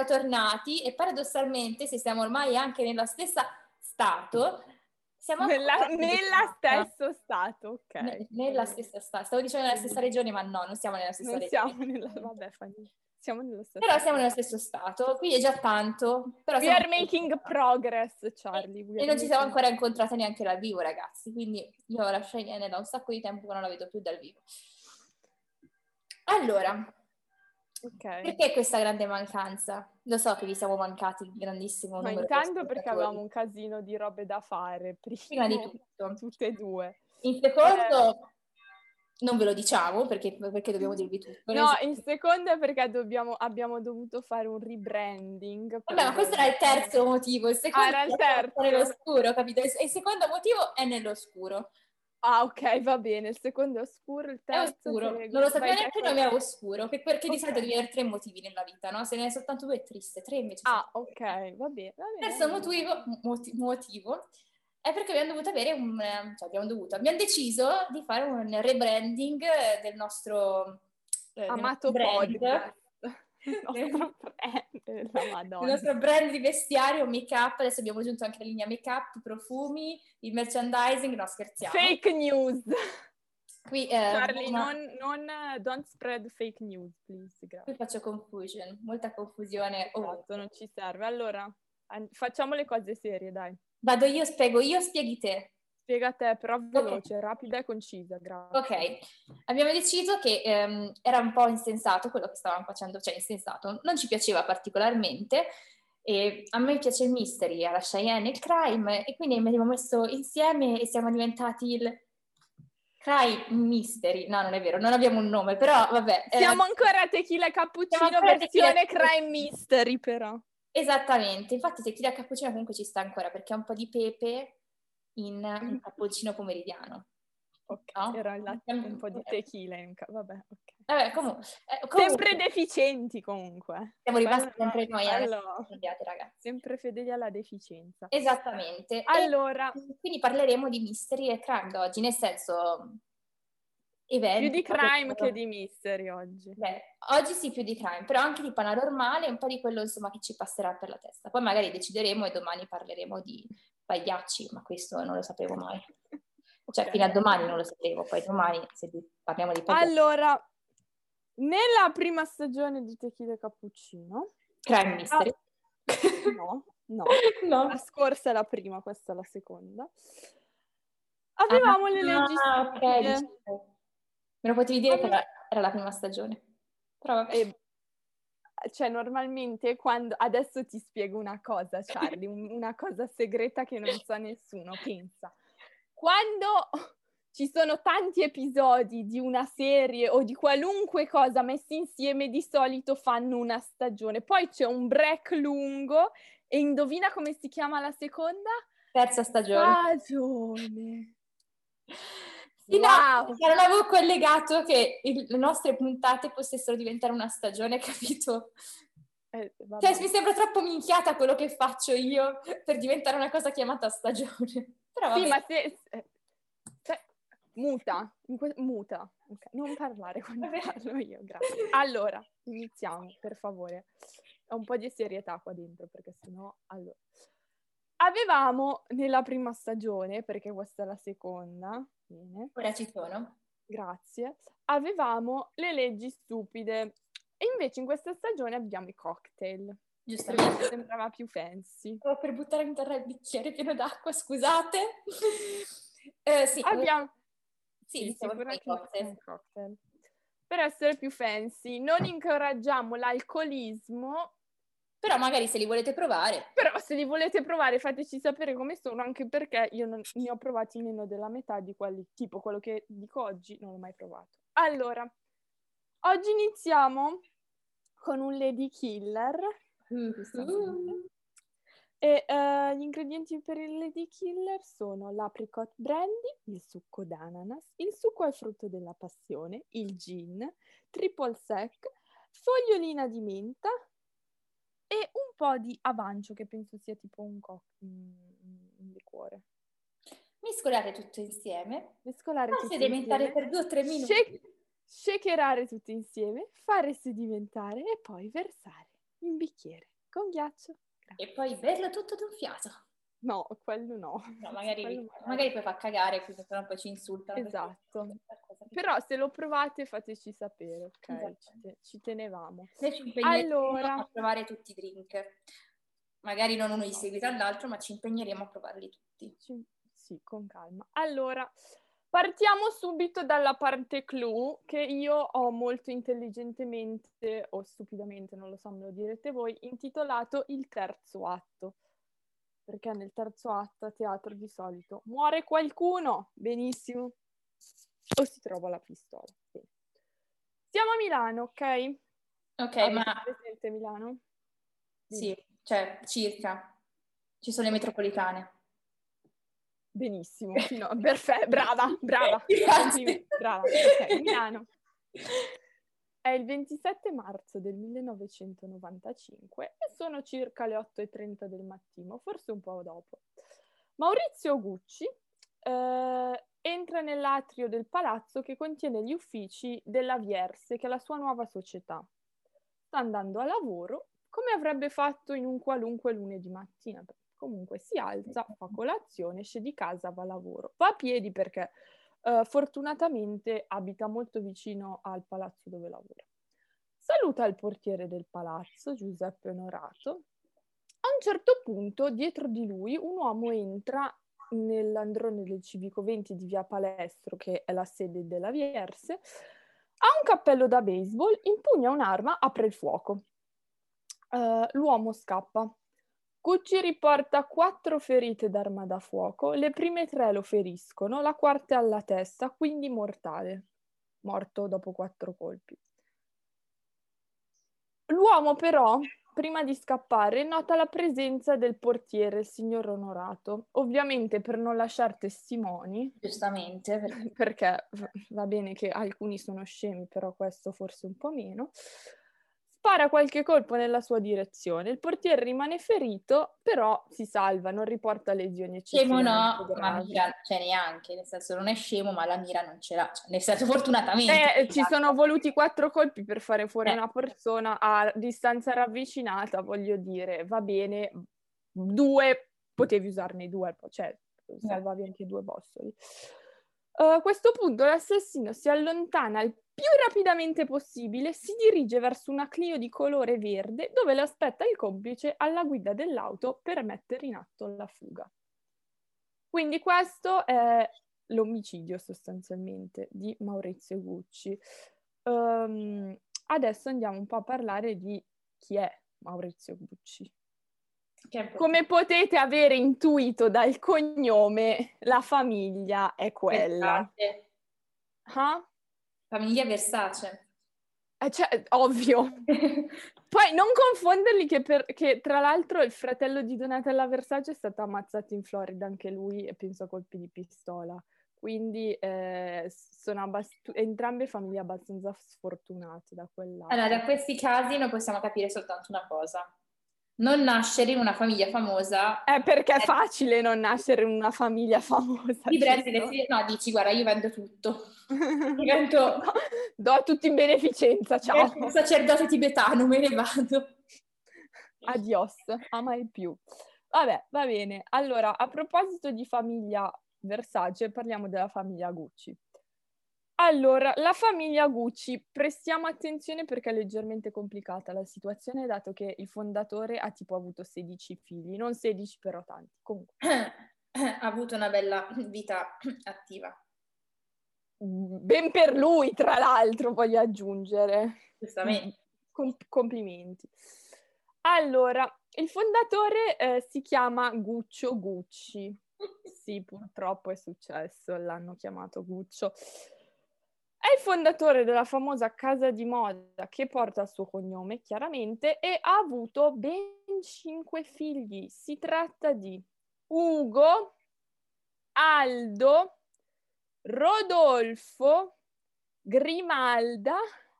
siamo tornati e paradossalmente, se siamo ormai anche nello stesso stato, siamo ancora nella stesso stato, ok. Nella stessa stato. Stavo dicendo nella stessa regione, ma no, non siamo nella stessa regione. Vabbè, siamo nello stesso Però siamo nello stesso stato, quindi è già tanto. Però We are making progress, Charlie. E non ci siamo ancora incontrate neanche dal vivo, ragazzi, quindi io la Cheyenne da un sacco di tempo che non la vedo più dal vivo. Allora, perché questa grande mancanza? Lo so che vi siamo mancati un grandissimo Ma numero di intanto perché ascoltatori. avevamo un casino di robe da fare, Prima di tutto. Tutte e due. In secondo, non ve lo diciamo perché dobbiamo dirvi tutto. No, in secondo è perché abbiamo dovuto fare un rebranding. Vabbè, ma questo era il terzo motivo. Il secondo era il terzo. È nell'oscuro, capito? Il secondo motivo è nell'oscuro. Ah, ok, va bene. Il secondo è oscuro, il terzo è oscuro. Non lo sappiamo neanche noi, ma è oscuro. Perché di solito devi avere 3 motivi nella vita, no? Se ne hai soltanto 2 è triste, 3 invece. Ok, va bene. Il terzo motivo è perché abbiamo dovuto avere abbiamo deciso di fare un rebranding del nostro amato podcast. Il nostro brand di vestiario, make-up. Adesso abbiamo aggiunto anche la linea make-up, profumi, il merchandising. No, scherziamo. Fake news. Qui, Charlie, don't spread fake news, please. Grazie. Qui faccio confusion, molta confusione. Esatto, non ci serve. Allora, facciamo le cose serie, dai. Vado io, spieghi te. Spiega te, però veloce, rapida e concisa, grazie. Ok, abbiamo deciso che era un po' insensato quello che stavamo facendo, cioè insensato, non ci piaceva particolarmente, e a me piace il mystery, alla Cheyenne il crime, e quindi abbiamo messo insieme e siamo diventati il Crime Mystery. No, non è vero, non abbiamo un nome, però vabbè. Siamo ancora Tequila Cappuccino versione Crime Mystery, però. Esattamente, infatti Tequila Cappuccino comunque ci sta ancora, perché ha un po' di pepe in un cappuccino pomeridiano. Ok, no? era un po' di tequila, vabbè, ok. Vabbè, comunque, sempre deficienti comunque. Siamo rimasti sempre noi, ragazzi. Sempre fedeli alla deficienza. Esattamente. Allora, quindi parleremo di mystery e crime oggi, nel senso eventi. Più di crime che di mystery oggi. Beh, oggi sì, più di crime, però anche di paranormale, un po' di quello insomma che ci passerà per la testa. Poi magari decideremo e domani parleremo di pagliacci, ma questo non lo sapevo mai. Cioè, fino a domani non lo sapevo, poi domani se parliamo di pagliacci. Allora, nella prima stagione di Tequila Cappuccino... Crime Mystery? No. La scorsa è la prima, questa è la seconda. Avevamo le leggi stupide. Ok. Me lo potevi dire che era la prima stagione. Però vabbè. Cioè, normalmente quando... Adesso ti spiego una cosa, Charlie, una cosa segreta che non sa nessuno. Pensa. Quando ci sono tanti episodi di una serie o di qualunque cosa messi insieme, di solito fanno una stagione. Poi c'è un break lungo e indovina come si chiama la seconda? Terza stagione. Sì, wow. No, non avevo collegato che le nostre puntate potessero diventare una stagione, capito? Cioè, mi sembra troppo minchiata quello che faccio io per diventare una cosa chiamata stagione. Però vabbè. Sì, ma muta. Okay. Non parlare quando parlo io, grazie. Allora, iniziamo, per favore. Ho un po' di serietà qua dentro, perché sennò... Allora. Avevamo nella prima stagione, perché questa è la seconda, bene. Ora ci sono. Grazie. Avevamo le leggi stupide e invece in questa stagione abbiamo i cocktail. Giustamente. Sembrava più fancy. Stavo per buttare in terra il bicchiere pieno d'acqua, scusate. Sì. Abbiamo... Sì, sicuramente un cocktail. Per essere più fancy, non incoraggiamo l'alcolismo. Però magari se li volete provare. Però se li volete provare fateci sapere come sono, anche perché io non ne ho provati meno della metà di quelli, tipo quello che dico oggi, non l'ho mai provato. Allora, oggi iniziamo con un lady killer. E gli ingredienti per il lady killer sono l'apricot brandy, il succo d'ananas, il succo al frutto della passione, il gin, triple sec, fogliolina di menta e un po' di avancio, che penso sia tipo un liquore. Mescolare tutto insieme. Mescolare sedimentare per 2 o 3 minuti. Shakerare tutto insieme, fare sedimentare e poi versare in bicchiere. Con ghiaccio. E poi berlo tutto d'un fiato. No, quello no. No, magari, Quello magari poi fa cagare, quindi però poi ci insultano. Esatto. Però se lo provate fateci sapere, ok? Esatto. Ci tenevamo. Noi ci impegneremo Allora, a provare tutti i drink. Magari non uno di seguito all'altro, ma ci impegneremo a provarli tutti. Sì, con calma. Allora, partiamo subito dalla parte clou che io ho molto intelligentemente o stupidamente, non lo so, me lo direte voi, intitolato Il terzo atto. Perché nel terzo atto a teatro di solito muore qualcuno, benissimo, o si trova la pistola. Bene. Siamo a Milano, ok? Ok, Avete ma presente Milano? sì, cioè circa. Ci sono le metropolitane. Benissimo, perfetto, brava. Grazie. Brava, ok, Milano. È il 27 marzo del 1995 e sono circa le 8:30 del mattino, forse un po' dopo. Maurizio Gucci entra nell'atrio del palazzo che contiene gli uffici della Vierse, che è la sua nuova società. Sta andando a lavoro come avrebbe fatto in un qualunque lunedì mattina. Comunque si alza, fa colazione, esce di casa, va a lavoro. Va a piedi perché fortunatamente abita molto vicino al palazzo dove lavora. Saluta il portiere del palazzo, Giuseppe Onorato. A un certo punto, dietro di lui, un uomo entra nell'androne del Civico 20 di Via Palestro, che è la sede della Vierse, ha un cappello da baseball, impugna un'arma, apre il fuoco. L'uomo scappa. Gucci riporta 4 ferite d'arma da fuoco, le prime 3 lo feriscono, la quarta è alla testa, quindi mortale, morto dopo 4 colpi. L'uomo però, prima di scappare, nota la presenza del portiere, il signor Onorato, ovviamente per non lasciare testimoni, Giustamente. perché va bene che alcuni sono scemi, però questo forse un po' meno. Spara qualche colpo nella sua direzione. Il portiere rimane ferito, però si salva, non riporta lesioni Scemo eccessivamente no, ma gravi. mira, cioè neanche, nel senso non è scemo, ma la mira non ce l'ha. Cioè, nel senso, fortunatamente. Ci sono voluti 4 colpi per fare fuori una persona a distanza ravvicinata, voglio dire, va bene, 2, potevi usarne 2, cioè salvavi anche 2 bossoli. A questo punto l'assassino si allontana il più rapidamente possibile, si dirige verso una Clio di colore verde dove lo aspetta il complice alla guida dell'auto per mettere in atto la fuga. Quindi questo è l'omicidio sostanzialmente di Maurizio Gucci. Adesso andiamo un po' a parlare di chi è Maurizio Gucci. Come potete avere intuito dal cognome, la famiglia è quella. Versace. Famiglia Versace. Cioè, ovvio. Poi non confonderli che tra l'altro il fratello di Donatella Versace è stato ammazzato in Florida anche lui e penso a colpi di pistola. Quindi sono entrambe famiglie abbastanza sfortunate da quel lato. Allora, da questi casi noi possiamo capire soltanto una cosa. Non nascere in una famiglia famosa. Perché è facile non nascere in una famiglia famosa. Ti prendi le figlie, no, dici, guarda, io vendo tutto. Divento do tutti in beneficenza, ciao. un sacerdote tibetano, me ne vado. Adios, a mai più. Vabbè, va bene. Allora, a proposito di famiglia Versace, parliamo della famiglia Gucci. Allora, la famiglia Gucci, prestiamo attenzione perché è leggermente complicata la situazione, dato che il fondatore ha tipo avuto 16 figli, non 16 però tanti, comunque. Ha avuto una bella vita attiva. Ben per lui, tra l'altro, voglio aggiungere. Giustamente. Complimenti. Allora, il fondatore si chiama Guccio Gucci. Sì, purtroppo è successo, l'hanno chiamato Guccio. È il fondatore della famosa casa di moda che porta il suo cognome, chiaramente, e ha avuto ben 5 figli. Si tratta di Ugo, Aldo, Rodolfo, Grimalda,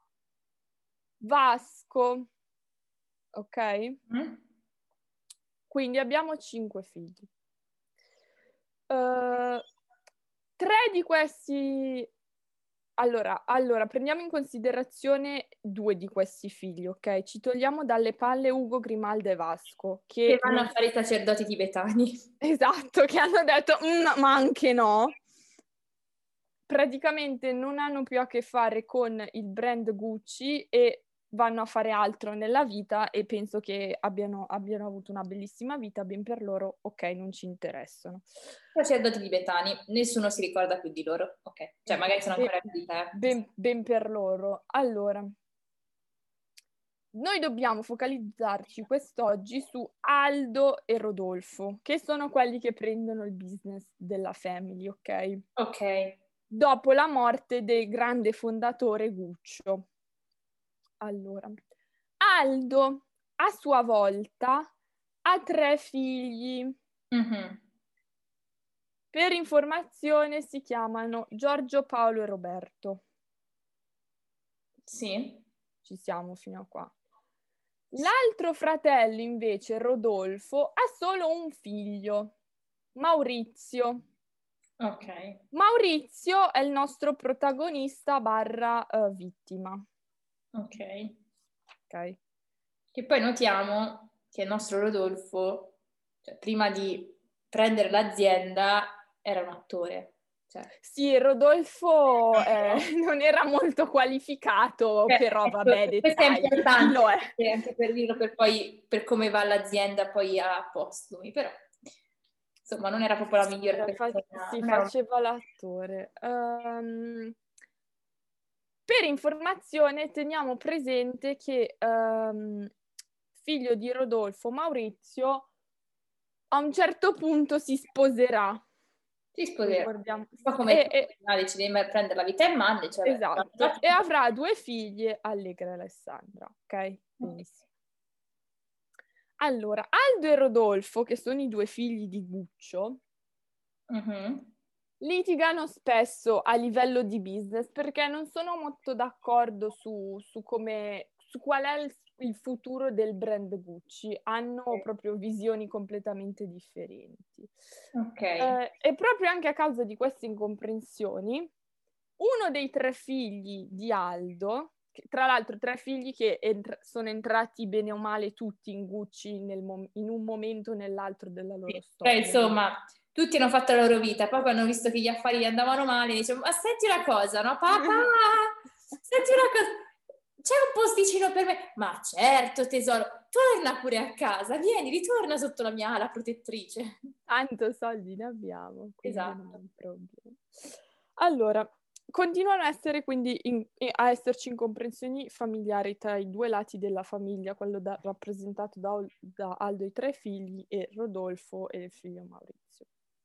Vasco. Ok? Quindi abbiamo 5 figli. 3 di questi Allora, prendiamo in considerazione 2 di questi figli, ok? Ci togliamo dalle palle Ugo, Grimalda e Vasco, Che vanno a fare i sacerdoti tibetani. Esatto, che hanno detto, ma anche no. Praticamente non hanno più a che fare con il brand Gucci e vanno a fare altro nella vita e penso che abbiano avuto una bellissima vita, ben per loro, ok, non ci interessano. Sacerdoti tibetani, nessuno si ricorda più di loro, ok, cioè magari sono ancora in vita. Ben per loro. Allora, noi dobbiamo focalizzarci quest'oggi su Aldo e Rodolfo, che sono quelli che prendono il business della family, ok? Ok. Dopo la morte del grande fondatore Guccio. Allora, Aldo a sua volta ha 3 figli. Mm-hmm. Per informazione si chiamano Giorgio, Paolo e Roberto. Sì. Ci siamo fino a qua. L'altro fratello invece, Rodolfo, ha solo un figlio, Maurizio. Ok. Maurizio è il nostro protagonista barra vittima. Ok. Ok. Che poi notiamo che il nostro Rodolfo, cioè, prima di prendere l'azienda, era un attore. Cioè. Sì, Rodolfo non era molto qualificato, però Ecco, vabbè, questo è dettagli, importante, lo è. anche per dirlo per come va l'azienda poi a postumi, però insomma non era proprio la migliore persona. Si faceva l'attore. Per informazione teniamo presente che figlio di Rodolfo, Maurizio, a un certo punto si sposerà. Si sposerà. Ricordiamo. Un po' come decide di prendere la vita in mano. Cioè, esatto, e avrà 2 figlie, Allegra e Alessandra, ok? Benissimo. Allora, Aldo e Rodolfo, che sono i 2 figli di Guccio, litigano spesso a livello di business perché non sono molto d'accordo su qual è il futuro del brand Gucci. Hanno proprio visioni completamente differenti. E proprio anche a causa di queste incomprensioni, uno dei 3 figli di Aldo, tra l'altro 3 figli che sono entrati bene o male tutti in Gucci in un momento o nell'altro della loro storia. Insomma, tutti hanno fatto la loro vita, poi quando hanno visto che gli affari andavano male, dicevano, ma senti una cosa, no papà? Senti una cosa, c'è un posticino per me? Ma certo tesoro, torna pure a casa, vieni, ritorna sotto la mia ala protettrice. Tanto soldi ne abbiamo, quindi esatto. Non è un problema. Allora, continuano a essere quindi a esserci incomprensioni familiari tra i 2 lati della famiglia, quello rappresentato da Aldo e i 3 figli e Rodolfo e il figlio Maurizio.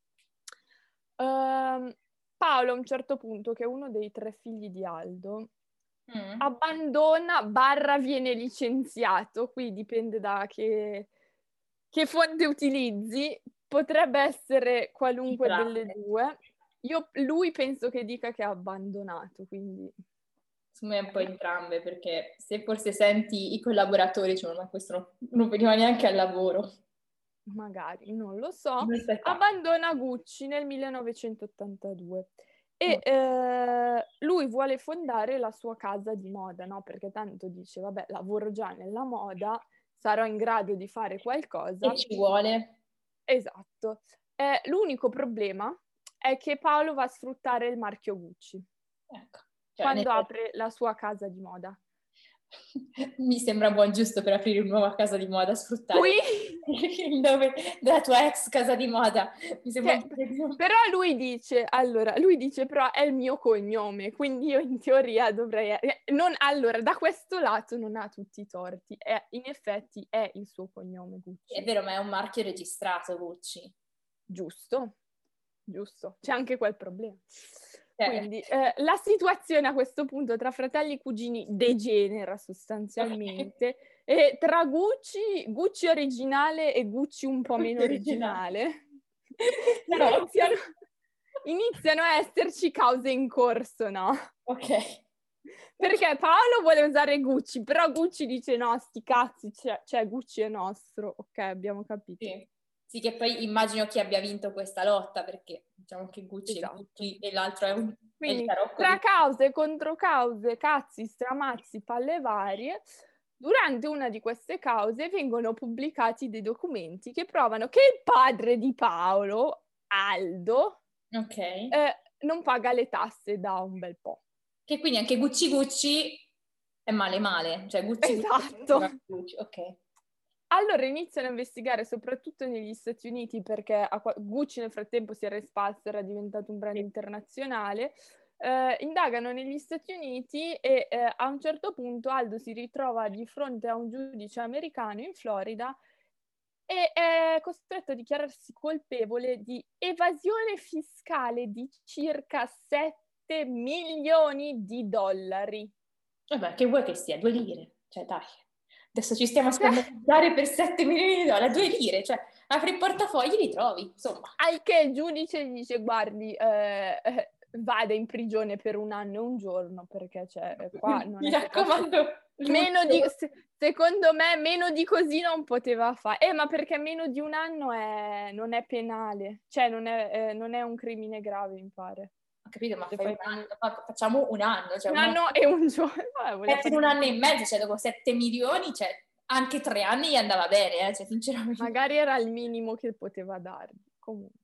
Paolo a un certo punto, che è uno dei 3 figli di Aldo, abbandona / viene licenziato, qui dipende da che fonte utilizzi, potrebbe essere qualunque delle 2. Lui penso che dica che ha abbandonato, quindi... Secondo me è un po' entrambe, perché se forse senti i collaboratori, diciamo, ma questo non veniva neanche al lavoro. Magari, non lo so. Abbandona Gucci nel 1982 e lui vuole fondare la sua casa di moda, no? Perché tanto dice, vabbè, lavoro già nella moda, sarò in grado di fare qualcosa. E ci vuole. Esatto. L'unico problema è che Paolo va a sfruttare il marchio Gucci. Ecco. Quando apre la sua casa di moda. Mi sembra buon giusto per aprire una nuova casa di moda, sfruttare il nome della tua ex casa di moda. Mi sembra però lui dice però è il mio cognome, quindi io in teoria dovrei... allora, da questo lato non ha tutti i torti, in effetti è il suo cognome Gucci. È vero, ma è un marchio registrato Gucci. Giusto, c'è anche quel problema. Quindi la situazione a questo punto tra fratelli e cugini degenera sostanzialmente, e tra Gucci originale e Gucci un po' meno originale iniziano a esserci cause in corso, no? Ok. Perché Paolo vuole usare Gucci, però Gucci dice no, sti cazzi, cioè Gucci è nostro, ok, abbiamo capito. Sì, che poi immagino chi abbia vinto questa lotta, perché diciamo che Gucci esatto. è Gucci e l'altro è un Quindi tra cause, controcause, cazzi, stramazzi, palle varie, durante una di queste cause vengono pubblicati dei documenti che provano che il padre di Paolo, Aldo, non paga le tasse da un bel po'. Che quindi anche Gucci Gucci è male, cioè Gucci esatto. Gucci, ok. Allora iniziano a investigare soprattutto negli Stati Uniti perché Gucci nel frattempo si era espanso, era diventato un brand internazionale. Indagano negli Stati Uniti e a un certo punto Aldo si ritrova di fronte a un giudice americano in Florida e è costretto a dichiararsi colpevole di evasione fiscale di circa 7 milioni di dollari. Vabbè, che vuoi che sia? 2 lire, cioè dai. Adesso ci stiamo a scommettere per 7 milioni di dollari, 2 lire, cioè apri il portafogli li trovi, insomma. Al che il giudice gli dice, guardi, vada in prigione per 1 anno e 1 giorno, perché qua non mi raccomando. Secondo me meno di così non poteva fare. Ma perché meno di 1 anno non è penale, cioè non è un crimine grave, mi pare. Ho capito, ma facciamo 1 anno. Cioè 1 anno e 1 giorno. Per 1 anno e mezzo, cioè dopo 7 milioni, cioè anche 3 anni gli andava bene, cioè sinceramente. Magari era il minimo che poteva dargli, comunque.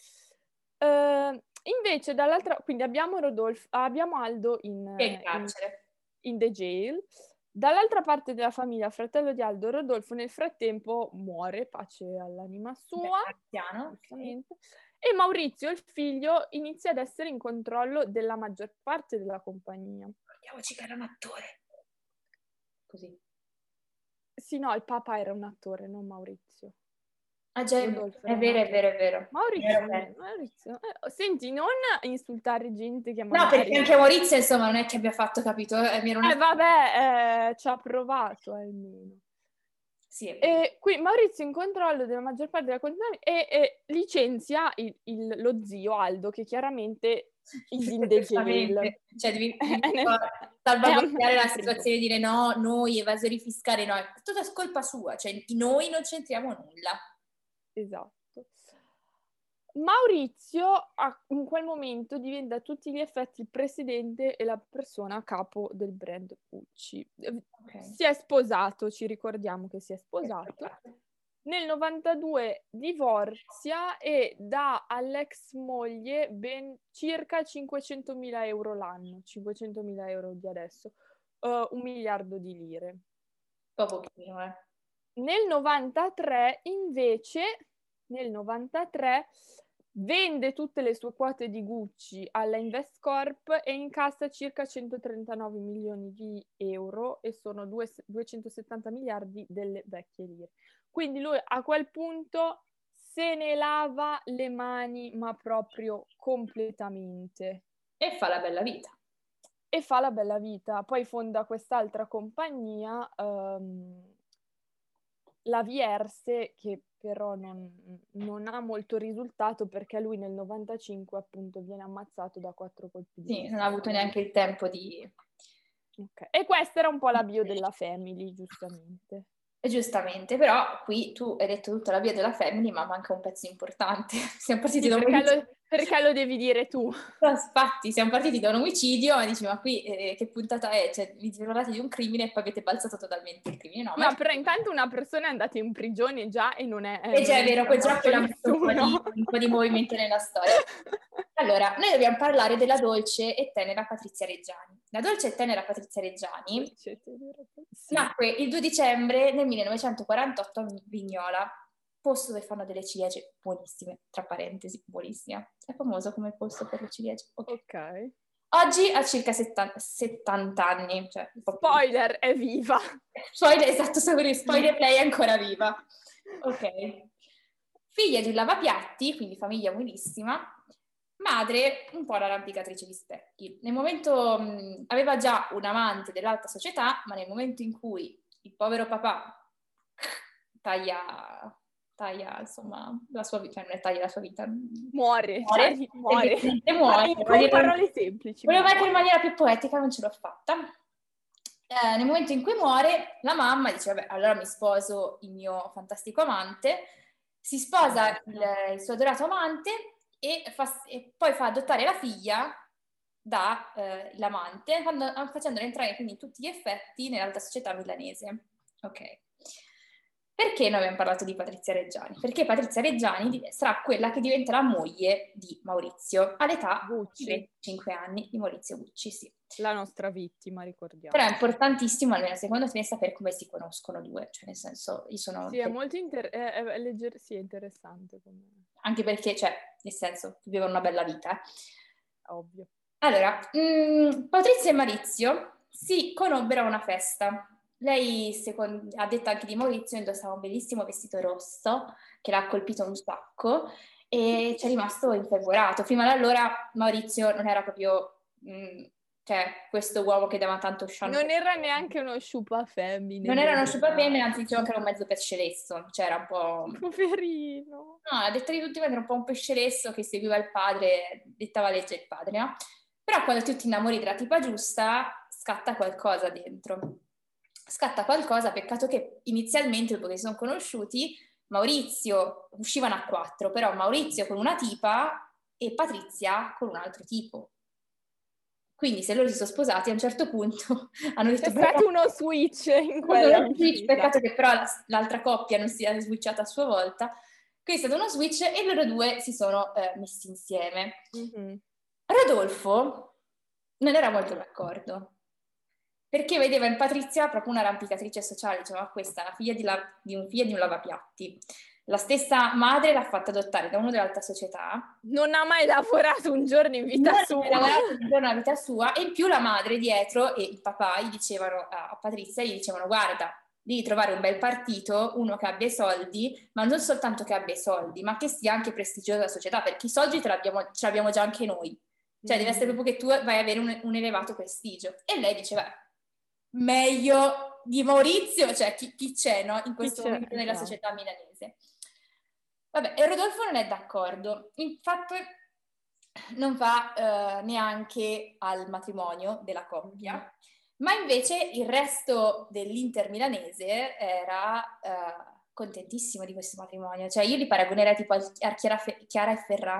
Invece dall'altra, quindi abbiamo Aldo in carcere. In the jail. Dall'altra parte della famiglia, il fratello di Aldo, Rodolfo, nel frattempo muore, pace all'anima sua. Anziano, okay. E Maurizio, il figlio, inizia ad essere in controllo della maggior parte della compagnia. Ricordiamoci che era un attore. Così. Sì, no, il papà era un attore, non Maurizio. Ah già, è vero. Maurizio. Senti, non insultare gente che magari... No, perché anche Maurizio, insomma, non è che abbia fatto, capito? Vabbè, ci ha provato almeno. Sì, e qui Maurizio in controllo della maggior parte della compagnia e licenzia lo zio Aldo, che chiaramente is in the jail. Cioè devi salvaguardare la situazione e dire no, noi evasori fiscali, no, è tutta colpa sua, cioè noi non c'entriamo nulla. Esatto. Maurizio in quel momento diventa a tutti gli effetti il presidente e la persona a capo del brand Gucci. Okay. Si è sposato, ci ricordiamo che si è sposato. Nel 92 divorzia e dà all'ex moglie ben circa 500.000 euro l'anno, 500.000 euro di adesso, 1 miliardo di lire. Pochino, Nel 93 invece, vende tutte le sue quote di Gucci alla Investcorp e incassa circa 139 milioni di euro e sono 270 miliardi delle vecchie lire. Quindi lui a quel punto se ne lava le mani, ma proprio completamente. E fa la bella vita. Poi fonda quest'altra compagnia, la Vierse, che però non ha molto risultato perché lui nel 95 appunto viene ammazzato da 4 colpi di Sì, non ha avuto neanche il tempo di... Okay. E questa era un po' la bio della Family, giustamente. Giustamente, però qui tu hai detto tutta la bio della Family, ma manca un pezzo importante. Siamo partiti da un perché lo devi dire tu? Infatti, siamo partiti da un omicidio e dici, ma qui che puntata è? Cioè, vi parlate di un crimine e poi avete balzato totalmente il crimine. No, ma però intanto una persona è andata in prigione già e non è... E già è vero, quel già ha messo un po' di movimento nella storia. Allora, noi dobbiamo parlare della dolce e tenera Patrizia Reggiani. La dolce e tenera Patrizia Reggiani nacque il 2 dicembre del 1948 a Vignola, posto dove fanno delle ciliegie buonissime, tra parentesi, buonissime. È famoso come posto per le ciliegie. Ok. Oggi ha circa 70 anni. Cioè, spoiler, è viva. Spoiler, esatto, spoiler, lei è ancora viva. Ok. Figlia di un lavapiatti, quindi famiglia buonissima. Madre un po' l'arrampicatrice di specchi. Nel momento aveva già un amante dell'alta società, ma nel momento in cui il povero papà taglia insomma la sua vita, cioè non è taglia la sua vita, muore. Con parole semplici. Volevo mettere in maniera più poetica, non ce l'ho fatta. Nel momento in cui muore, la mamma dice, vabbè, allora mi sposo il mio fantastico amante, si sposa il suo adorato amante e poi fa adottare la figlia l'amante, facendolo entrare quindi in tutti gli effetti nell'alta società milanese. Ok. Perché noi abbiamo parlato di Patrizia Reggiani? Perché Patrizia Reggiani sarà quella che diventerà moglie di Maurizio all'età Gucci. di 25 anni, di Maurizio Gucci, sì. La nostra vittima, ricordiamo. Però è importantissimo, almeno secondo me, sapere come si conoscono due, cioè nel senso, io sono... Sì, è molto sì, è interessante. Anche perché, cioè, nel senso, vivevano una bella vita. Ovvio. Allora, Patrizia e Maurizio si conobbero a una festa. Lei, ha detto anche di Maurizio, indossava un bellissimo vestito rosso che l'ha colpito un sacco e ci è rimasto infervorato. Prima da allora Maurizio non era proprio cioè, questo uomo che dava tanto chance. Non era neanche uno sciupa femmine. Non era uno sciupa femmina, anzi diceva che era un mezzo pesce lesso, cioè era un po'... Poverino. No, a detta di tutti era un po' un pesce lesso che seguiva il padre, dettava legge il padre, no? Però quando tu ti innamori della tipa giusta, scatta qualcosa dentro. Scatta qualcosa, peccato che inizialmente, dopo che si sono conosciuti, Maurizio, uscivano a 4, però Maurizio con una tipa e Patrizia con un altro tipo. Quindi se loro si sono sposati, a un certo punto hanno detto... C'è stato uno switch in quella uscita. Peccato che però l'altra coppia non sia switchata a sua volta. Quindi è stato uno switch e loro due si sono messi insieme. Mm-hmm. Rodolfo non era molto d'accordo, perché vedeva in Patrizia proprio un'arrampicatrice sociale, diceva questa è la figlia di un lavapiatti. La stessa madre l'ha fatta adottare da uno dell'alta società. Non ha mai lavorato un giorno in vita sua. Non ha lavorato un giorno nella vita sua e in più la madre dietro e il papà gli dicevano a Patrizia, gli dicevano guarda, devi trovare un bel partito, uno che abbia i soldi, ma non soltanto che abbia i soldi, ma che sia anche prestigioso della società, perché i soldi ce l'abbiamo già anche noi. Cioè deve essere proprio che tu vai a avere un elevato prestigio. E lei diceva, meglio di Maurizio, cioè chi c'è, no? In questo momento nella società milanese. Vabbè, e Rodolfo non è d'accordo. Infatti non va neanche al matrimonio della coppia, ma invece il resto dell'Inter milanese era contentissimo di questo matrimonio. Cioè io li paragonerei tipo a Chiara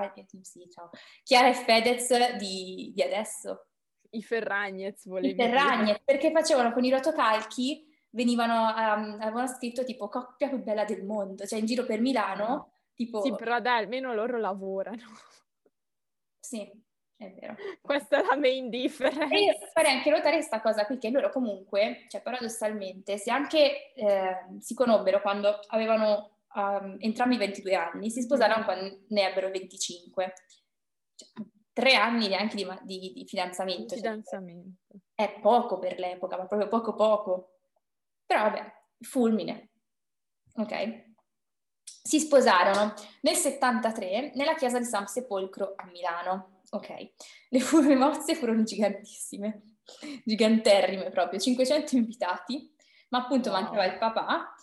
e Fedez di adesso. I Ferragnez, volevi dire. I Ferragnez, perché facevano con i rotocalchi, avevano scritto tipo coppia più bella del mondo, cioè in giro per Milano, tipo... Sì, però dai, almeno loro lavorano. Sì, è vero. Questa è la main difference. E io farei anche notare questa cosa qui, che loro comunque, cioè paradossalmente, se anche si conobbero quando avevano entrambi 22 anni, si sposarono quando ne ebbero 25. Cioè, 3 anni neanche di fidanzamento. Fidanzamento. Cioè, è poco per l'epoca, ma proprio poco. Però vabbè, fulmine. Ok? Si sposarono nel 73 nella chiesa di San Sepolcro a Milano. Ok, le nozze furono gigantissime, giganterrime proprio, 500 invitati, ma appunto mancava il papà.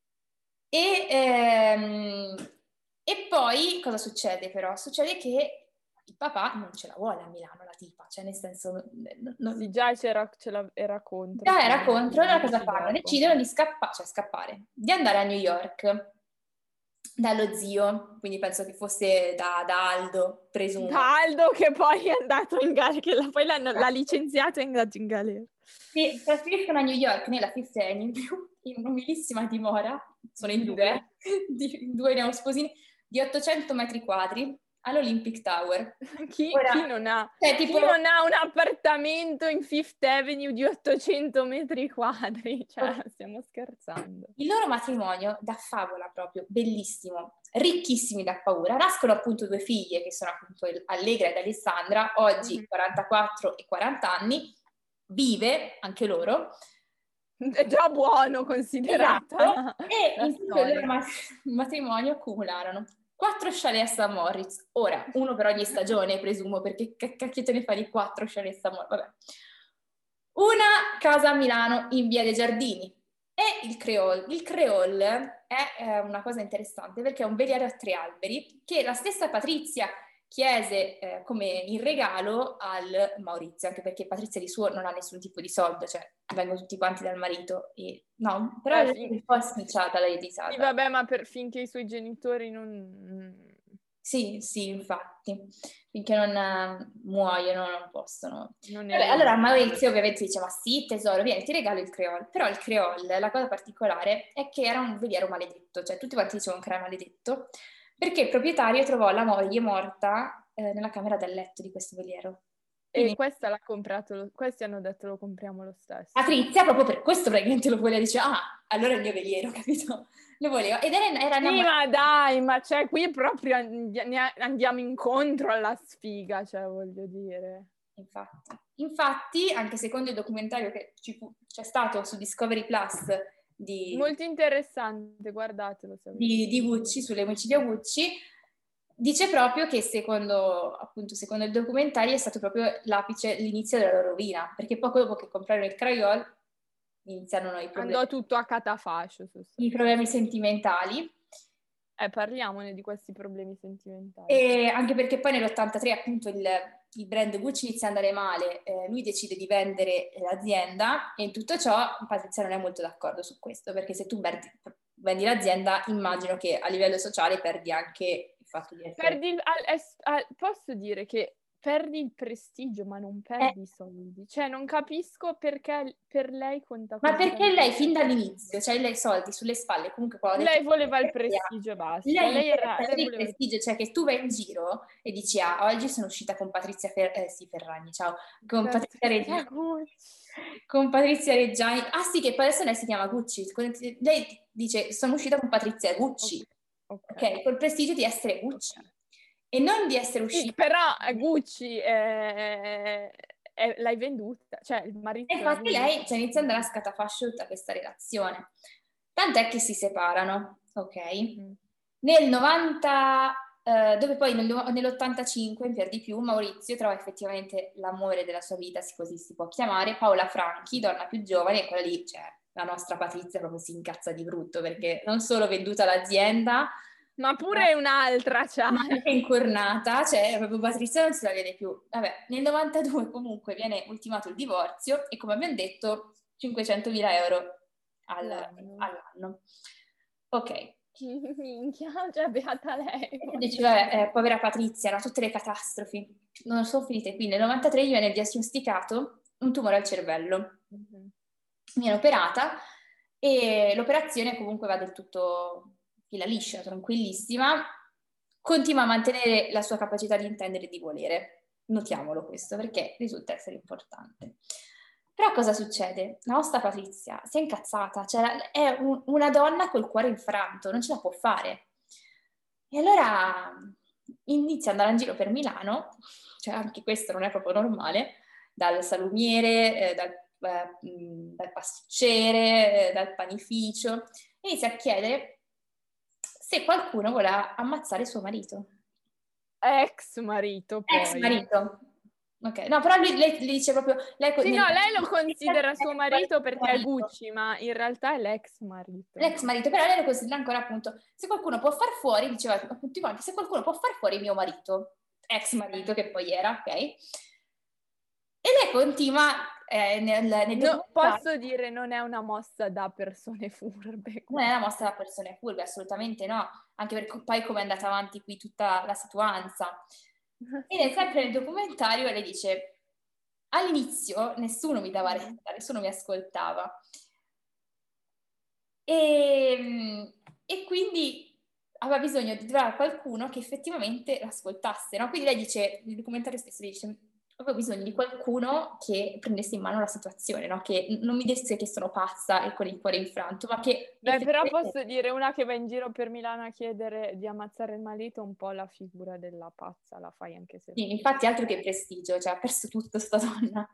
E poi cosa succede però? Succede che il papà non ce la vuole a Milano la tipa, cioè nel senso... Sì, già era contro. Già era contro, allora cosa fanno? Decidono di scappare, di andare a New York dallo zio, quindi penso che fosse da Aldo, presumo. Da Aldo che poi è andato in galera, che poi l'ha licenziato e è andato in galera. Si trasferiscono a New York nella Fifth Avenue, in un'umilissima dimora, sono in due neosposini, di 800 metri quadri all'Olympic Tower. Chi non ha un appartamento in Fifth Avenue di 800 metri quadri? Cioè, stiamo scherzando. Il loro matrimonio da favola proprio, bellissimo, ricchissimi da paura. Nascono appunto 2 figlie che sono appunto Allegra ed Alessandra, oggi 44 e 40 anni, vive anche loro. È già buono considerata. Esatto. E in tutto il loro matrimonio accumularono 4 chalet a St. Moritz, ora uno per ogni stagione presumo, perché che cacchio te ne fai di 4 chalet a St. Moritz, vabbè. Una casa a Milano in Via dei Giardini e il Creole. Il Creole è una cosa interessante perché è un veliero a 3 alberi che la stessa Patrizia chiese come in regalo al Maurizio, anche perché Patrizia di suo non ha nessun tipo di soldo, cioè vengono tutti quanti dal marito e no, però è un po' sfilciata la risata. Sì, vabbè, ma finché i suoi genitori non... Sì, infatti, finché non muoiono non possono. Non Vabbè, allora Maurizio ovviamente dice, ma sì, tesoro, vieni, ti regalo il creole. Però il creole, la cosa particolare è che era un veliero maledetto, cioè tutti quanti dicevano che era maledetto, perché il proprietario trovò la moglie morta nella camera da letto di questo veliero. E Quindi questa l'ha comprato, questi hanno detto lo compriamo lo stesso. Patrizia proprio per questo praticamente lo voleva, dice, allora il mio veliero, capito? Lo voleva, ed era Sì, innamorata. ma dai, ma cioè qui proprio andiamo incontro alla sfiga, cioè voglio dire. Infatti, anche secondo il documentario che c'è stato su Discovery Plus Molto interessante, guardatelo se avete di Gucci, sull'omicidio Gucci, dice proprio che secondo il documentario è stato proprio l'apice, l'inizio della loro rovina, perché poco dopo che comprarono il craiol iniziarono andò tutto a catafascio. i problemi sentimentali. Parliamone di questi problemi sentimentali. E anche perché poi nell'83 appunto il brand Gucci inizia ad andare male, lui decide di vendere l'azienda e in tutto ciò Patrizia non è molto d'accordo su questo, perché se tu vendi l'azienda immagino che a livello sociale perdi anche il fatto di essere... Posso dire che perdi il prestigio ma non perdi i soldi, cioè non capisco perché per lei conta Ma così perché tanto. lei fin dall'inizio, cioè lei soldi sulle spalle, comunque quando Lei voleva il prestigio e basta. lei Lei interessa il voleva prestigio, cioè che tu vai in giro e dici oggi sono uscita con Patrizia Ferragni, ciao, con Patrizia Reggiani. Con Patrizia Reggiani. Ah sì, che poi adesso lei si chiama Gucci. Lei dice sono uscita con Patrizia Gucci. Ok, col prestigio di essere Gucci. Okay. E non di essere uscita. Sì, però Gucci l'hai venduta, cioè il marito. E infatti lei inizia ad andare a scatafascio tutta questa relazione. Tant'è che si separano, ok? Nel 90, dove poi nell'85, in per di più, Maurizio trova effettivamente l'amore della sua vita, se così si può chiamare, Paola Franchi, donna più giovane, e quella lì, cioè, la nostra Patrizia proprio si incazza di brutto, perché non solo venduta l'azienda, ma pure un'altra, cioè. ma anche incornata, cioè proprio Patrizia non se la vede più. Vabbè, nel 92 comunque viene ultimato il divorzio e come abbiamo detto 500.000 euro all'anno. Ok. Minchia, cioè beata lei. Dici, vabbè, povera Patrizia, no? Tutte le catastrofi non sono finite qui. Nel 93 gli viene diagnosticato un tumore al cervello. Viene operata e l'operazione comunque va del tutto fila liscia, tranquillissima. Continua a mantenere la sua capacità di intendere e di volere. Notiamolo questo perché risulta essere importante. Però cosa succede? La nostra Patrizia si è incazzata, cioè è una donna col cuore infranto, non ce la può fare. E allora inizia ad andare in giro per Milano, cioè anche questo non è proprio normale, dal salumiere, dal pasticcere, dal panificio, e inizia a chiedere se qualcuno vuole ammazzare suo marito. Ex marito, poi. Ex marito. Ok, no, però lei dice proprio... Lei lo considera suo marito perché è Gucci, ma in realtà è l'ex marito. L'ex marito, però lei lo considera ancora appunto, se qualcuno può far fuori, diceva a tutti quanti, se qualcuno può far fuori mio marito, ex marito che poi era, ok? E lei continua posso dire non è una mossa da persone furbe. Non è una mossa da persone furbe, assolutamente no, anche perché poi come è andata avanti qui tutta la situazione. E sempre nel documentario lei dice, all'inizio nessuno mi dava retta, nessuno mi ascoltava. E quindi aveva bisogno di trovare qualcuno che effettivamente l'ascoltasse, no? Quindi lei dice, nel documentario stesso dice, avevo bisogno di qualcuno che prendesse in mano la situazione, no? Che non mi disse che sono pazza e con il cuore infranto, ma che... però posso dire, una che va in giro per Milano a chiedere di ammazzare il marito, un po' la figura della pazza, la fai anche se... Sì, infatti altro che prestigio, cioè ha perso tutto sta donna.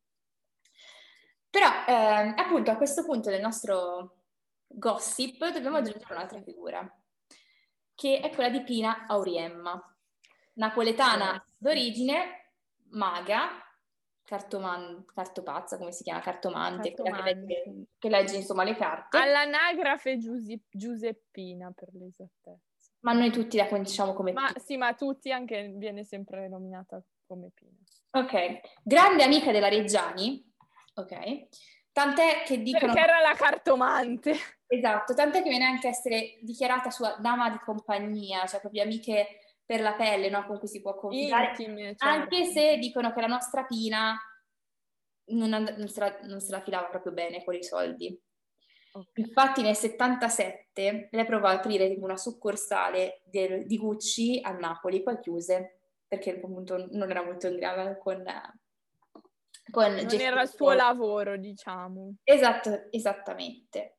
Però appunto a questo punto del nostro gossip dobbiamo aggiungere un'altra figura, che è quella di Pina Auriemma, napoletana d'origine, maga, cartopazza, come si chiama? Cartomante. Che legge insomma le carte. All'anagrafe Giuseppina per l'esattezza. Ma noi tutti la conosciamo come Pina. Sì, ma tutti anche viene sempre nominata come Pina. Ok, grande amica della Reggiani, ok? Tant'è che dicono... Perché era la cartomante. Esatto, tant'è che viene anche a essere dichiarata sua dama di compagnia, cioè proprio amiche per la pelle, no? Con cui si può confidare, intime, certo. anche se dicono che la nostra Pina non se la filava proprio bene con i soldi. Okay. Infatti nel 77 lei provò a aprire tipo una succursale di Gucci a Napoli, poi chiuse perché appunto non era molto in grado con Non gestire era il i suo soldi. lavoro, diciamo. Esattamente.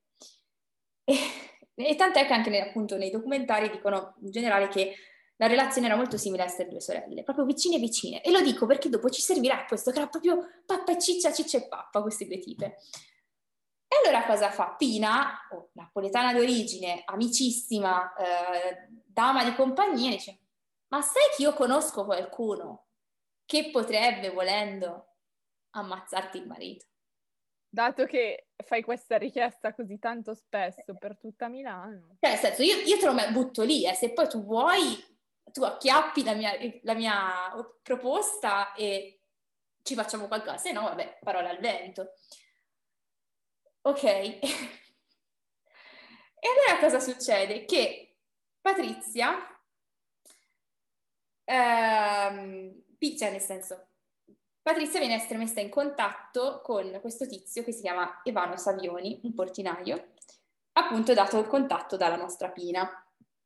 E tant'è che anche appunto nei documentari dicono in generale che la relazione era molto simile a essere due sorelle, proprio vicine vicine. E lo dico perché dopo ci servirà questo, che era proprio pappa e ciccia, ciccia e pappa, queste due tipe. E allora cosa fa? Pina, napoletana d'origine, amicissima, dama di compagnia, dice: ma sai che io conosco qualcuno che potrebbe, volendo, ammazzarti il marito? Dato che fai questa richiesta così tanto spesso per tutta Milano. Cioè, nel senso, io te lo butto lì, se poi tu vuoi, tu acchiappi la mia proposta e ci facciamo qualcosa, se no, vabbè, parole al vento. Ok. E allora cosa succede? Che Patrizia, cioè nel senso, Patrizia viene essere messa in contatto con questo tizio che si chiama Ivano Savioni, un portinaio, appunto dato il contatto dalla nostra Pina.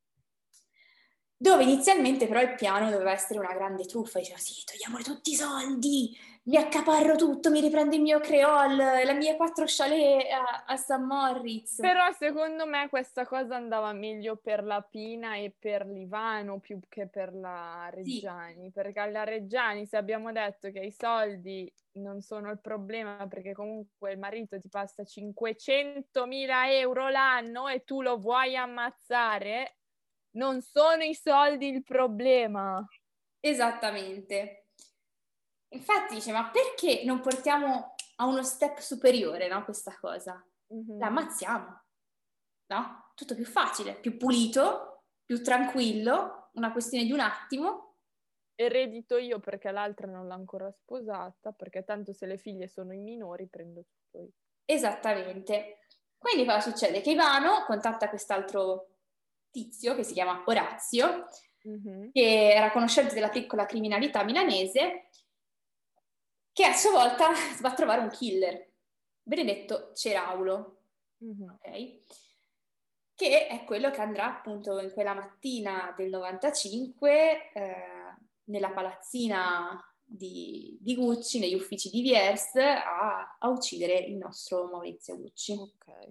Dove inizialmente però il piano doveva essere una grande truffa, diceva sì, togliamole tutti i soldi, mi accaparro tutto, mi riprendo il mio creole, la mia 4 chalet a St. Moritz. Però secondo me questa cosa andava meglio per la Pina e per l'Ivano più che per la Reggiani, sì. Perché alla Reggiani, se abbiamo detto che i soldi non sono il problema perché comunque il marito ti passa 500.000 euro l'anno e tu lo vuoi ammazzare, non sono i soldi il problema. Esattamente. Infatti dice, ma perché non portiamo a uno step superiore, no, questa cosa? La ammazziamo, no? Tutto più facile, più pulito, più tranquillo, una questione di un attimo. Eredito io perché l'altra non l'ha ancora sposata, perché tanto se le figlie sono i minori prendo tutto io. Esattamente. Quindi cosa succede? Che Ivano contatta quest'altro tizio che si chiama Orazio, che era conoscente della piccola criminalità milanese, che a sua volta va a trovare un killer, Benedetto Ceraulo, ok? Che è quello che andrà appunto in quella mattina del 95 nella palazzina di Gucci, negli uffici di Viers, a uccidere il nostro Maurizio Gucci. Ok.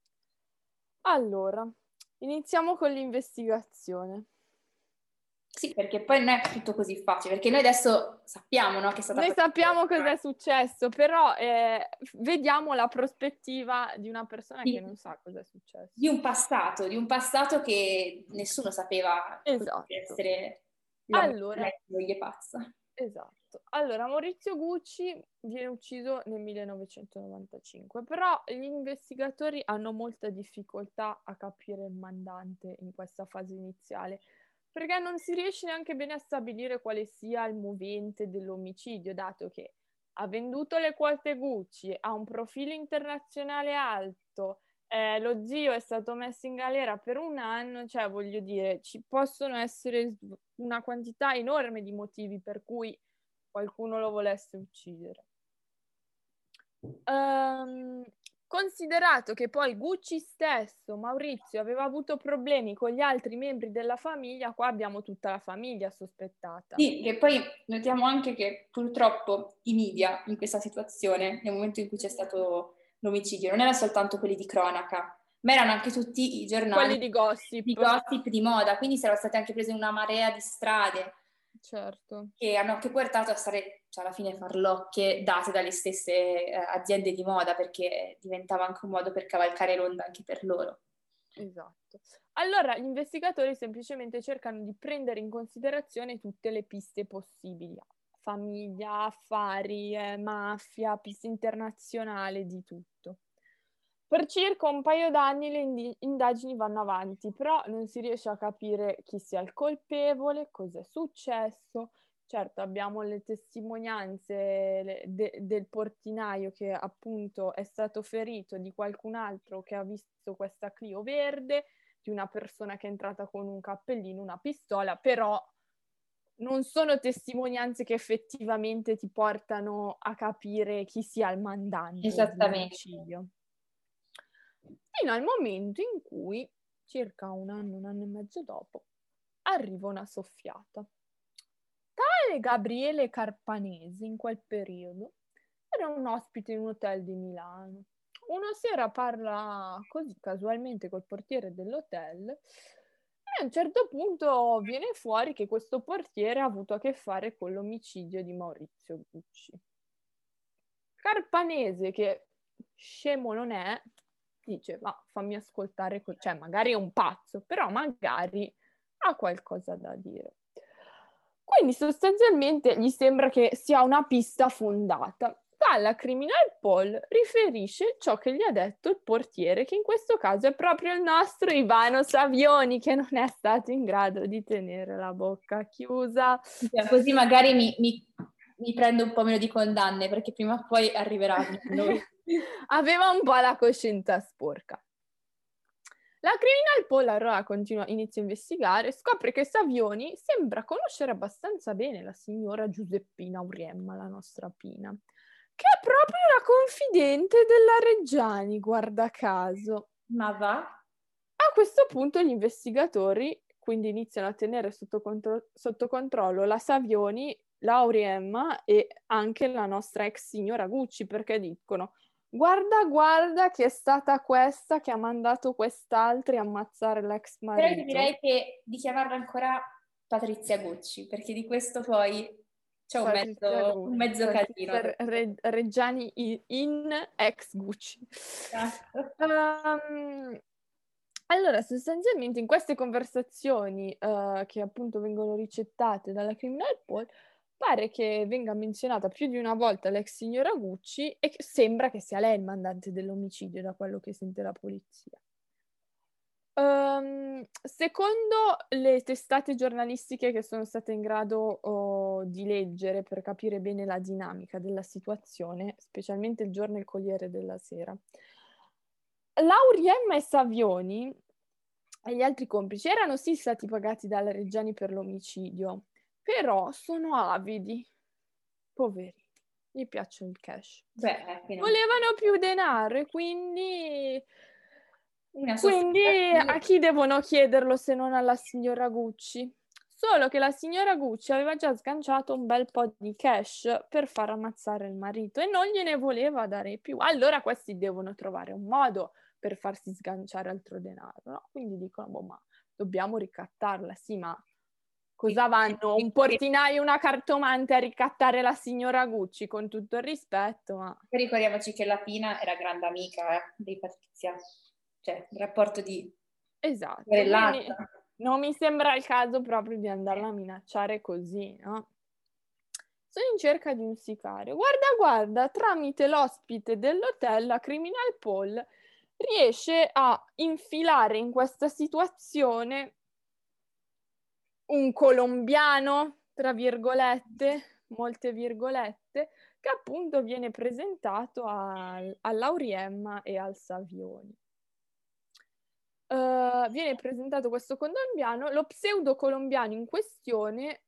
Allora, iniziamo con l'investigazione. Sì, perché poi non è tutto così facile, perché noi adesso sappiamo, no, che è stata... Noi sappiamo cosa è successo, però vediamo la prospettiva di una persona che non sa cosa è successo. Di un passato che nessuno sapeva essere la moglie pazza. Esatto. Allora, Maurizio Gucci viene ucciso nel 1995, però gli investigatori hanno molta difficoltà a capire il mandante in questa fase iniziale, perché non si riesce neanche bene a stabilire quale sia il movente dell'omicidio, dato che ha venduto le quote Gucci, ha un profilo internazionale alto, lo zio è stato messo in galera per 1 anno, cioè voglio dire, ci possono essere una quantità enorme di motivi per cui qualcuno lo volesse uccidere. Considerato che poi Gucci stesso, Maurizio, aveva avuto problemi con gli altri membri della famiglia, qua abbiamo tutta la famiglia sospettata. Sì, che poi notiamo anche che purtroppo i media in questa situazione, nel momento in cui c'è stato l'omicidio, non erano soltanto quelli di cronaca, ma erano anche tutti i giornali quelli di gossip di moda, quindi saranno state anche prese una marea di strade. Certo. Che hanno anche portato a stare, cioè alla fine, farlocche date dalle stesse aziende di moda, perché diventava anche un modo per cavalcare l'onda anche per loro. Esatto. Allora gli investigatori semplicemente cercano di prendere in considerazione tutte le piste possibili. Famiglia, affari, mafia, piste internazionali, di tutto. Per circa un paio d'anni le indagini vanno avanti, però non si riesce a capire chi sia il colpevole, cosa è successo. Certo, abbiamo le testimonianze del portinaio che appunto è stato ferito, di qualcun altro che ha visto questa Clio verde, di una persona che è entrata con un cappellino, una pistola, però non sono testimonianze che effettivamente ti portano a capire chi sia il mandante dell'omicidio. Fino al momento in cui, circa un anno e mezzo dopo, arriva una soffiata. Tale Gabriele Carpanesi, in quel periodo, era un ospite in un hotel di Milano. Una sera parla così casualmente col portiere dell'hotel e a un certo punto viene fuori che questo portiere ha avuto a che fare con l'omicidio di Maurizio Gucci. Carpanese, che scemo non è, dice, ma fammi ascoltare, cioè magari è un pazzo, però magari ha qualcosa da dire. Quindi sostanzialmente gli sembra che sia una pista fondata. Dalla Criminal Poll riferisce ciò che gli ha detto il portiere, che in questo caso è proprio il nostro Ivano Savioni, che non è stato in grado di tenere la bocca chiusa. Così magari mi prendo un po' meno di condanne, perché prima o poi arriveranno noi. Aveva un po' la coscienza sporca. La Criminal Poll allora inizia a investigare e scopre che Savioni sembra conoscere abbastanza bene la signora Giuseppina Auriemma, la nostra Pina, che è proprio la confidente della Reggiani, guarda caso. Ma va? A questo punto gli investigatori quindi iniziano a tenere sotto controllo la Savioni, la Auriemma e anche la nostra ex signora Gucci, perché dicono: guarda che è stata questa che ha mandato quest'altri a ammazzare l'ex marito. Però io direi che di chiamarla ancora Patrizia Gucci, perché di questo poi c'è un mezzo casino. Reggiani in ex Gucci. Esatto. Allora, sostanzialmente in queste conversazioni che appunto vengono ricettate dalla Criminal Poll, pare che venga menzionata più di una volta l'ex signora Gucci e che sembra che sia lei il mandante dell'omicidio, da quello che sente la polizia. Secondo le testate giornalistiche che sono state in grado di leggere per capire bene la dinamica della situazione, specialmente il giorno Il Corriere della Sera, Lauriemma e Savioni e gli altri complici erano sì stati pagati dalla Reggiani per l'omicidio, però sono avidi, poverini, gli piace il cash. Volevano più denaro e quindi a chi devono chiederlo se non alla signora Gucci? Solo che la signora Gucci aveva già sganciato un bel po' di cash per far ammazzare il marito e non gliene voleva dare più. Allora questi devono trovare un modo per farsi sganciare altro denaro, no? Quindi dicono, boh, ma dobbiamo ricattarla, sì, ma cosa vanno? Un portinaio e una cartomante a ricattare la signora Gucci, con tutto il rispetto, ma... Ricordiamoci che la Pina era grande amica dei Patrizia, cioè il rapporto di... Esatto, non mi sembra il caso proprio di andarla a minacciare così, no? Sono in cerca di un sicario. Guarda, tramite l'ospite dell'hotel, la Criminal Poll riesce a infilare in questa situazione un colombiano, tra virgolette, molte virgolette, che appunto viene presentato all'Auriemma e al Savioni. Viene presentato questo colombiano, lo pseudo colombiano in questione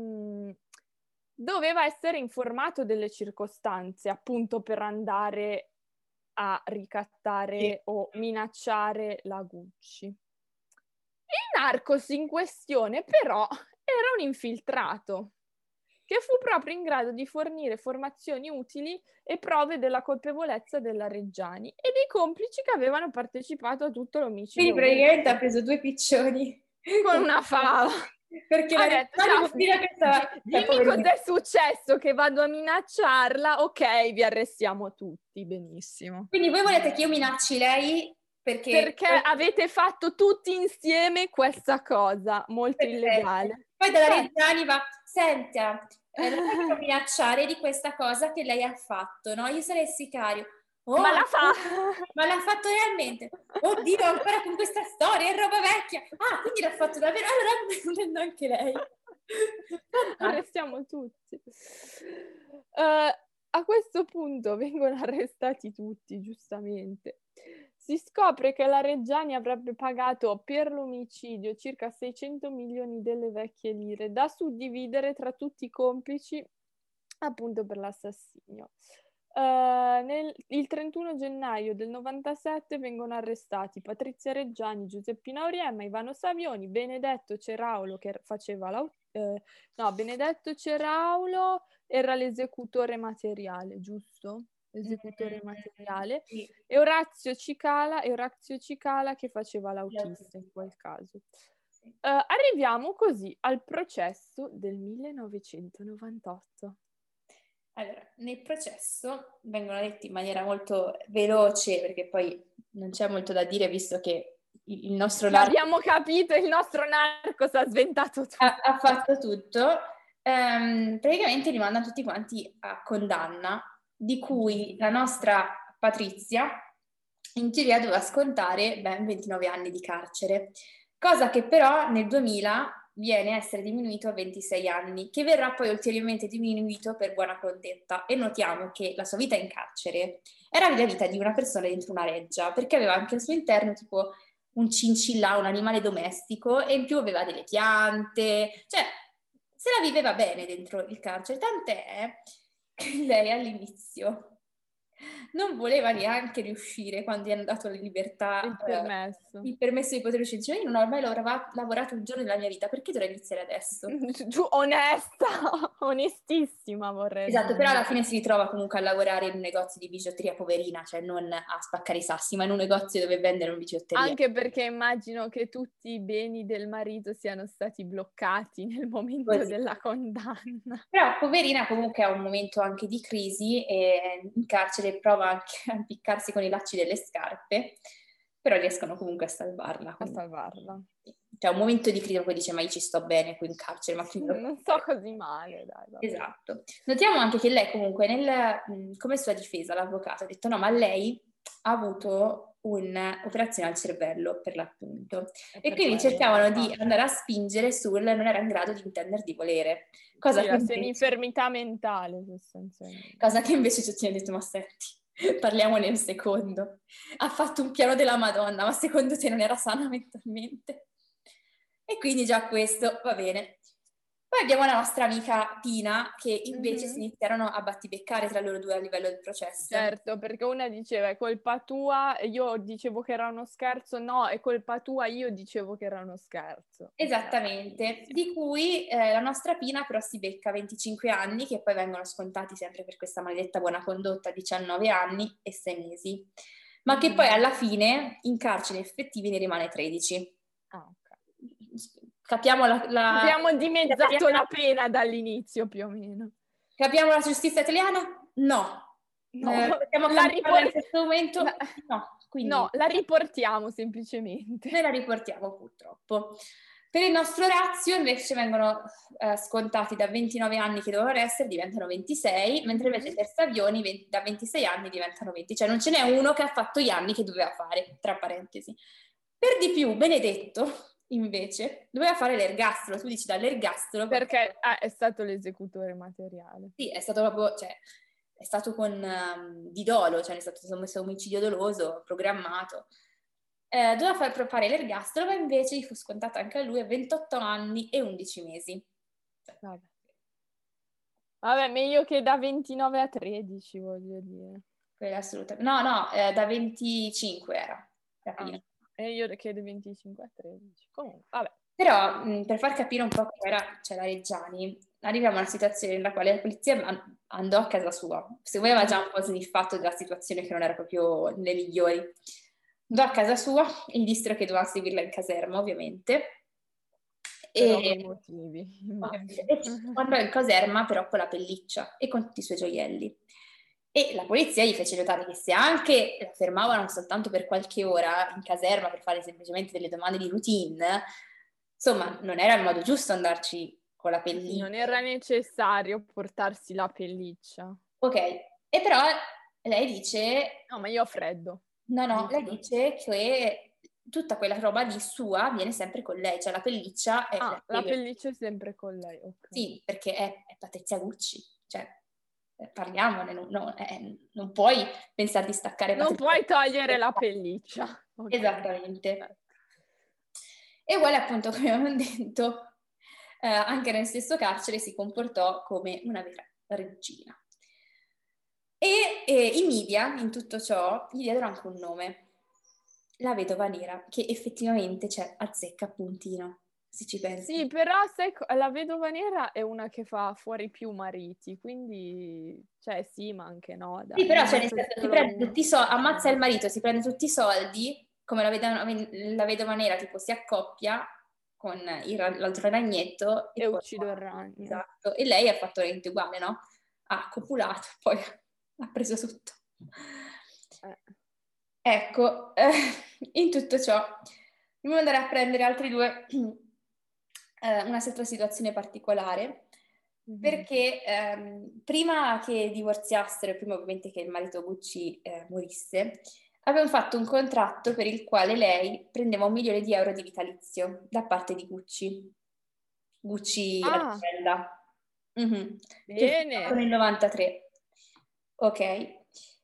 doveva essere informato delle circostanze appunto per andare a ricattare o minacciare la Gucci. Il narcos in questione però era un infiltrato che fu proprio in grado di fornire informazioni utili e prove della colpevolezza della Reggiani e dei complici che avevano partecipato a tutto l'omicidio. Quindi praticamente ha preso due piccioni con una fava. Perché la Reggiani dimmi cos'è successo, che vado a minacciarla, ok, vi arrestiamo tutti, benissimo. Quindi voi volete che io minacci lei perché avete fatto tutti insieme questa cosa molto illegale. Poi dalla Reggiani va, senta, la voglio minacciare di questa cosa che lei ha fatto, no? Io sarei il sicario. Oh, ma l'ha fatto realmente? Oddio, ancora con questa storia, è roba vecchia. Ah, quindi l'ha fatto davvero? Allora prendo anche lei. Arrestiamo tutti. A questo punto vengono arrestati tutti, giustamente. Si scopre che la Reggiani avrebbe pagato per l'omicidio circa 600 milioni delle vecchie lire da suddividere tra tutti i complici appunto per l'assassinio. Il 31 gennaio del 97 vengono arrestati Patrizia Reggiani, Giuseppina Auriemma, Ivano Savioni, Benedetto Ceraulo che faceva Benedetto Ceraulo era l'esecutore materiale, giusto? L'esecutore materiale. Sì. E Orazio Cicala che faceva l'autista in quel caso. Arriviamo così al processo del 1998. Allora, nel processo vengono detti in maniera molto veloce, perché poi non c'è molto da dire, visto che il nostro narco... Abbiamo capito, il nostro narco ha sventato tutto. Ha fatto tutto. Praticamente li mandano tutti quanti a condanna, di cui la nostra Patrizia in teoria doveva scontare ben 29 anni di carcere, cosa che però nel 2000 viene a essere diminuito a 26 anni, che verrà poi ulteriormente diminuito per buona condotta. E notiamo che la sua vita in carcere era la vita di una persona dentro una reggia, perché aveva anche al suo interno tipo un cincilla, un animale domestico, e in più aveva delle piante, cioè se la viveva bene dentro il carcere, tant'è che lei all'inizio non voleva neanche riuscire quando gli hanno dato la libertà, il permesso di poter uscire. Diceva, io non ho mai lavorato un giorno nella mia vita, perché dovrei iniziare adesso? Onesta, onestissima vorrei dire. Esatto, però alla fine si ritrova comunque a lavorare in un negozio di bigiotteria, poverina, cioè non a spaccare i sassi, ma in un negozio dove vendere un bigiotteria. Anche perché immagino che tutti i beni del marito siano stati bloccati nel momento della condanna. Però poverina comunque ha un momento anche di crisi e in carcere prova anche a impiccarsi con i lacci delle scarpe, però riescono comunque a salvarla. A salvarla. Cioè un momento di crisi in cui dice ma io ci sto bene qui in carcere, ma non sto così male, dai. Vabbè. Esatto. Notiamo anche che lei comunque come sua difesa, l'avvocato ha detto no, ma lei ha avuto un'operazione al cervello per l'appunto e quindi cercavano di andare a spingere sul non era in grado di intendere di volere. Cosa sì, che la invece, semi-infermità mentale sostanzialmente. Cosa che invece tutti hanno detto ma senti, parliamone un secondo. Ha fatto un piano della Madonna, ma secondo te non era sana mentalmente? E quindi già questo va bene. Poi abbiamo la nostra amica Tina, che invece si iniziarono a battibeccare tra loro due a livello del processo. Certo, perché una diceva è colpa tua, io dicevo che era uno scherzo, no, è colpa tua, io dicevo che era uno scherzo. Esattamente, di cui la nostra Pina però si becca 25 anni, che poi vengono scontati sempre per questa maledetta buona condotta, 19 anni e 6 mesi, ma che poi alla fine in carcere effettivi ne rimane 13. Ah, ok. Capiamo abbiamo dimezzato la pena dall'inizio più o meno. Capiamo la giustizia italiana? No. In questo momento? No. Quindi, no, la riportiamo semplicemente. Noi la riportiamo purtroppo. Per il nostro Orazio invece vengono scontati da 29 anni che dovevano essere, diventano 26, mentre invece per Savioni da 26 anni diventano 20. Cioè non ce n'è uno che ha fatto gli anni che doveva fare, tra parentesi. Per di più, Benedetto invece doveva fare l'ergastolo. Tu dici dall'ergastolo perché è stato l'esecutore materiale. Sì, è stato proprio, cioè, è stato di dolo, cioè è stato un omicidio doloso, programmato. Doveva fare l'ergastolo, ma invece gli fu scontato anche a lui a 28 anni e 11 mesi. Vabbè, meglio che da 29 a 13, voglio dire. Assolutamente. No, da 25 era. E io che da 25 a 13. Comunque, vabbè. Però, per far capire un po' come era la Reggiani, arriviamo a una situazione nella quale la polizia andò a casa sua. Secondo me aveva già un po' sniffato della situazione che non era proprio nelle migliori. Andò a casa sua e gli dissero che doveva seguirla in caserma, ovviamente. Per ovvi motivi. Andò in caserma però con la pelliccia e con tutti i suoi gioielli. E la polizia gli fece notare che se anche la fermavano soltanto per qualche ora in caserma per fare semplicemente delle domande di routine, insomma, non era il modo giusto andarci con la pelliccia. Sì, non era necessario portarsi la pelliccia. Ok, e però lei dice... No, ma io ho freddo. No, lei dice che tutta quella roba lì sua viene sempre con lei, cioè la pelliccia... la pelliccia è sempre con lei, ok. Sì, perché è Patrizia Gucci, cioè parliamone, non puoi pensare di staccare Non puoi togliere la pelliccia. Okay. Esattamente. E uguale appunto, come abbiamo detto, anche nel stesso carcere si comportò come una vera regina. E i media, in tutto ciò, gli diedero anche un nome, la vedova nera, che effettivamente azzecca a puntino, se ci pensi. Sì, però sai, la vedova nera è una che fa fuori più mariti, quindi, cioè sì, ma anche no, dai. Sì, però nel senso, si prende tutti i soldi, ammazza il marito, si prende tutti i soldi, come la vedova nera tipo si accoppia con l'altro ragnetto e poi, uccido il ragno. esatto, e lei ha fatto niente uguale, no? Ha copulato, poi ha preso tutto. Ecco, in tutto ciò, dobbiamo andare a prendere altri due, una situazione particolare, perché prima che divorziassero, prima ovviamente che il marito Gucci morisse, avevano fatto un contratto per il quale lei prendeva 1 milione di euro di vitalizio da parte di Gucci. Gucci azienda. Che fu fatto nel 93. Ok.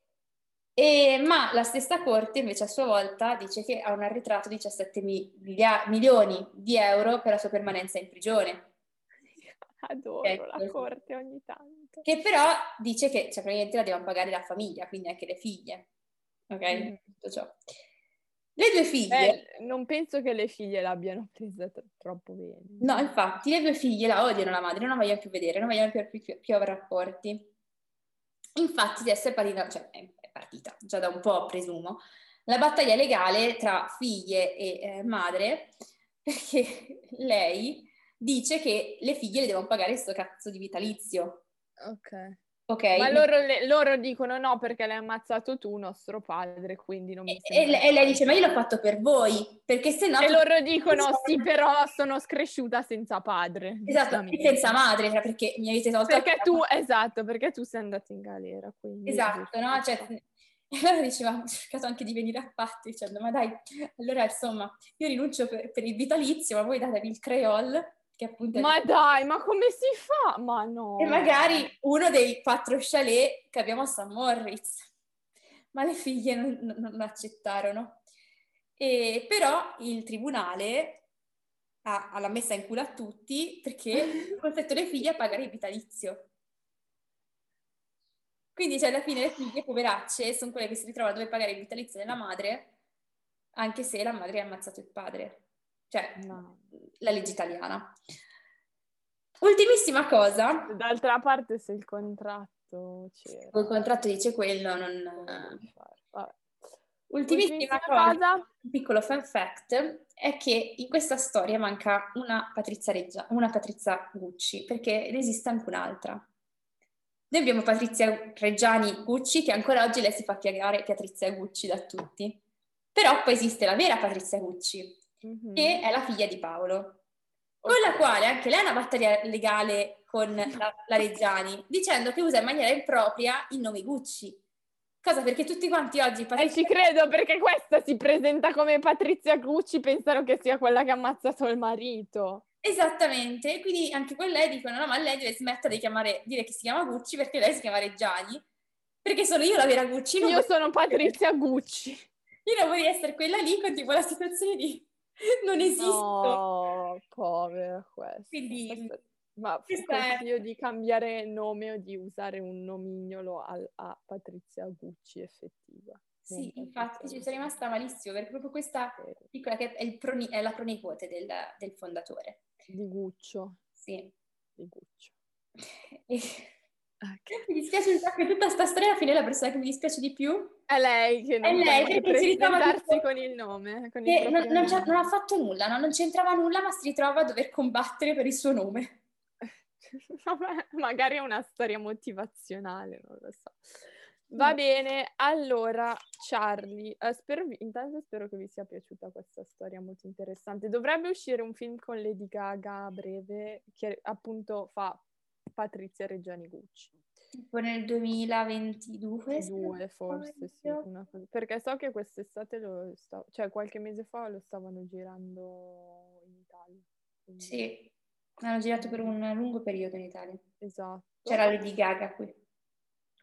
Ma la stessa corte invece a sua volta dice che ha un arretrato di 17 milioni di euro per la sua permanenza in prigione. Adoro la corte ogni tanto. Che però dice che praticamente la devono pagare la famiglia, quindi anche le figlie. Ok? Tutto ciò. Le 2 figlie... non penso che le figlie l'abbiano presa troppo bene. No, infatti, le 2 figlie la odiano la madre, non la vogliono più vedere, non vogliono più avere rapporti. Infatti adesso è partita già da un po', presumo, la battaglia legale tra figlie e madre, perché lei dice che le figlie le devono pagare sto cazzo di vitalizio. Ok. Ma loro dicono no perché l'hai ammazzato tu, nostro padre, quindi non mi sembra. E lei dice ma io l'ho fatto per voi, perché se no... E loro dicono sì, però sono cresciuta senza padre. Esatto, e senza madre, perché mi avete tolto... Perché tu sei andata in galera, quindi... Esatto, no? E allora diceva, ho cercato anche di venire a patti, dicendo, ma dai, allora insomma, io rinuncio per il vitalizio, ma voi datevi il creole, che appunto... Ma dai, ma come si fa? Ma no! E magari uno dei 4 chalet che abbiamo a St. Moritz. Ma le figlie non accettarono. Però il tribunale l'ha messa in culo a tutti perché ha costretto le figlie a pagare il vitalizio. Quindi alla fine le figlie poveracce sono quelle che si ritrovano a dover pagare il vitalizio della madre, anche se la madre ha ammazzato il padre. La legge italiana. Ultimissima cosa. D'altra parte se il contratto c'era. Il contratto dice quello, non... Ultimissima cosa, un piccolo fun fact, è che in questa storia manca una Patrizia Gucci, perché ne esiste anche un'altra. Noi abbiamo Patrizia Reggiani Gucci, che ancora oggi lei si fa chiamare Patrizia Gucci da tutti. Però poi esiste la vera Patrizia Gucci, che è la figlia di Paolo, con la quale anche lei ha una battaglia legale con la Reggiani, dicendo che usa in maniera impropria il nome Gucci. Cosa? Perché tutti quanti oggi... ci credo, perché questa si presenta come Patrizia Gucci, pensano che sia quella che ha ammazzato il marito. Esattamente, e quindi anche con lei dicono no, ma lei deve smettere di dire che si chiama Gucci perché lei si chiama Reggiani, perché sono io la vera Gucci. Io sono Patrizia Gucci. Io non voglio essere quella lì con tipo la situazione di non esisto. No, povera questa. Quindi, ma consiglio di cambiare nome o di usare un nomignolo a Patrizia Gucci effettiva. Sì, infatti ci sono rimasta malissimo perché proprio questa piccola che è la pronipote del fondatore. Di Guccio. Sì. Di Guccio. Mi dispiace un sacco che tutta sta storia alla fine la persona che mi dispiace di più è lei che non può presentarsi con il nome. Con il non ha fatto nulla, no? Non c'entrava nulla, ma si ritrova a dover combattere per il suo nome. Vabbè, magari è una storia motivazionale, non lo so. Va bene, allora Charlie, intanto spero che vi sia piaciuta questa storia molto interessante. Dovrebbe uscire un film con Lady Gaga a breve che appunto fa Patrizia Reggiani Gucci. Tipo nel 2022? Forse sì, perché so che quest'estate cioè qualche mese fa lo stavano girando in Italia. Quindi... Sì, l'hanno girato per un lungo periodo in Italia. Esatto. C'era Lady Gaga qui.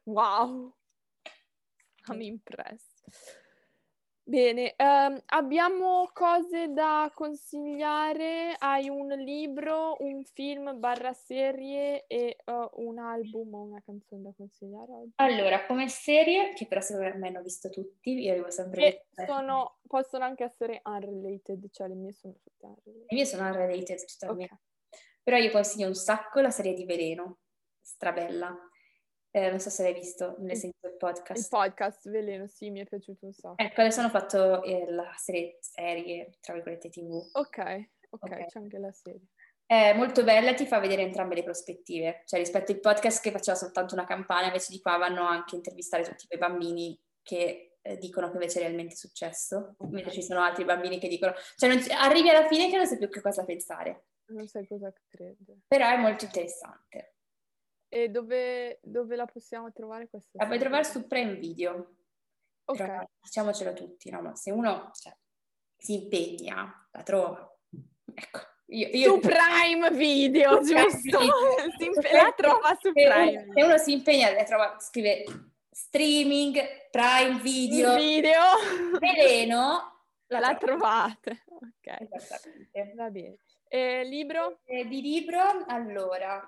Wow, I'm impressed. Bene, abbiamo cose da consigliare? Hai un libro, un film / serie e un album o una canzone da consigliare oggi? Allora, come serie, che però secondo me hanno visto tutti, io avevo sempre E possono anche essere unrelated, cioè le mie sono tutte unrelated. le mie sono unrelated totalmente. Ok. Però io consiglio un sacco la serie di Veleno, strabella. Non so se l'hai visto, ne sento il Il podcast. podcast Veleno, sì, mi è piaciuto un sacco. Ecco, adesso hanno fatto la serie, tra virgolette, TV. Ok, c'è anche la serie. È molto bella, ti fa vedere entrambe le prospettive. Cioè, rispetto al podcast che faceva soltanto una campagna, invece di qua vanno anche a intervistare tutti quei bambini che dicono che invece è realmente successo. Mentre ci sono altri bambini che dicono... Cioè, arrivi alla fine che non sai più che cosa pensare. Non sai cosa credere. Però è molto interessante. E dove la possiamo trovare questa La puoi serie? trovare su Prime Video. Ok. Però diciamocelo tutti, no? Ma se uno si impegna, la trova. Ecco. Su Prime Video, giusto? La trova su Prime. Se uno si impegna, la trova, scrive streaming, Prime Video. Veleno, la trovate. Ok. Esattamente. Va bene. Libro? Di libro, allora,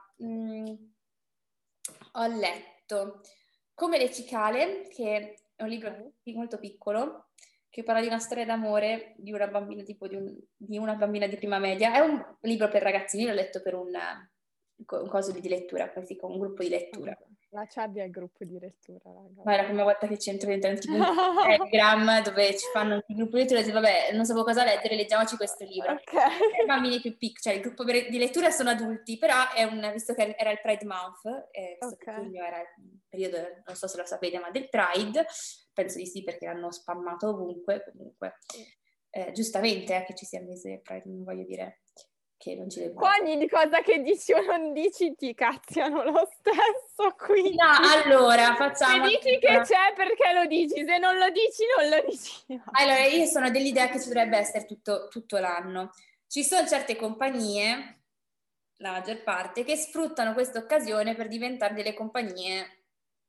ho letto Come le cicale, che è un libro molto piccolo, che parla di una storia d'amore di una bambina, tipo di una bambina di prima media. È un libro per ragazzini, l'ho letto per un coso di lettura, quasi con un gruppo di lettura. La Ciardi è il gruppo di lettura, raga. Ma è la prima volta che c'entro dentro un tipo un Telegram dove ci fanno un gruppo di lettura e dico, vabbè, non sapevo cosa leggere, leggiamoci questo libro. Ok. I bambini più piccoli, cioè il gruppo di lettura sono adulti, però visto che era il Pride Month, visto che giugno era il periodo, non so se lo sapete, ma del Pride, penso di sì perché l'hanno spammato ovunque, comunque. Giustamente che ci sia il mese del Pride, non voglio dire che non ci devo. Qua ogni cosa che dici o non dici ti cazziano lo stesso, quindi... No, allora, facciamo... Se dici che c'è, perché lo dici? Se non lo dici, non lo dici. Allora, io sono dell'idea che ci dovrebbe essere tutto l'anno. Ci sono certe compagnie, la maggior parte, che sfruttano questa occasione per diventare delle compagnie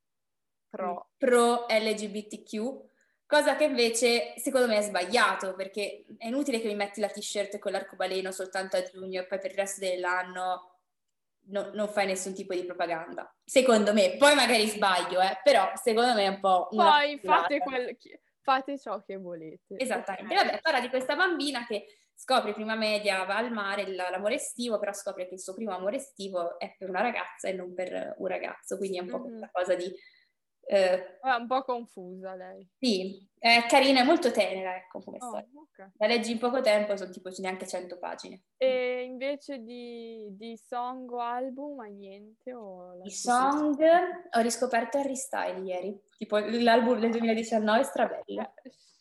pro LGBTQ, cosa che invece secondo me è sbagliato, perché è inutile che mi metti la t-shirt con l'arcobaleno soltanto a giugno e poi per il resto dell'anno non fai nessun tipo di propaganda. Secondo me, poi magari sbaglio, però secondo me è un po' una... Poi fate ciò che volete. Esattamente. Okay. Vabbè, parla di questa bambina che scopre prima media, va al mare, l'amore estivo, però scopre che il suo primo amore estivo è per una ragazza e non per un ragazzo, quindi è un po' questa cosa di... È un po' confusa lei. Sì, è carina, è molto tenera, ecco, come storia. Okay. La leggi in poco tempo, sono tipo neanche 100 pagine. E invece di song o album hai niente? I song, ho riscoperto Harry Styles ieri, tipo l'album del 2019 è strabello.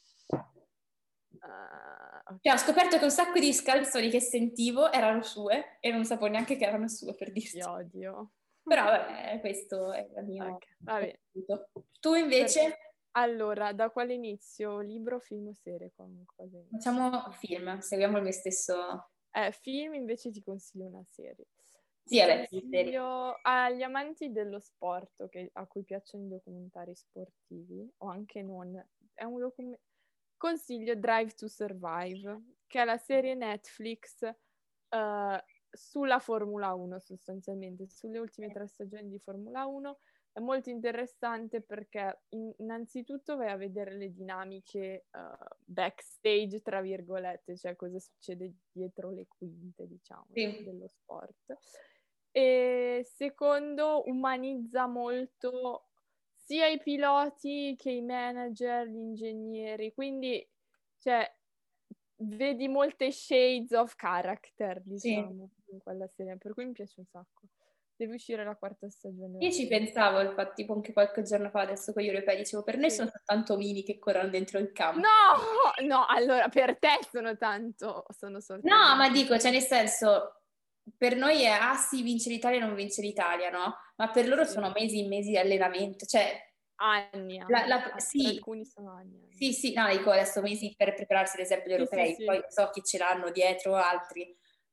Cioè, ho scoperto che un sacco di canzoni che sentivo erano sue e non sapevo neanche che erano sue, per dirti. Odio. Però vabbè, questo è il mio... Okay, va bene. Tu invece? Allora, da quale inizio? Libro, film o serie? Facciamo film, seguiamo il mio stesso... Film invece ti consiglio una serie. Sì, vabbè, consiglio agli amanti dello sport, a cui piacciono i documentari sportivi, o anche non. È un consiglio Drive to Survive, che è la serie Netflix sulla Formula 1 sostanzialmente, sulle ultime 3 stagioni di Formula 1. È molto interessante perché innanzitutto vai a vedere le dinamiche backstage, tra virgolette, cioè cosa succede dietro le quinte, diciamo, dello sport. E secondo, umanizza molto sia i piloti che i manager, gli ingegneri, quindi cioè, vedi molte shades of character, diciamo, in quella serie, per cui mi piace un sacco. Deve uscire la 4ª stagione. Io ci pensavo, infatti, tipo anche qualche giorno fa, adesso con gli europei, dicevo, per noi sono soltanto mini che corrono dentro il campo. No, allora, per te sono soltanto... No, ma dico, cioè nel senso, per noi è, sì, vince l'Italia, non vince l'Italia, no? Ma per loro sono mesi e mesi di allenamento, cioè... Anni. Sì. Alcuni sono anni. Sì, no, dico adesso mesi per prepararsi ad esempio gli europei, poi so chi ce l'hanno dietro, altri...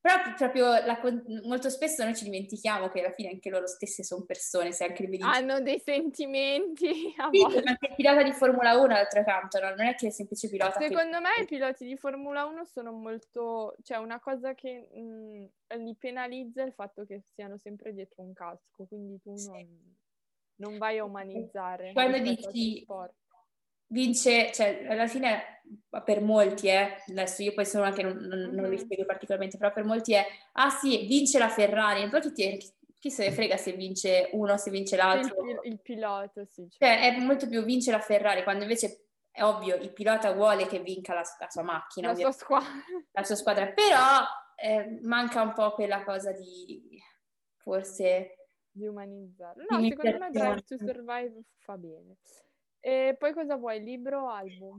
Però proprio molto spesso noi ci dimentichiamo che alla fine anche loro stesse sono persone, se anche le vedi. Hanno dei sentimenti a Sì, volte. anche il pilota di Formula 1 d'altro canto, no? Non è che è semplice pilota. Secondo me i piloti di Formula 1 sono molto... Cioè, una cosa che li penalizza è il fatto che siano sempre dietro un casco, quindi tu non vai a umanizzare Quando rispetto altri dici sport. vince, cioè alla fine per molti adesso io poi sono anche non li spiego particolarmente, però per molti ah sì, vince la Ferrari, e poi chi se ne frega se vince uno, se vince l'altro. Il pilota, sì. Cioè è molto più vince la Ferrari, quando invece è ovvio, il pilota vuole che vinca la sua macchina, la sua squadra, però manca un po' quella cosa di forse di umanizzarlo. No, secondo me Drive to Survive fa bene. E poi cosa vuoi? Libro o album?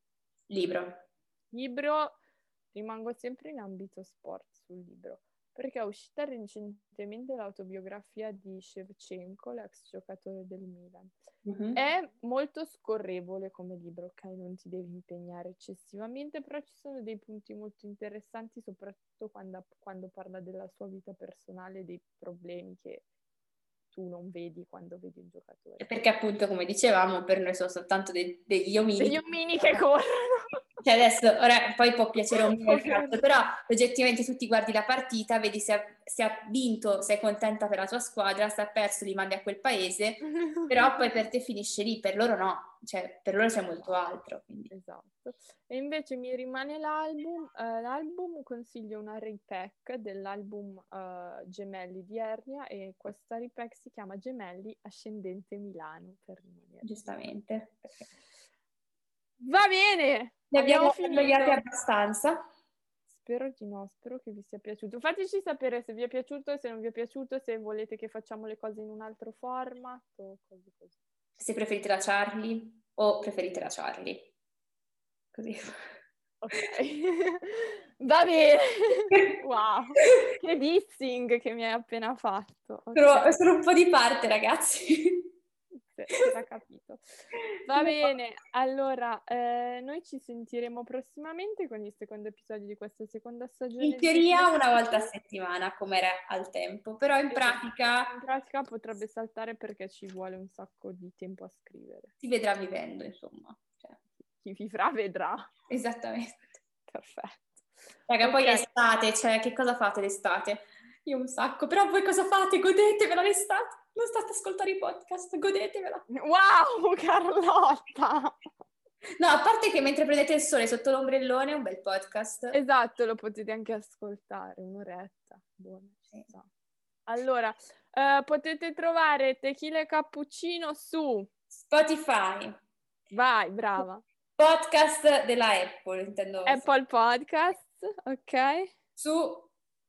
Libro, rimango sempre in ambito sport sul libro, perché è uscita recentemente l'autobiografia di Shevchenko, l'ex giocatore del Milan. È molto scorrevole come libro, ok? Non ti devi impegnare eccessivamente, però ci sono dei punti molto interessanti, soprattutto quando parla della sua vita personale, dei problemi che tu non vedi quando vedi un giocatore. Perché appunto, come dicevamo, per noi sono soltanto degli omini. Degli omini che corrono. Cioè adesso, ora poi può piacere o meno il calcio, però oggettivamente tu ti guardi la partita, vedi se ha vinto, sei contenta per la tua squadra, se ha perso li mandi a quel paese, però poi per te finisce lì, per loro no, cioè per loro c'è molto altro. Quindi. Esatto. E invece mi rimane l'album consiglio una repack dell'album Gemelli di Ernia, e questa repack si chiama Gemelli Ascendente Milano, per rimanere. Giustamente. Va bene! Ne abbiamo annoiati abbastanza. Spero di no, spero che vi sia piaciuto. Fateci sapere se vi è piaciuto, se non vi è piaciuto, se volete che facciamo le cose in un altro format o così così. Se preferite la Charlie o preferite la Charlie. Così. Ok. Va bene. Wow, che dissing che mi hai appena fatto. Okay. Sono un po' di parte, ragazzi. Si era capito. Va bene, allora noi ci sentiremo prossimamente con il secondo episodio di questa seconda stagione. In teoria una volta a settimana, come era al tempo, però in pratica... In pratica potrebbe saltare perché ci vuole un sacco di tempo a scrivere. Si vedrà vivendo, insomma. Cioè. Chi vivrà vedrà. Esattamente. Perfetto. Raga, poi l'estate, cioè che cosa fate l'estate? Io un sacco, però voi cosa fate? Godetevela l'estate, non state a ascoltare i podcast, godetevela. Wow, Carlotta! No, a parte che mentre prendete il sole sotto l'ombrellone è un bel podcast. Esatto, lo potete anche ascoltare, un'oretta. Buona, ci sta. Allora, potete trovare Tequila e Cappuccino su Spotify. Vai, brava. Podcast della Apple, intendo. Apple Podcast, ok. Su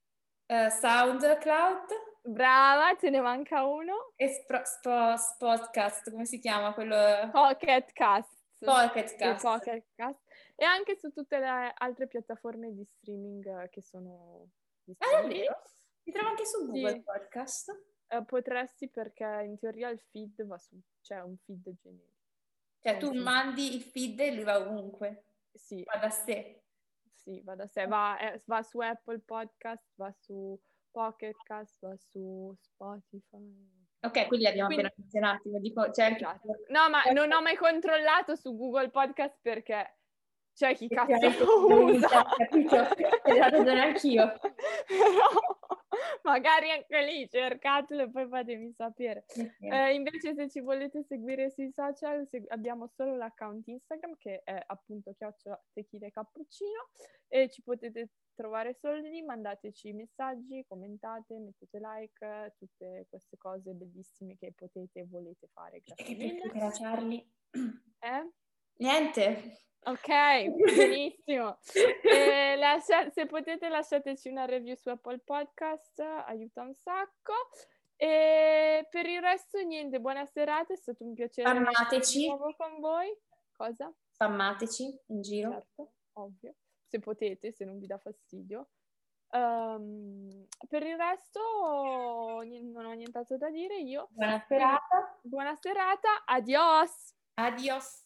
SoundCloud. Brava, ce ne manca uno. E Podcast, come si chiama quello? Pocket Cast. Pocket Cast. E anche su tutte le altre piattaforme di streaming che sono disponibili. È vero? Si trova anche su Google Podcast? Potresti, perché in teoria il feed va su, c'è un feed generico. Cioè tu mandi il feed e lui va ovunque? Sì. Va da sé? Sì, va da sé. Va su Apple Podcast, va su Pocket Cast, va su Spotify. Ok, quelli li abbiamo appena menzionati. C'è anche... No, ma non ho mai controllato su Google Podcast perché c'è chi cazzo lo usa. Capito? L'ho ragione anch'io. Però magari anche lì cercatelo e poi fatemi sapere. Invece se ci volete seguire sui social abbiamo solo l'account Instagram che è appunto @tequila-cappuccino e ci potete trovare solo lì, mandateci messaggi, commentate, mettete like, tutte queste cose bellissime che potete e volete fare. Grazie mille. Che la Charlie? Niente. Ok, benissimo. Se potete lasciateci una review su Apple Podcast, aiuta un sacco. E per il resto niente, buona serata, è stato un piacere essere di nuovo con voi. Cosa? Spammateci in giro. Certo, ovvio. Se potete, se non vi dà fastidio. Per il resto non ho nient'altro da dire io. Buona serata. Buona serata, adios. Adios.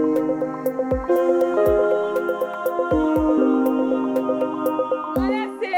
Buonasera.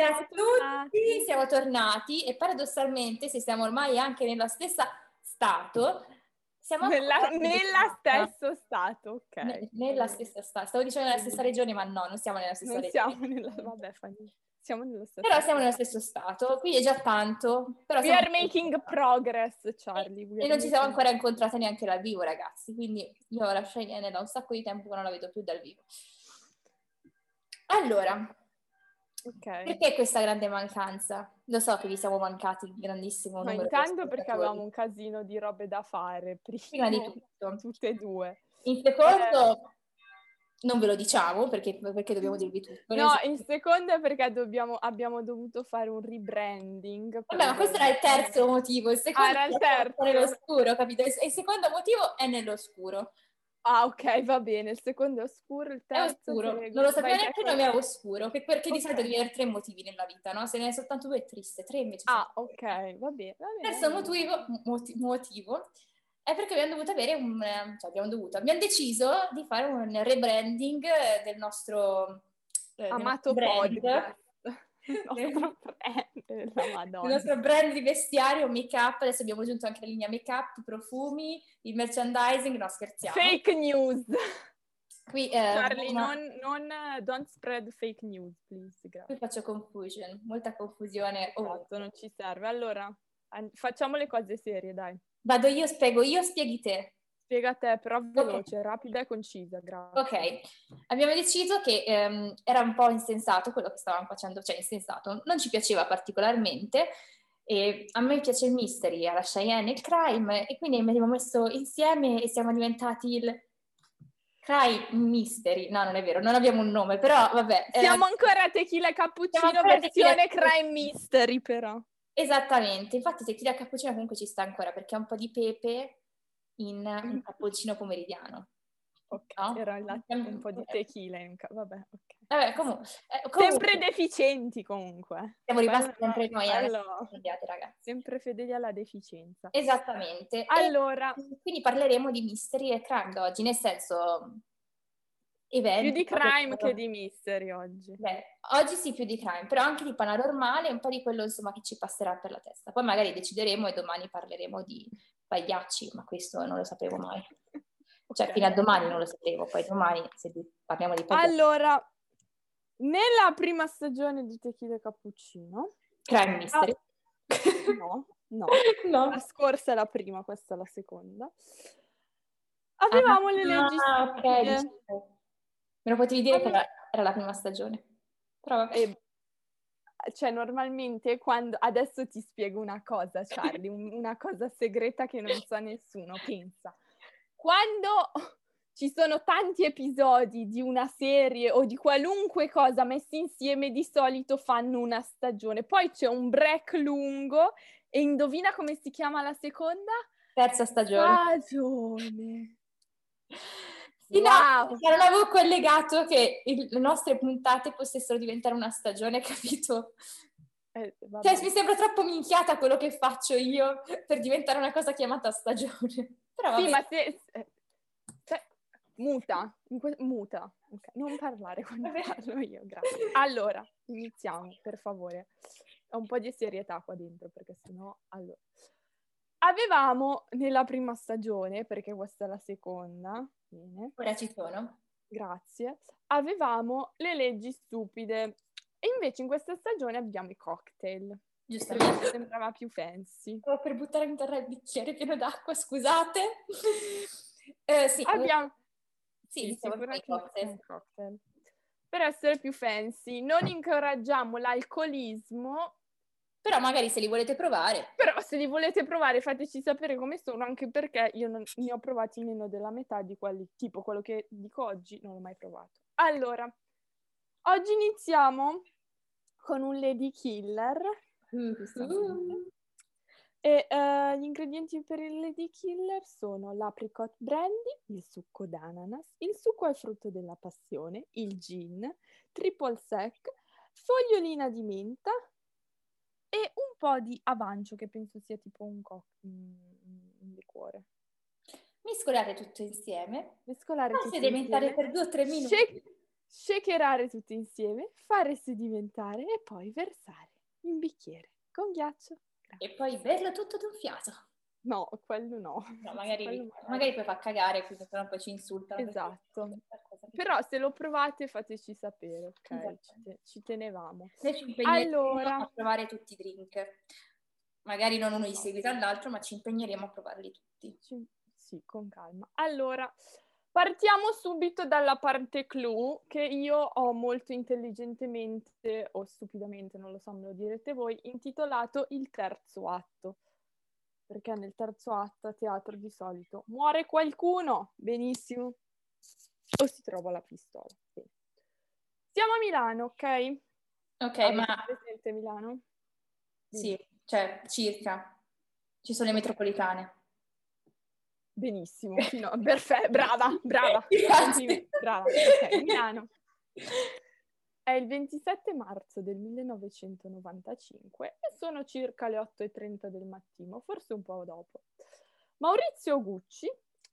ragazzi, tutti siamo tornati e paradossalmente, se siamo ormai anche nello stesso stato, siamo ancora nella stesso stato, ok. nella stessa stato. Stavo dicendo nella stessa regione, ma no, non siamo nella stessa Non regione. siamo nella... Vabbè, siamo nello stesso Però siamo nello stesso stato, quindi è già tanto. Però We are making progress, Charlie. E non ci siamo ancora incontrate neanche dal vivo, ragazzi, quindi io la Cheyenne da un sacco di tempo che non la vedo più dal vivo. Allora, perché questa grande mancanza? Lo so che vi siamo mancati il grandissimo numero di intanto perché ascoltatori. avevamo un casino di robe da fare, prima di tutto. Tutte e due. In secondo, non ve lo diciamo perché dobbiamo dirvi tutto. No, in secondo è perché abbiamo dovuto fare un rebranding. Vabbè, ma questo era il terzo motivo. Il secondo era il terzo. È nell'oscuro, capito? Il secondo motivo è nell'oscuro. Ah, ok, va bene. Il secondo è oscuro, il terzo è oscuro. Non lo sappiamo neanche noi, ma è oscuro. Perché di solito devi avere 3 motivi nella vita, no? Se ne hai soltanto 2 è triste, 3 invece. Ok, va bene. Il terzo motivo è perché abbiamo dovuto avere abbiamo deciso di fare un rebranding del nostro amato brand. Il nostro brand di vestiario, make-up. Adesso abbiamo aggiunto anche la linea make-up, i profumi, il merchandising. No, scherziamo. Fake news. Qui, Charlie, don't spread fake news, please. Qui faccio confusion, molta confusione. Esatto, non ci serve. Allora, facciamo le cose serie, dai. Vado io, spiego io, spieghi te. Spiega te, però veloce, rapida e concisa, grazie. Ok, abbiamo deciso che era un po' insensato quello che stavamo facendo, cioè insensato, non ci piaceva particolarmente. E a me piace il mystery, alla Cheyenne il crime, e quindi abbiamo messo insieme e siamo diventati il Crime Mystery. No, non è vero, non abbiamo un nome, però vabbè. Siamo ancora Tequila Cappuccino versione Crime Mystery, però. Esattamente, infatti Tequila Cappuccino comunque ci sta ancora, perché ha un po' di pepe in un cappuccino pomeridiano. Ok, no? Era un po' di tequila vabbè, ok. Vabbè, comunque, sempre deficienti comunque. Siamo rimasti sempre noi ragazzi. Sempre fedeli alla deficienza. Esattamente. Allora, quindi parleremo di mystery e crime oggi, nel senso eventi. Più di crime che di mystery oggi. Beh, oggi sì, più di crime, però anche di paranormale, un po' di quello insomma che ci passerà per la testa. Poi magari decideremo e domani parleremo di pagliacci, ma questo non lo sapevo mai. Cioè, fino a domani non lo sapevo, poi domani se parliamo di pagliacci. Allora, nella prima stagione di Tequila Cappuccino... Crime Mystery? No. La scorsa è la prima, questa è la seconda. Avevamo le leggi stupide. Ok, me lo potevi dire che era la prima stagione. Però vabbè. Cioè, normalmente adesso ti spiego una cosa, Charlie, una cosa segreta che non sa nessuno, pensa. Quando ci sono tanti episodi di una serie o di qualunque cosa messi insieme, di solito fanno una stagione. Poi c'è un break lungo e indovina come si chiama la seconda? Terza stagione. Sì, wow. No, non avevo collegato che le nostre puntate potessero diventare una stagione, capito? Cioè, mi sembra troppo minchiata quello che faccio io per diventare una cosa chiamata stagione. Però vabbè. Sì, ma muta. Okay. Non parlare quando parlo io, grazie. Allora, iniziamo, per favore. Ho un po' di serietà qua dentro, perché sennò... Allora. Avevamo nella prima stagione, perché questa è la seconda, bene. Ora ci sono. Grazie. Avevamo le leggi stupide e invece in questa stagione abbiamo i cocktail. Giustamente. Sembrava più fancy. Stavo per buttare in terra il bicchiere pieno d'acqua, scusate. Sì. Abbiamo... Sì, cocktail. Per essere più fancy, non incoraggiamo l'alcolismo. Però magari se li volete provare. Però se li volete provare fateci sapere come sono, anche perché io non ne ho provati meno della metà di quelli, tipo quello che dico oggi, non l'ho mai provato. Allora, oggi iniziamo con un lady killer. E gli ingredienti per il lady killer sono l'apricot brandy, il succo d'ananas, il succo al frutto della passione, il gin, triple sec, fogliolina di menta e un po' di avancio, che penso sia tipo un liquore. Mescolare tutto insieme. Mescolare tutto sedimentare insieme. Per 2 o 3 minuti. shakerare tutti insieme, fare sedimentare e poi versare in bicchiere con ghiaccio. E poi berlo tutto d'un fiato. No, quello no. No, magari, Quello magari poi fa cagare, quindi però poi ci insultano. Esatto. Però se lo provate fateci sapere, ok? Esatto. Ci tenevamo. Noi ci impegneremo Allora, a provare tutti i drink. Magari non uno di seguito all'altro, ma ci impegneremo a provarli tutti. Sì, con calma. Allora, partiamo subito dalla parte clou che io ho molto intelligentemente o stupidamente, non lo so, me lo direte voi, intitolato Il terzo atto. Perché nel terzo atto a teatro di solito muore qualcuno, benissimo, o si trova la pistola. Bene. Siamo a Milano, ok? Ok, Avete ma presente Milano? sì, cioè circa. Ci sono le metropolitane. Benissimo, perfetto, brava, Grazie. complimenti, brava, ok, Milano. È il 27 marzo del 1995 e sono circa le 8:30 del mattino, forse un po' dopo. Maurizio Gucci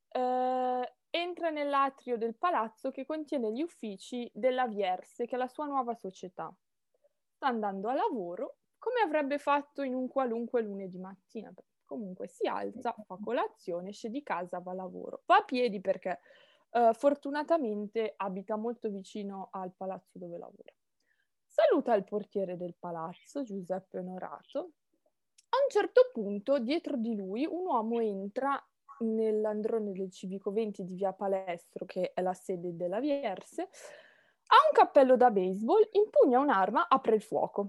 entra nell'atrio del palazzo che contiene gli uffici della Vierse, che è la sua nuova società. Sta andando a lavoro come avrebbe fatto in un qualunque lunedì mattina. Comunque si alza, fa colazione, esce di casa, va a lavoro. Va a piedi perché fortunatamente abita molto vicino al palazzo dove lavora. Saluta il portiere del palazzo, Giuseppe Onorato. A un certo punto, dietro di lui, un uomo entra nell'androne del Civico 20 di Via Palestro, che è la sede della Vierse, ha un cappello da baseball, impugna un'arma, apre il fuoco.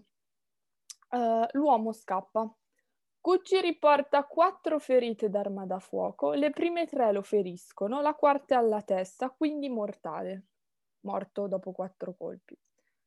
L'uomo scappa. Gucci riporta 4 ferite d'arma da fuoco, le prime 3 lo feriscono, la quarta è alla testa, quindi mortale, morto dopo 4 colpi.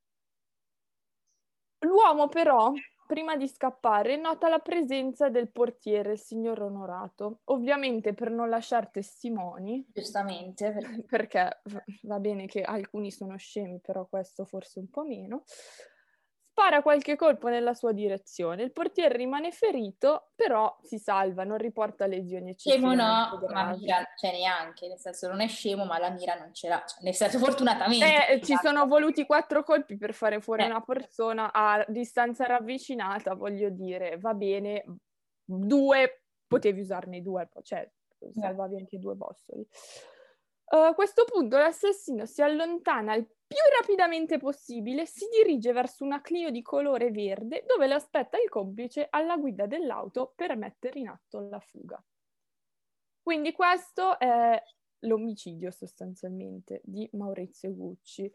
L'uomo però, prima di scappare, nota la presenza del portiere, il signor Onorato. Ovviamente per non lasciare testimoni, Giustamente. perché va bene che alcuni sono scemi, però questo forse un po' meno, spara qualche colpo nella sua direzione. Il portiere rimane ferito, però si salva, non riporta lesioni Scemo eccessivamente no, ma gravi. mira, cioè neanche, nel senso non è scemo, ma la mira non ce l'ha, cioè, nel senso fortunatamente. Ci sono voluti 4 colpi per fare fuori Eh, una persona a distanza ravvicinata, voglio dire, va bene, 2, potevi usarne 2, cioè salvavi anche 2 bossoli. A questo punto l'assassino si allontana il più rapidamente possibile, si dirige verso una Clio di colore verde dove l'aspetta il complice alla guida dell'auto per mettere in atto la fuga. Quindi questo è l'omicidio sostanzialmente di Maurizio Gucci.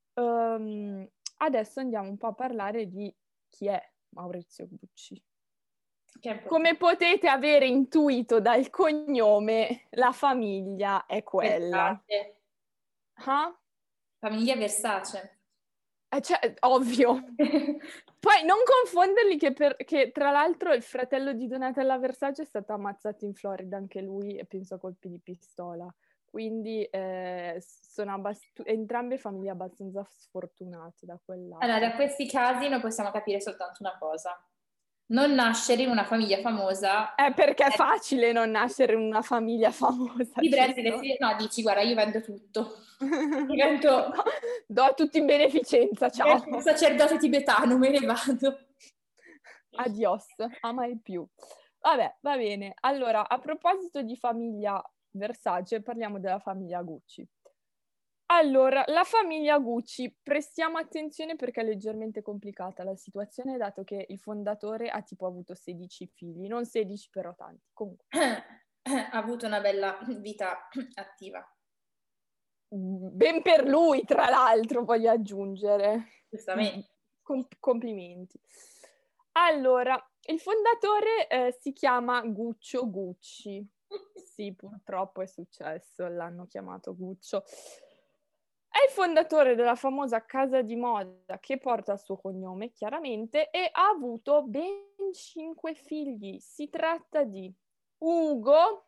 Adesso andiamo un po' a parlare di chi è Maurizio Gucci. Come potete avere intuito dal cognome, la famiglia è quella. Versace. Famiglia Versace. Cioè, ovvio. Poi non confonderli che tra l'altro il fratello di Donatella Versace è stato ammazzato in Florida anche lui e penso a colpi di pistola. Quindi sono entrambe famiglie abbastanza sfortunate da quel lato. Allora, da questi casi noi possiamo capire soltanto una cosa. Non nascere in una famiglia famosa. Perché è facile non nascere in una famiglia famosa. Ti prendi le figlie, no, dici guarda, io vendo tutto. Divento Do tutti in beneficenza, ciao. un sacerdote tibetano, me ne vado. Adios, a mai più. Vabbè, va bene. Allora, a proposito di famiglia Versace, parliamo della famiglia Gucci. Allora, la famiglia Gucci, prestiamo attenzione perché è leggermente complicata la situazione, dato che il fondatore ha tipo avuto 16 figli, non 16 però tanti. Comunque. Ha avuto una bella vita attiva. Ben per lui, tra l'altro, voglio aggiungere. Giustamente. Complimenti. Allora, il fondatore si chiama Guccio Gucci. Sì, purtroppo è successo, l'hanno chiamato Guccio. È il fondatore della famosa casa di moda che porta il suo cognome, chiaramente, e ha avuto ben 5 figli. Si tratta di Ugo,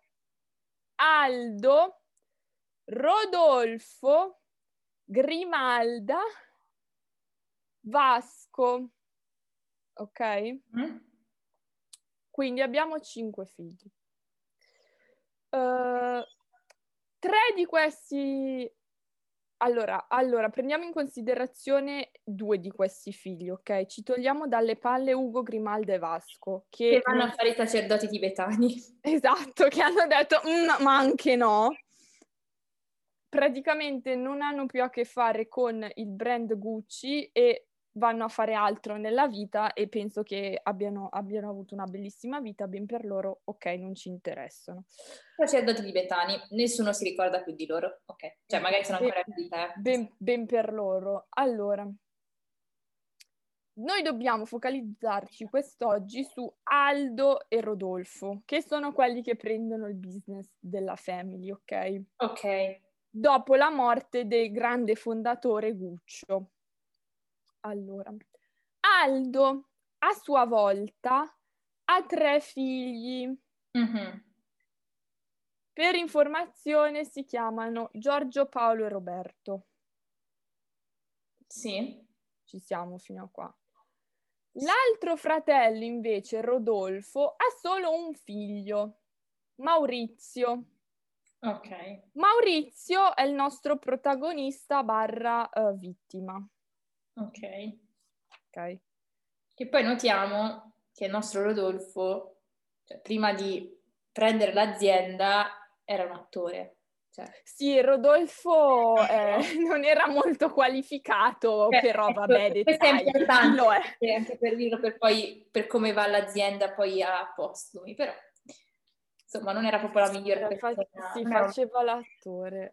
Aldo, Rodolfo, Grimalda, Vasco. Ok? Quindi abbiamo 5 figli. 3 di questi Allora, prendiamo in considerazione 2 di questi figli, ok? Ci togliamo dalle palle Ugo, Grimalda e Vasco, Che vanno a fare i sacerdoti tibetani. Esatto, che hanno detto, ma anche no. Praticamente non hanno più a che fare con il brand Gucci e vanno a fare altro nella vita e penso che abbiano avuto una bellissima vita, ben per loro, ok, non ci interessano. Sacerdoti tibetani, nessuno si ricorda più di loro, ok, cioè magari sono ancora in vita. Ben per loro. Allora, noi dobbiamo focalizzarci quest'oggi su Aldo e Rodolfo, che sono quelli che prendono il business della family, ok? Ok. Dopo la morte del grande fondatore Guccio. Allora, Aldo a sua volta ha 3 figli. Mm-hmm. Per informazione si chiamano Giorgio, Paolo e Roberto. Sì. Ci siamo fino a qua. L'altro fratello invece, Rodolfo, ha solo un figlio, Maurizio. Ok. Maurizio è il nostro protagonista barra vittima. Ok. Ok. Che poi notiamo che il nostro Rodolfo, cioè, prima di prendere l'azienda, era un attore. Cioè. Sì, Rodolfo non era molto qualificato, però Ecco, vabbè, questo è dettagli, chi importante lo è? anche per dirlo per come va l'azienda poi a postumi, però insomma non era proprio la migliore persona. Sì, Non era faceva l'attore.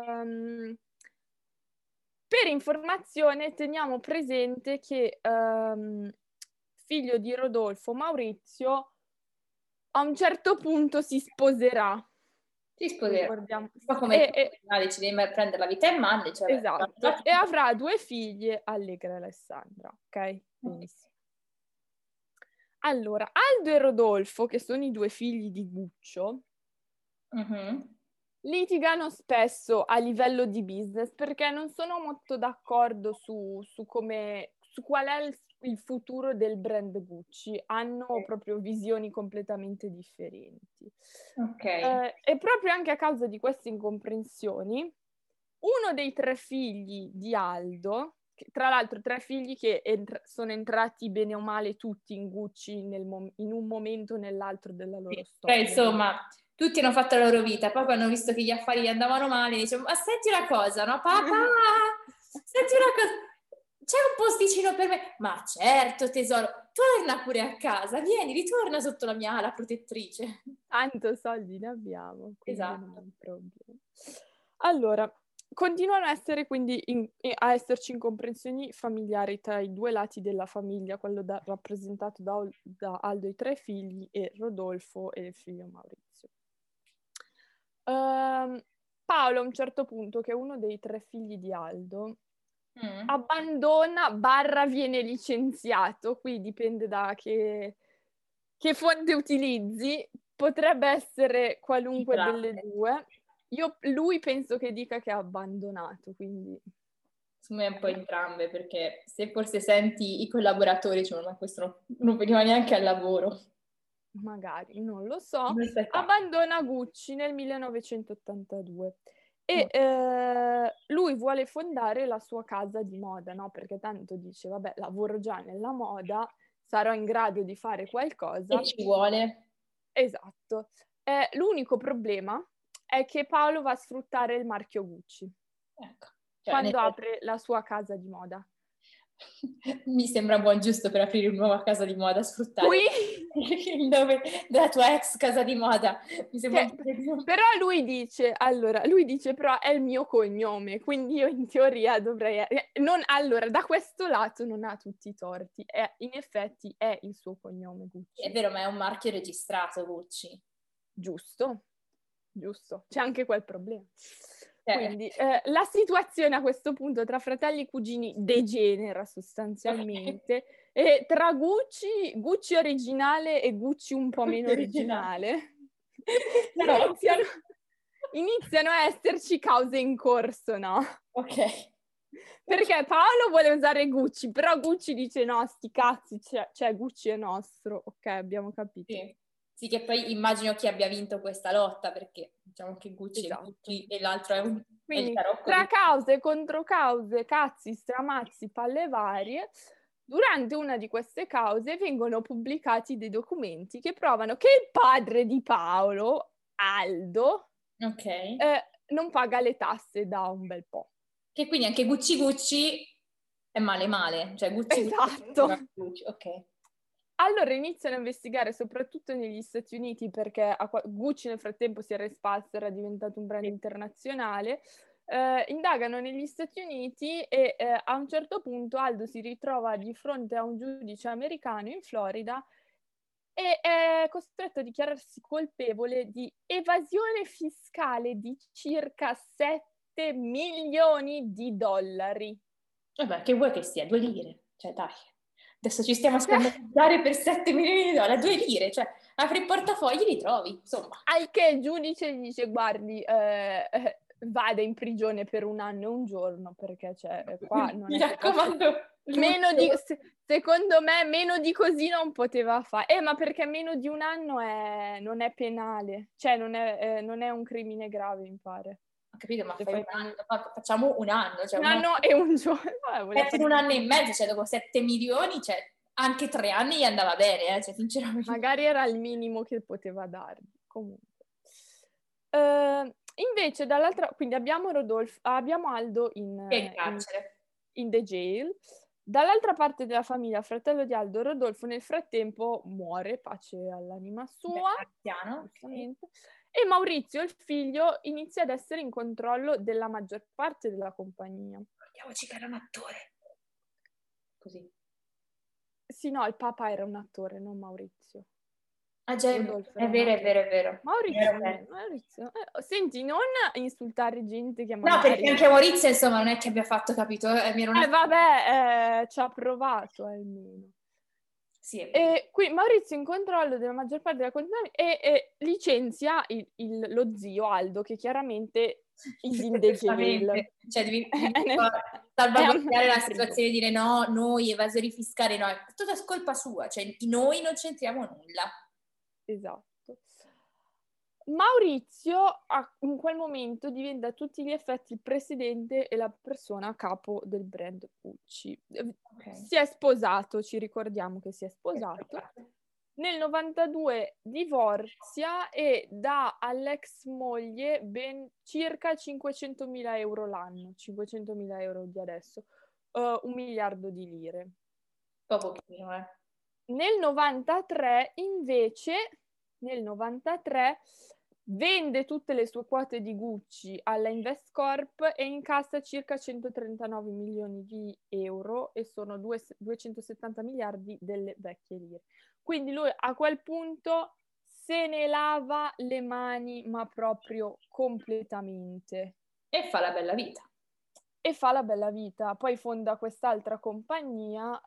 Per informazione teniamo presente che figlio di Rodolfo, Maurizio, a un certo punto si sposerà. si sposerà. Ricordiamo. Un po' come ci devi prendere la vita in mano, cioè, Esatto, e avrà 2 figlie, Allegra e Alessandra, ok? Benissimo. Allora, Aldo e Rodolfo, che sono i 2 figli di Guccio, litigano spesso a livello di business perché non sono molto d'accordo su qual è il futuro del brand Gucci. Hanno proprio visioni completamente differenti. Ok. E proprio anche a causa di queste incomprensioni, uno dei 3 figli di Aldo, tra l'altro 3 figli che sono entrati bene o male tutti in Gucci in un momento o nell'altro della loro storia. Insomma, tutti hanno fatto la loro vita, poi quando hanno visto che gli affari andavano male, dicevano, ma senti una cosa, no papà? Senti una cosa, c'è un posticino per me? Ma certo tesoro, torna pure a casa, vieni, ritorna sotto la mia ala protettrice. Tanto soldi ne abbiamo, quindi Esatto. non è un problema. Allora, continuano a essere quindi a esserci incomprensioni familiari tra i 2 lati della famiglia, quello rappresentato da Aldo e i 3 figli e Rodolfo e il figlio Maurizio. Paolo a un certo punto, che è uno dei 3 figli di Aldo, abbandona barra viene licenziato, qui dipende da che fonte utilizzi, potrebbe essere qualunque delle 2. Lui penso che dica che ha abbandonato, quindi... Secondo me un po' entrambe, perché se forse senti i collaboratori, cioè, ma questo non veniva neanche al lavoro. Magari, non lo so. Abbandona Gucci nel 1982 e lui vuole fondare la sua casa di moda, no? Perché tanto dice, vabbè, lavoro già nella moda, sarò in grado di fare qualcosa. E ci vuole. Esatto. L'unico problema è che Paolo va a sfruttare il marchio Gucci. Ecco. Quando apre la sua casa di moda. Mi sembra buon giusto per aprire una nuova casa di moda, sfruttare Qui? il nome della tua ex casa di moda. Mi sembra però lui dice, però è il mio cognome, quindi io in teoria dovrei... allora, da questo lato non ha tutti i torti, in effetti è il suo cognome Gucci. È vero, ma è un marchio registrato Gucci. Giusto, c'è anche quel problema. Quindi la situazione a questo punto tra fratelli e cugini degenera sostanzialmente e tra Gucci originale e Gucci un po' meno originale iniziano a esserci cause in corso, no? Ok. Perché Paolo vuole usare Gucci, però Gucci dice no, sti cazzi, cioè Gucci è nostro, ok, abbiamo capito. Sì, che poi immagino chi abbia vinto questa lotta, perché diciamo che Gucci Esatto. è Gucci e l'altro è Quindi il tarocco tra cause, controcause, cazzi, stramazzi, palle varie, durante una di queste cause vengono pubblicati dei documenti che provano che il padre di Paolo, Aldo, Ok. non paga le tasse da un bel po'. Che quindi anche Gucci Gucci è male, cioè Gucci Esatto. Gucci, ok. Allora iniziano a investigare soprattutto negli Stati Uniti perché Gucci nel frattempo si era espanso, era diventato un brand internazionale. Indagano negli Stati Uniti e a un certo punto Aldo si ritrova di fronte a un giudice americano in Florida e è costretto a dichiararsi colpevole di evasione fiscale di circa 7 milioni di dollari. Vabbè, che vuoi che sia? 2 lire, cioè dai. Adesso ci stiamo a scandalizzare per 7 milioni di dollari, 2 lire, cioè apri il portafogli li trovi, insomma. Al che il giudice gli dice, guardi, vada in prigione per 1 anno e 1 giorno, perché qua non Mi è che raccomando. secondo me meno di così non poteva fare. Ma perché meno di 1 anno non è penale, cioè non è un crimine grave, mi pare. Ho capito, ma Se fai fai un anno, facciamo 1 anno. Cioè 1 anno e 1 giorno. in 1 anno e mezzo, cioè dopo 7 milioni, cioè anche 3 anni gli andava bene, cioè sinceramente. Magari era il minimo che poteva dargli, comunque. Invece dall'altra, quindi abbiamo Aldo in the jail. Dall'altra parte della famiglia, fratello di Aldo, Rodolfo, nel frattempo muore, pace all'anima sua. Okay. E Maurizio, il figlio, inizia ad essere in controllo della maggior parte della compagnia. Ricordiamoci che era un attore. Così. Sì, no, il papà era un attore, non Maurizio. Ah già, è vero. Maurizio. Senti, non insultare gente che magari... No, perché anche Maurizio, insomma, non è che abbia fatto, capito? Vabbè, ci ha provato almeno. Sì, è vero. Qui Maurizio in controllo della maggior parte della compagnia e licenzia lo zio Aldo, che chiaramente is in the jail. Cioè devi salvaguardare la situazione e dire no, noi evasori fiscali, no, è tutta colpa sua, cioè noi non c'entriamo nulla. Esatto. Maurizio in quel momento diventa a tutti gli effetti il presidente e la persona a capo del brand Gucci. Okay. Si è sposato, ci ricordiamo che si è sposato. Nel 92 divorzia e dà all'ex moglie ben circa 500.000 euro l'anno, 500.000 euro di adesso, 1 miliardo di lire. Pochino, Nel 93 invece, vende tutte le sue quote di Gucci alla Investcorp e incassa circa 139 milioni di euro e sono 270 miliardi delle vecchie lire. Quindi lui a quel punto se ne lava le mani, ma proprio completamente. E fa la bella vita. Poi fonda quest'altra compagnia,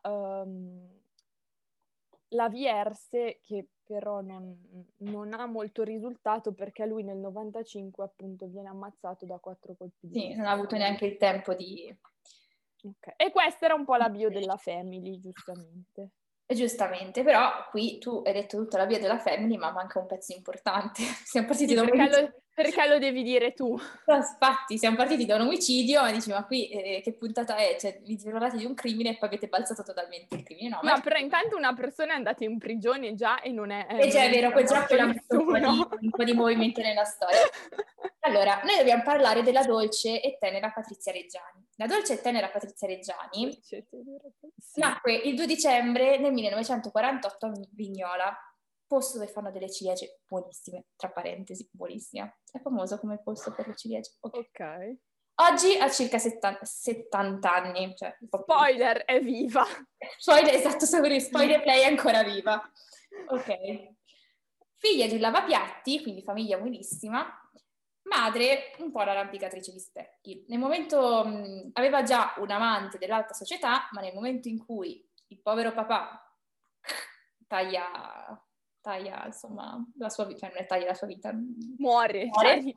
la Vierse, che però non ha molto risultato perché lui nel 95 appunto viene ammazzato da 4 colpi di Sì, non ha avuto neanche il tempo di... Okay. E questa era un po' la bio della Family, giustamente. Giustamente, però qui tu hai detto tutta la bio della Family, ma manca un pezzo importante. Siamo partiti da perché lo devi dire tu? Infatti, siamo partiti da un omicidio, ma dici, ma qui che puntata è? Cioè, vi parlate di un crimine e poi avete balzato totalmente il crimine. No, però intanto una persona è andata in prigione già e non è... E già è vero, poi già quella ha messo un po' di movimento nella storia. Allora, noi dobbiamo parlare della dolce e tenera Patrizia Reggiani. La dolce e tenera Patrizia Reggiani nacque il 2 dicembre del 1948 a Vignola, posto dove fanno delle ciliegie buonissime, tra parentesi, buonissima. È famoso come posto per le ciliegie. Ok. Oggi ha circa 70 anni. Cioè, spoiler, è viva. Spoiler, esatto, spoiler, lei è ancora viva. Ok. Figlia di un lavapiatti, quindi famiglia buonissima. Madre un po' l'arrampicatrice di specchi. Nel momento aveva già un amante dell'alta società, ma nel momento in cui il povero papà taglia insomma la sua vita, non è taglia la sua vita, muore.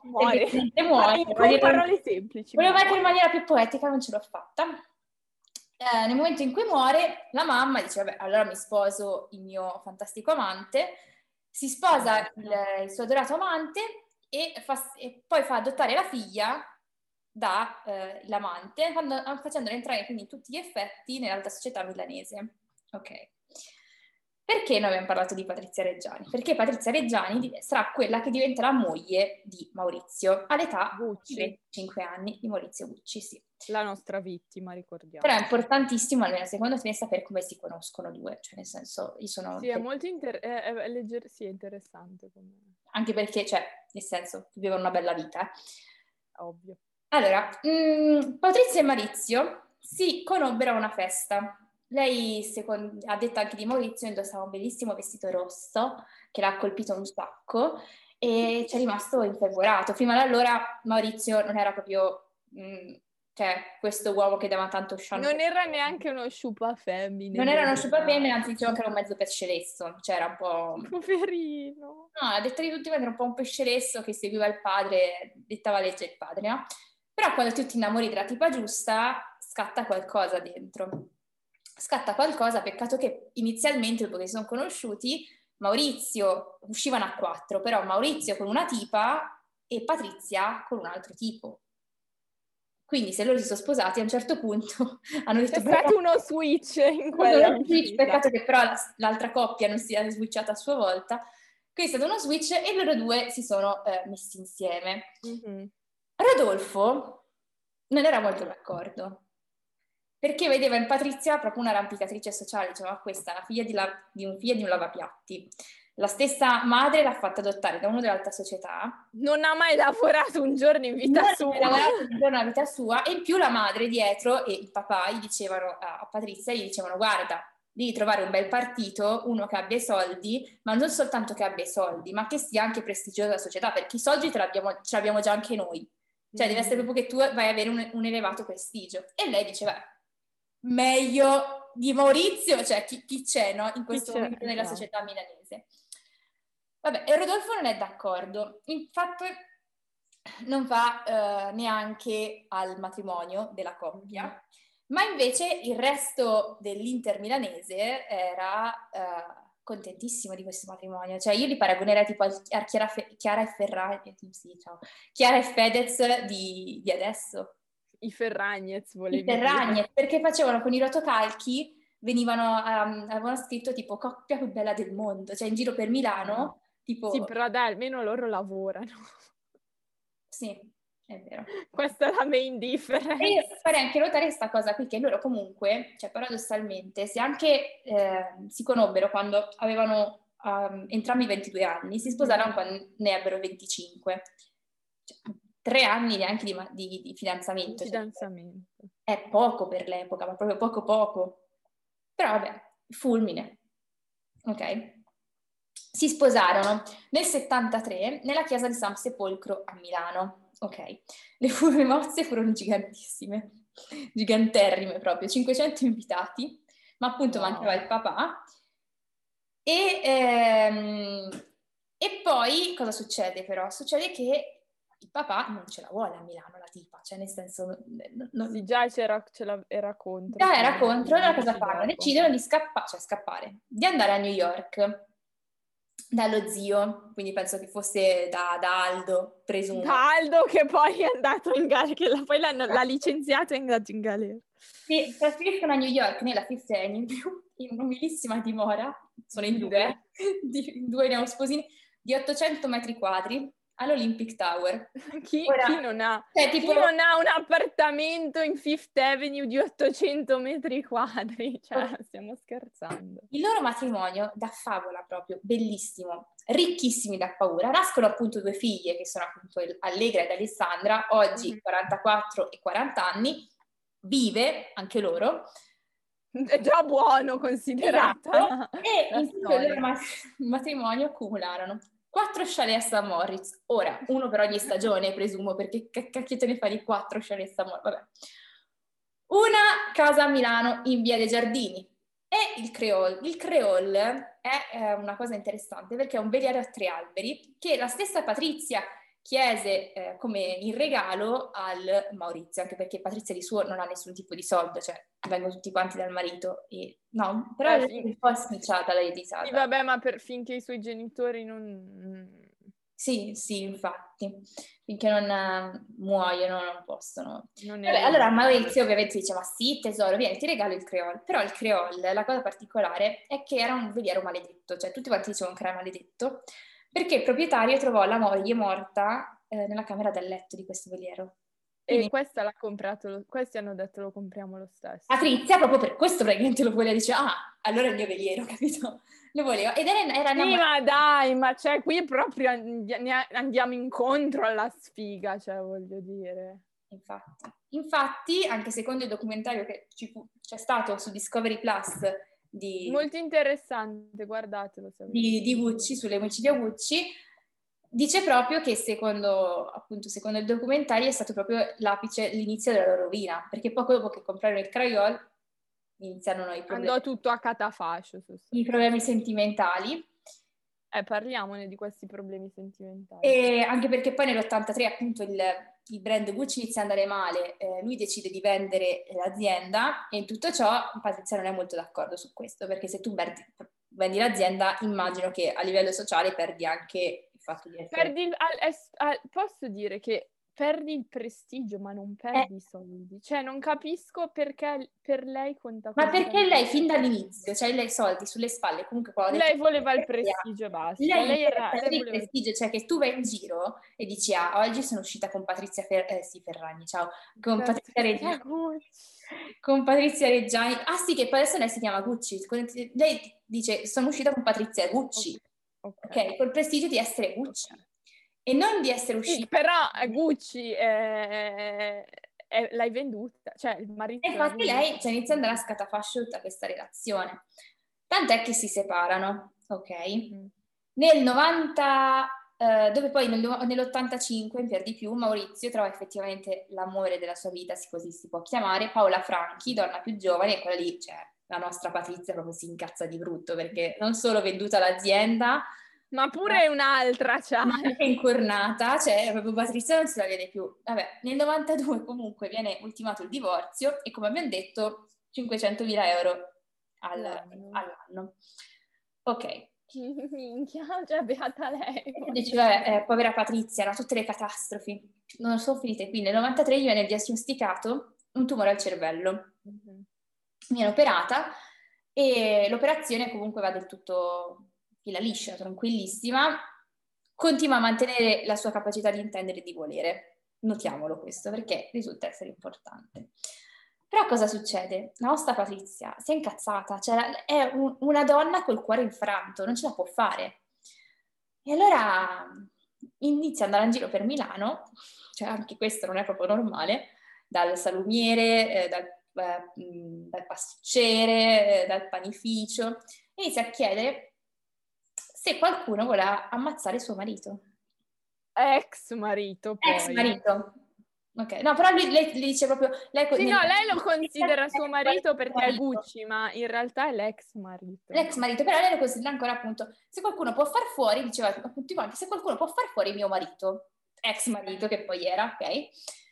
Con parole semplici. Volevo mettere in maniera più poetica, non ce l'ho fatta. Nel momento in cui muore, la mamma dice, vabbè, allora mi sposo il mio fantastico amante. Si sposa il suo adorato amante e poi fa adottare la figlia dall'amante, facendolo entrare quindi in tutti gli effetti nell'alta società milanese. Ok. Perché noi abbiamo parlato di Patrizia Reggiani? Perché Patrizia Reggiani sarà quella che diventerà moglie di Maurizio all'età di 25 anni di Maurizio Bucci, sì. La nostra vittima, ricordiamo. Però è importantissimo, almeno secondo me, sapere come si conoscono due, cioè nel senso, io sono... Sì, è molto sì, è interessante. Anche perché, cioè, nel senso, vivevano una bella vita. Ovvio. Allora, Patrizia e Maurizio si conobbero a una festa. Lei ha detto anche di Maurizio, indossava un bellissimo vestito rosso che l'ha colpito un sacco e ci è rimasto infervorato. Prima da allora Maurizio non era proprio cioè, questo uomo che dava tanto shampoo. Non era neanche uno sciupa femmine. Non era uno sciupa femmine, anzi diceva che era un mezzo pesce lesso, cioè era un po'... Poverino. No, a detta di tutti era un po' un pesce lesso che seguiva il padre, dettava legge il padre, no? Però quando tu ti innamori della tipa giusta, scatta qualcosa dentro. Scatta qualcosa, peccato che inizialmente, dopo che si sono conosciuti, Maurizio, uscivano a 4, però Maurizio con una tipa e Patrizia con un altro tipo. Quindi se loro si sono sposati, a un certo punto hanno detto... C'è stato uno switch in quella uscita. Peccato che però l'altra coppia non sia switchata a sua volta. Quindi è stato uno switch e loro due si sono messi insieme. Mm-hmm. Rodolfo non era molto d'accordo, perché vedeva in Patrizia proprio un'arrampicatrice sociale, diceva questa è la figlia di un figlio di un lavapiatti. La stessa madre l'ha fatta adottare da uno dell'alta società. Non ha mai lavorato un giorno in vita sua. Non ha lavorato un giorno in vita sua e in più la madre dietro e il papà gli dicevano a Patrizia, gli dicevano guarda, devi trovare un bel partito, uno che abbia i soldi, ma non soltanto che abbia i soldi, ma che sia anche prestigioso della società, perché i soldi ce l'abbiamo già anche noi. Cioè deve essere proprio che tu vai a avere un elevato prestigio. E lei diceva, meglio di Maurizio, cioè chi c'è, no? In questo momento nella società milanese. Vabbè, e Rodolfo non è d'accordo. Infatti non va neanche al matrimonio della coppia, ma invece il resto dell'Inter milanese era contentissimo di questo matrimonio. Cioè io li paragonerei tipo a Chiara e Fedez di adesso. I Ferragnez, volevi dire. I Ferragnez, perché facevano con i rotocalchi, avevano scritto tipo coppia più bella del mondo, cioè in giro per Milano. Tipo... Sì, però dai, almeno loro lavorano. Sì, è vero. Questa è la main difference. E io farei anche notare questa cosa qui, che loro comunque, cioè paradossalmente, se anche si conobbero quando avevano entrambi 22 anni, si sposarono quando ne ebbero 25. Cioè, 3 anni neanche di fidanzamento. Fidanzamento. Cioè, è poco per l'epoca, ma proprio poco. Però vabbè, fulmine. Ok? Si sposarono nel 73 nella chiesa di San Sepolcro a Milano. Ok, le nozze furono gigantissime, giganterrime proprio, 500 invitati, ma appunto mancava il papà. E poi cosa succede però? Succede che il papà non ce la vuole a Milano la tipa, cioè nel senso... Sì, già era contro. Già era contro, allora cosa fanno? Decidono di scappare, di andare a New York dallo zio, quindi penso che fosse da Aldo, presumo. Da Aldo che poi è andato in galera, che poi l'ha licenziato e è andato in galera. Si trasferiscono a New York nella Fifth Avenue, in un'umilissima dimora, sono in due neosposini, di 800 metri quadri, all'Olympic Tower. Chi non ha un appartamento in Fifth Avenue di 800 metri quadri? Cioè, stiamo scherzando. Il loro matrimonio da favola proprio, bellissimo, ricchissimi da paura. Nascono appunto 2 figlie che sono appunto Allegra ed Alessandra, oggi 44 e 40 anni, vive anche loro. È già buono considerato. Esatto. E in tutto il loro matrimonio accumularono 4 chalet a St. Moritz, ora uno per ogni stagione presumo, perché cacchio te ne fai di 4 chalet a St. Moritz, vabbè. Una casa a Milano in via dei Giardini e il Creole. Il Creole è una cosa interessante perché è un veliero a 3 alberi che la stessa Patrizia, chiese come in regalo al Maurizio, anche perché Patrizia di suo non ha nessun tipo di soldo, cioè vengono tutti quanti dal marito, e no, però è un po' sfilciata la risata. Sì, vabbè, ma finché i suoi genitori non... Sì, infatti, finché non muoiono non possono. Non Vabbè, allora Maurizio ovviamente dice, ma sì tesoro, vieni, ti regalo il creole. Però il creole, la cosa particolare è che era un veliero maledetto, cioè tutti quanti dicevano che era maledetto, perché il proprietario trovò la moglie morta nella camera da letto di questo veliero. Quindi, e questa l'ha comprato, questi hanno detto lo compriamo lo stesso. Patrizia proprio per questo praticamente lo voleva, dice, allora è il mio veliero, capito? Lo voleva, ed era sì, ma dai, ma cioè qui proprio andiamo incontro alla sfiga, cioè voglio dire. Infatti, anche secondo il documentario che c'è stato su Discovery Plus molto interessante, guardatelo. Di Gucci, sull'omicidio Gucci, dice proprio che secondo il documentario è stato proprio l'apice, l'inizio della loro rovina, perché poco dopo che comprarono il craiol iniziarono i problemi. Andò tutto a catafascio. I problemi sentimentali. Parliamone di questi problemi sentimentali. E anche perché poi nell'83 appunto il brand Gucci inizia ad andare male, lui decide di vendere l'azienda, e in tutto ciò Patrizia non è molto d'accordo su questo, perché se tu vendi l'azienda, immagino che a livello sociale perdi anche il fatto di essere... Posso dire che perdi il prestigio, ma non perdi i soldi. Cioè, non capisco perché per lei conta così. Ma perché lei fin dall'inizio, cioè lei soldi sulle spalle, comunque quando lei voleva il prestigio e basta. Lei voleva il prestigio, cioè che tu vai in giro e dici, oggi sono uscita con Patrizia Ferragni, ciao, con Patrizia Reggiani. Con Patrizia Reggiani. Ah sì, che poi adesso lei si chiama Gucci. Lei dice, sono uscita con Patrizia Gucci. Ok, col prestigio di essere Gucci. Okay. E non di essere uscita. Sì, però Gucci l'hai venduta, cioè il marito. E infatti lei inizia ad andare a scatafascio tutta questa relazione. Tant'è che si separano, ok? Nel 90, dove poi nell'85, in per di più, Maurizio trova effettivamente l'amore della sua vita, così si può chiamare, Paola Franchi, donna più giovane, e quella lì, cioè, la nostra Patrizia proprio si incazza di brutto, perché non solo venduta l'azienda, ma pure un'altra, cioè. Ma anche incornata, cioè proprio Patrizia non se la vede più. Vabbè, nel 92 comunque viene ultimato il divorzio e, come abbiamo detto, 500.000 euro all'anno. Ok. Minchia, cioè beata lei. E dici, vabbè, povera Patrizia, no? Tutte le catastrofi non sono finite qui. Nel 93 gli viene diagnosticato un tumore al cervello. Viene operata e l'operazione comunque va del tutto fila liscia, tranquillissima. Continua a mantenere la sua capacità di intendere e di volere. Notiamolo questo, perché risulta essere importante. Però cosa succede? La nostra Patrizia si è incazzata, cioè è una donna col cuore infranto, non ce la può fare. E allora inizia ad andare in giro per Milano, cioè anche questo non è proprio normale, dal salumiere, dal pasticcere, dal panificio, e inizia a chiedere se qualcuno vuole ammazzare suo marito. Ex marito, poi. Ex marito. Ok, no, però lei dice proprio... Sì, no, lei lo considera suo marito perché è Gucci, ma in realtà è l'ex marito. L'ex marito, però lei lo considera ancora appunto, se qualcuno può far fuori, diceva a tutti quanti, se qualcuno può far fuori mio marito, ex marito che poi era, ok? E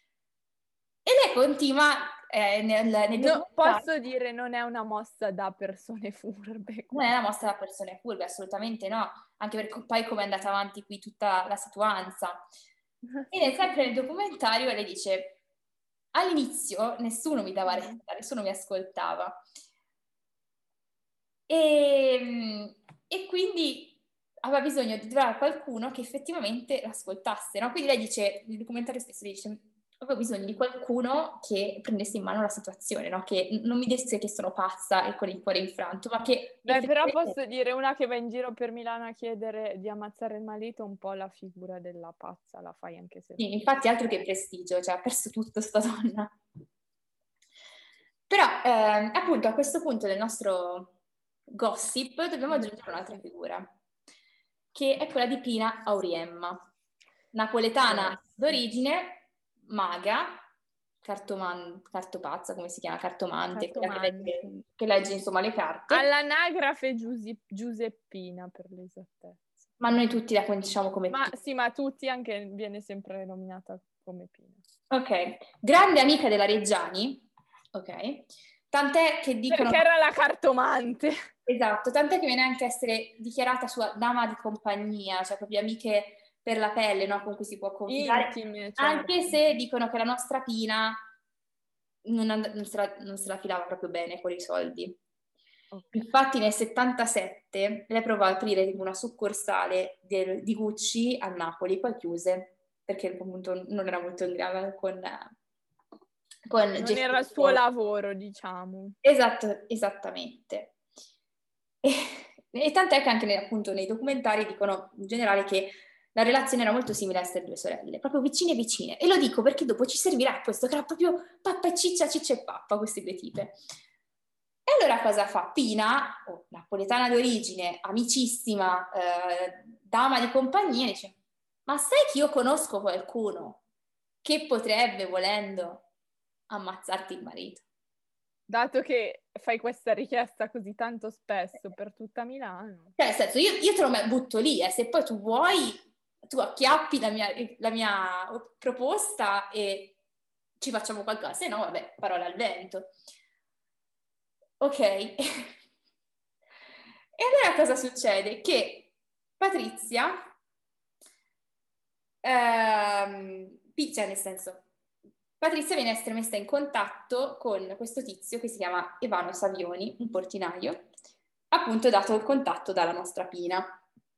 lei continua no, posso dire, non è una mossa da persone furbe. Non è una mossa da persone furbe, assolutamente no, anche perché poi come è andata avanti qui tutta la situazione. E sempre nel documentario lei dice, all'inizio nessuno mi dava retta, nessuno mi ascoltava. E quindi aveva bisogno di trovare qualcuno che effettivamente l'ascoltasse, no? Quindi lei dice, nel documentario stesso dice, avevo bisogno di qualcuno che prendesse in mano la situazione, no? Che non mi disse che sono pazza e con il cuore infranto, ma che... Beh, però posso dire, una che va in giro per Milano a chiedere di ammazzare il marito, un po' la figura della pazza, la fai anche se... Sì, infatti altro che prestigio, cioè ha perso tutto sta donna. Però, appunto, a questo punto del nostro gossip dobbiamo aggiungere un'altra figura, che è quella di Pina Auriemma, napoletana d'origine, maga, cartopazza, come si chiama? Cartomante. Che legge insomma le carte. All'anagrafe Giuseppina, per l'esattezza. Ma noi tutti la conosciamo come Ma Pina. sì, ma tutti anche viene sempre nominata come Pina. Ok, grande amica della Reggiani, ok, tant'è che dicono... Perché era la cartomante. Esatto, tant'è che viene anche a essere dichiarata sua dama di compagnia, cioè proprio amiche per la pelle, no? Con cui si può confidare, Intime, certo. anche se dicono che la nostra Pina non se la filava proprio bene con i soldi. Okay. Infatti nel 77 lei provò a aprire tipo una succursale di Gucci a Napoli, poi chiuse perché appunto non era molto in grado con Non era gestire il i suo soldi. lavoro, diciamo. Esattamente. E tant'è che anche appunto nei documentari dicono in generale che la relazione era molto simile a essere due sorelle, proprio vicine vicine. E lo dico perché dopo ci servirà questo, che era proprio pappa e ciccia, ciccia e pappa, queste due tipe. E allora cosa fa? Pina, napoletana d'origine, amicissima, dama di compagnia, dice, ma sai che io conosco qualcuno che potrebbe, volendo, ammazzarti il marito? Dato che fai questa richiesta così tanto spesso per tutta Milano. Cioè, nel senso, io te lo butto lì, se poi tu vuoi, tu acchiappi la mia proposta e ci facciamo qualcosa, se no, vabbè, parola al vento. Ok. E allora cosa succede? Che Patrizia, cioè nel senso, Patrizia viene a essere messa in contatto con questo tizio che si chiama Ivano Savioni, un portinaio, appunto dato il contatto dalla nostra Pina.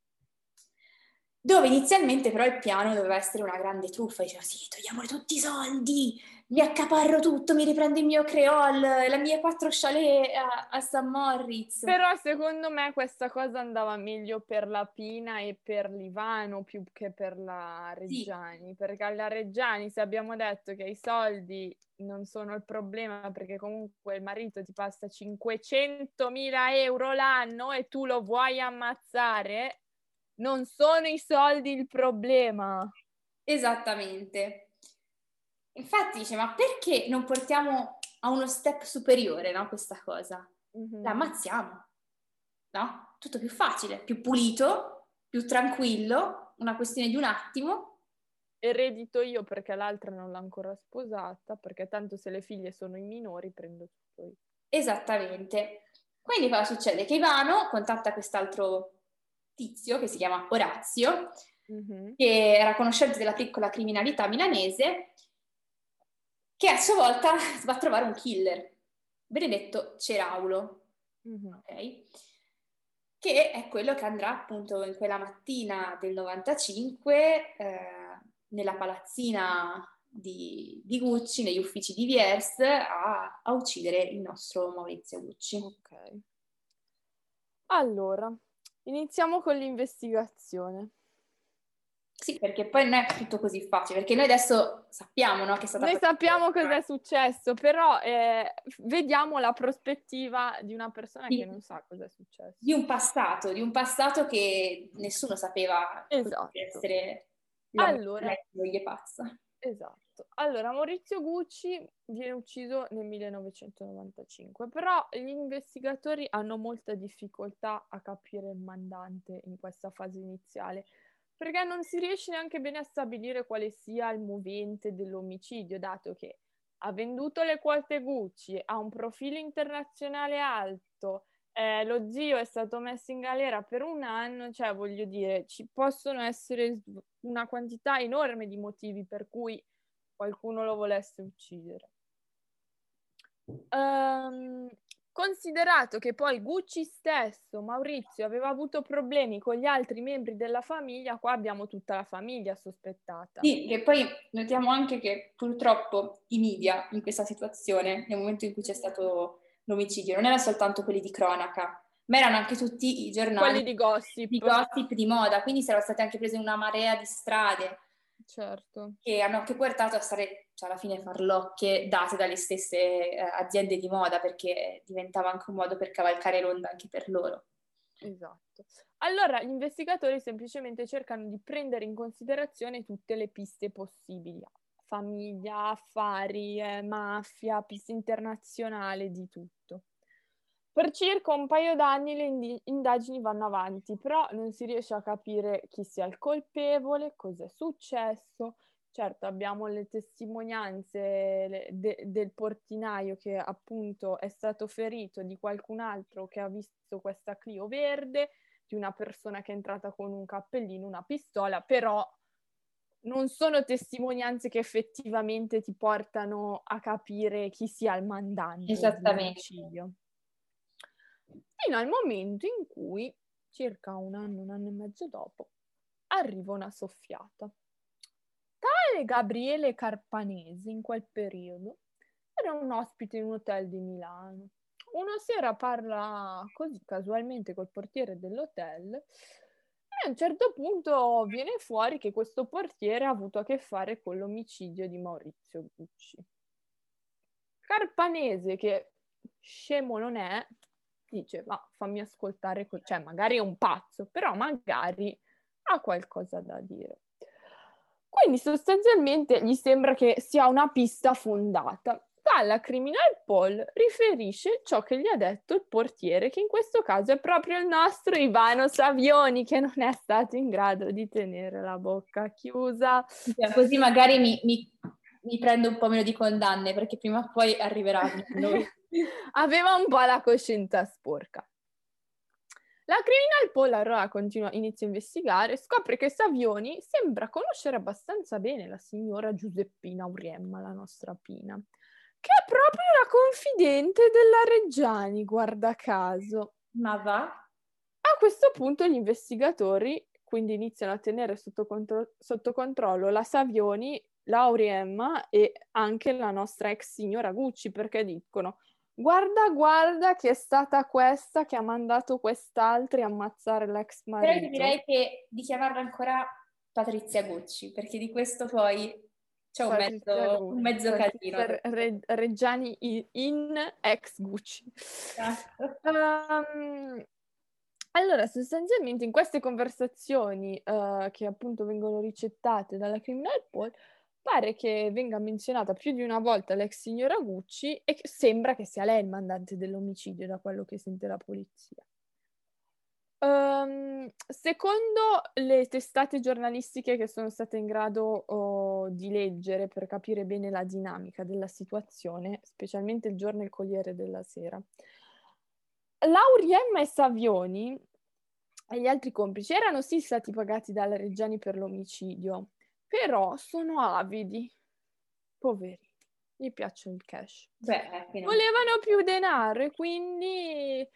Dove inizialmente però il piano doveva essere una grande truffa, diceva sì, togliamole tutti i soldi, mi accaparro tutto, mi riprendo il mio creole, le mie 4 chalet a St. Moritz. Però secondo me questa cosa andava meglio per la Pina e per l'Ivano più che per la Sì, Reggiani, perché alla Reggiani se abbiamo detto che i soldi non sono il problema perché comunque il marito ti passa 500.000 euro l'anno e tu lo vuoi ammazzare, non sono i soldi il problema. esattamente. Infatti dice, ma perché non portiamo a uno step superiore, no, questa cosa? La Mm-hmm. ammazziamo, no? Tutto più facile, più pulito, più tranquillo, una questione di un attimo. Eredito io perché l'altra non l'ha ancora sposata, perché tanto se le figlie sono i minori prendo tutto io. Esattamente. Quindi cosa succede? Che Ivano contatta quest'altro tizio che si chiama Orazio, Mm-hmm. che era conoscente della piccola criminalità milanese, che a sua volta va a trovare un killer, Benedetto Ceraulo, Mm-hmm. ok? Che è quello che andrà appunto in quella mattina del 95 nella palazzina di Gucci, negli uffici di Viers, a uccidere il nostro Maurizio Gucci. Ok. Allora, iniziamo con l'investigazione. Sì, perché poi non è tutto così facile, perché noi adesso sappiamo, no, che è stata Noi sappiamo cosa è processata. successo, però vediamo la prospettiva di una persona che Di, non sa cosa è successo. di un passato che nessuno sapeva potesse Esatto. essere la Allora, moglie pazza. esatto. Allora, Maurizio Gucci viene ucciso nel 1995, però gli investigatori hanno molta difficoltà a capire il mandante in questa fase iniziale, perché non si riesce neanche bene a stabilire quale sia il movente dell'omicidio, dato che ha venduto le quote Gucci, ha un profilo internazionale alto, lo zio è stato messo in galera per un anno, cioè voglio dire, ci possono essere una quantità enorme di motivi per cui qualcuno lo volesse uccidere. Considerato che poi Gucci stesso, Maurizio, aveva avuto problemi con gli altri membri della famiglia, qua abbiamo tutta la famiglia sospettata. Sì, che poi notiamo anche che purtroppo i media in questa situazione, nel momento in cui c'è stato l'omicidio, non erano soltanto quelli di cronaca, ma erano anche tutti i giornali Quelli di di gossip, gossip di moda, quindi saranno state anche prese una marea di strade certo. che hanno anche portato a stare, cioè alla fine, farlocche date dalle stesse aziende di moda, perché diventava anche un modo per cavalcare l'onda anche per loro. Esatto. Allora gli investigatori semplicemente cercano di prendere in considerazione tutte le piste possibili. Famiglia, affari, mafia, piste internazionali, di tutto. Per circa un paio d'anni le indagini vanno avanti, però non si riesce a capire chi sia il colpevole, cosa è successo. Certo, abbiamo le testimonianze del portinaio che appunto è stato ferito, di qualcun altro che ha visto questa Clio verde, di una persona che è entrata con un cappellino, una pistola, però non sono testimonianze che effettivamente ti portano a capire chi sia il mandante dell'omicidio. Fino al momento in cui, circa un anno e mezzo dopo, arriva una soffiata. Tale Gabriele Carpanesi in quel periodo era un ospite in un hotel di Milano. Una sera parla così casualmente col portiere dell'hotel e a un certo punto viene fuori che questo portiere ha avuto a che fare con l'omicidio di Maurizio Gucci. Carpanese, che scemo non è, dice, ma fammi ascoltare, cioè magari è un pazzo, però magari ha qualcosa da dire. Quindi sostanzialmente gli sembra che sia una pista fondata. Dalla Criminal Poll riferisce ciò che gli ha detto il portiere, che in questo caso è proprio il nostro Ivano Savioni, che non è stato in grado di tenere la bocca chiusa. Così magari mi prendo un po' meno di condanne, perché prima o poi arriveranno noi. Aveva un po' la coscienza sporca. La Criminal Poll allora inizia a investigare, scopre che Savioni sembra conoscere abbastanza bene la signora Giuseppina Auriemma, la nostra Pina, che è proprio la confidente della Reggiani, guarda caso. Ma va? A questo punto gli investigatori quindi iniziano a tenere sotto controllo la Savioni, la Auriemma e anche la nostra ex signora Gucci, perché dicono: guarda che è stata questa che ha mandato quest'altri a ammazzare l'ex marito. Però io direi che di chiamarla ancora Patrizia Gucci, perché di questo poi c'è un mezzo casino. Reggiani in ex Gucci. Allora, sostanzialmente in queste conversazioni che appunto vengono ricettate dalla Criminal Poll, pare che venga menzionata più di una volta l'ex signora Gucci e che sembra che sia lei il mandante dell'omicidio, da quello che sente la polizia. Secondo le testate giornalistiche che sono state in grado di leggere per capire bene la dinamica della situazione, specialmente il giorno Il Corriere della Sera, Lauriemma e Savioni e gli altri complici erano sì stati pagati dalla Reggiani per l'omicidio, però sono avidi, poveri, gli piace il cash. Volevano più denaro e quindi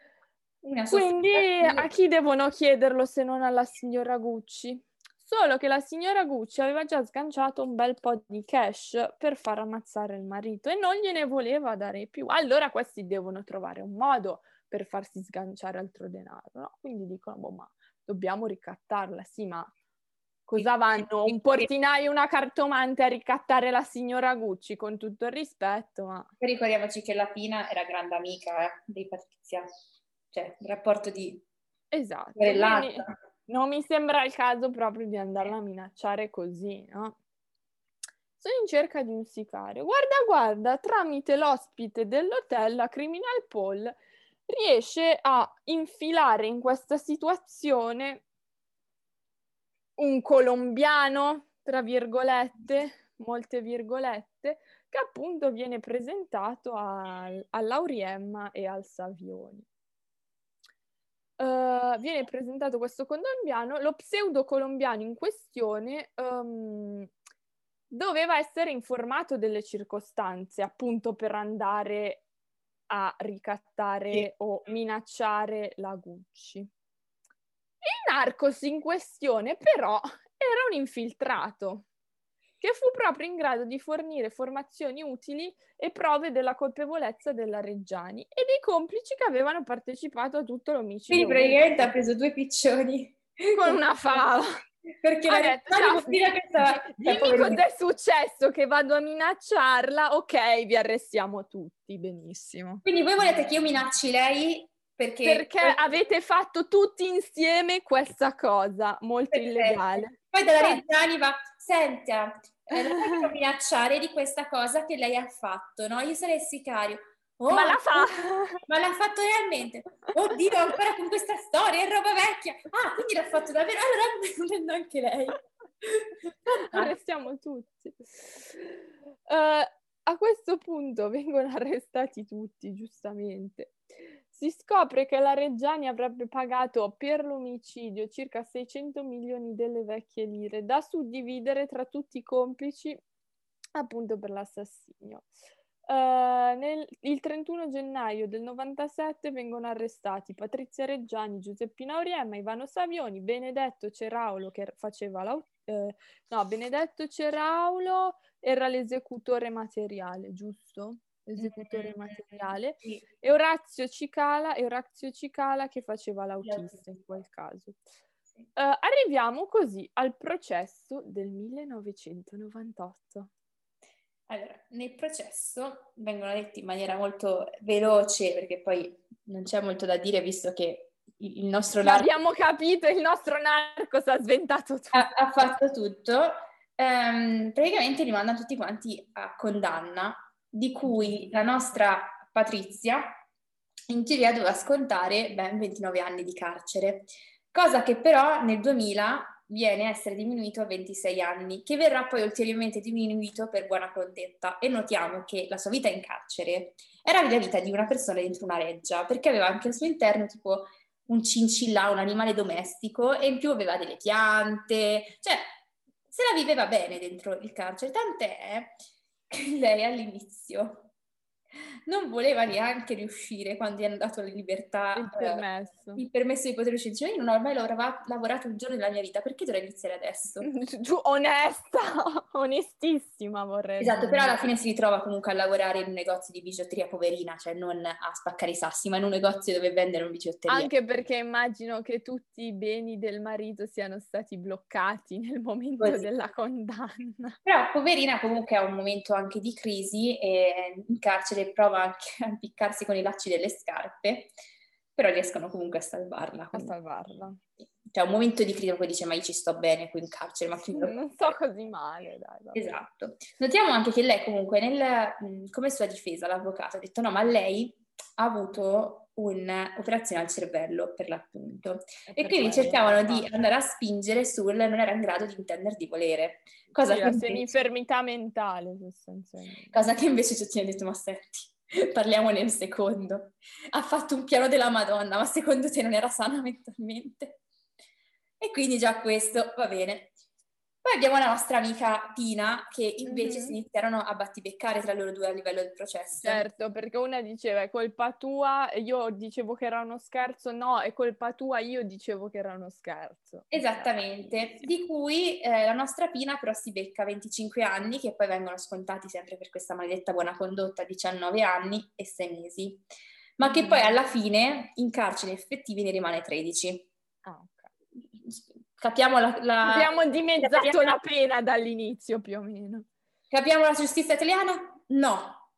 a chi devono chiederlo se non alla signora Gucci? Solo che la signora Gucci aveva già sganciato un bel po' di cash per far ammazzare il marito e non gliene voleva dare più. Allora questi devono trovare un modo per farsi sganciare altro denaro, no? Quindi dicono, boh, ma dobbiamo ricattarla, sì, ma cosa vanno? Un portinaio e una cartomante a ricattare la signora Gucci, con tutto il rispetto, ma... Ricordiamoci che la Pina era grande amica di Patrizia, cioè il rapporto di... Esatto, non mi sembra il caso proprio di andarla a minacciare così, no? Sono in cerca di un sicario. Guarda, tramite l'ospite dell'hotel, la Criminal Poll riesce a infilare in questa situazione un colombiano, tra virgolette, molte virgolette, che appunto viene presentato all'Auriemma e al Savioni. Viene presentato questo colombiano, lo pseudo colombiano in questione doveva essere informato delle circostanze, appunto per andare a ricattare o minacciare la Gucci. Il narcos in questione però era un infiltrato che fu proprio in grado di fornire informazioni utili e prove della colpevolezza della Reggiani e dei complici che avevano partecipato a tutto l'omicidio. Quindi praticamente ha preso due piccioni con una fava. Perché ha detto, dimmi cos'è successo, che vado a minacciarla, ok, vi arrestiamo tutti, benissimo. Quindi voi volete che io minacci lei perché avete fatto tutti insieme questa cosa molto illegale. Poi dalla Reggiani va, senta, la voglio minacciare di questa cosa che lei ha fatto, no? Io sarei il sicario. Oh, ma la fa! Ma l'ha fatto realmente? Oddio, ancora con questa storia, è roba vecchia! Ah, quindi l'ha fatto davvero? Allora prendo anche lei. Arrestiamo tutti. A questo punto vengono arrestati tutti, giustamente. Si scopre che la Reggiani avrebbe pagato per l'omicidio circa 600 milioni delle vecchie lire da suddividere tra tutti i complici appunto per l'assassinio. Il 31 gennaio del 97 vengono arrestati Patrizia Reggiani, Giuseppina Auriemma, Ivano Savioni, Benedetto Ceraulo che faceva Benedetto Ceraulo era l'esecutore materiale, giusto? L'esecutore materiale. Sì. E Orazio Cicala che faceva l'autista in quel caso. Arriviamo così al processo del 1998. Allora, nel processo vengono detti in maniera molto veloce, perché poi non c'è molto da dire, visto che il nostro narco... Abbiamo capito, il nostro narco si ha sventato tutto. Ha fatto tutto. Praticamente li mandano tutti quanti a condanna, di cui la nostra Patrizia in teoria doveva scontare ben 29 anni di carcere, cosa che però nel 2000 viene a essere diminuito a 26 anni, che verrà poi ulteriormente diminuito per buona condotta. E notiamo che la sua vita in carcere era la vita di una persona dentro una reggia, perché aveva anche al suo interno tipo un cincillà, un animale domestico, e in più aveva delle piante, cioè se la viveva bene dentro il carcere, tant'è che lei all'inizio non voleva neanche riuscire quando gli hanno dato la libertà, il permesso di poter uscire. Cioè, io non ho mai lavorato un giorno nella mia vita, perché dovrei iniziare adesso? Onesta, onestissima vorrei Esatto, dire. però alla fine si ritrova comunque a lavorare in un negozio di bigiotteria, poverina, cioè non a spaccare i sassi, ma in un negozio dove vendere un bigiotteria. Anche perché immagino che tutti i beni del marito siano stati bloccati nel momento della condanna. Però poverina comunque ha un momento anche di crisi e in carcere prova anche a impiccarsi con i lacci delle scarpe, però riescono comunque a salvarla. A salvarla. Cioè un momento di crisi, poi dice ma io ci sto bene qui in carcere, ma chi non sto così male, dai. Vabbè. Esatto. Notiamo anche che lei comunque come sua difesa, l'avvocato ha detto no, ma lei ha avuto un'operazione al cervello per l'appunto e quindi cercavano di andare a spingere sul non era in grado di intendere di volere, cosa che la semi-infermità mentale sostanzialmente. Cosa che invece tutti hanno detto ma senti, parliamone un secondo, ha fatto un piano della Madonna, ma secondo te non era sana mentalmente? E quindi già questo va bene. Poi abbiamo la nostra amica Tina, che invece si iniziarono a battibeccare tra loro due a livello del processo. Certo, perché una diceva è colpa tua, io dicevo che era uno scherzo, no, è colpa tua, io dicevo che era uno scherzo. Esattamente, di cui la nostra Pina però si becca 25 anni, che poi vengono scontati sempre per questa maledetta buona condotta, 19 anni e 6 mesi, ma che poi alla fine in carcere effettivi ne rimane 13. Ah, ok. Capiamo abbiamo dimezzato la pena dall'inizio più o meno. Capiamo la giustizia italiana? No.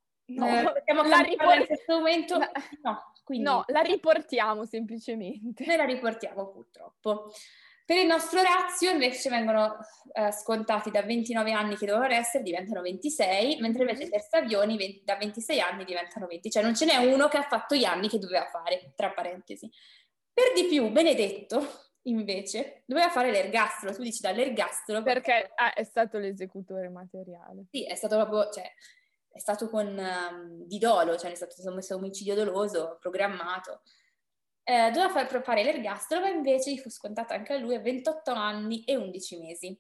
La in questo momento? No. Quindi no, la riportiamo semplicemente. Noi la riportiamo purtroppo. Per il nostro Orazio invece vengono scontati da 29 anni che dovevano essere, diventano 26, mentre invece per Savioni da 26 anni diventano 20. Cioè non ce n'è uno che ha fatto gli anni che doveva fare, tra parentesi. Per di più, Benedetto invece doveva fare l'ergastolo. Tu dici dall'ergastolo perché è stato l'esecutore materiale. Sì, è stato proprio, cioè, è stato di dolo, cioè è stato un omicidio doloso, programmato. Doveva fare l'ergastolo, ma invece gli fu scontato anche a lui a 28 anni e 11 mesi.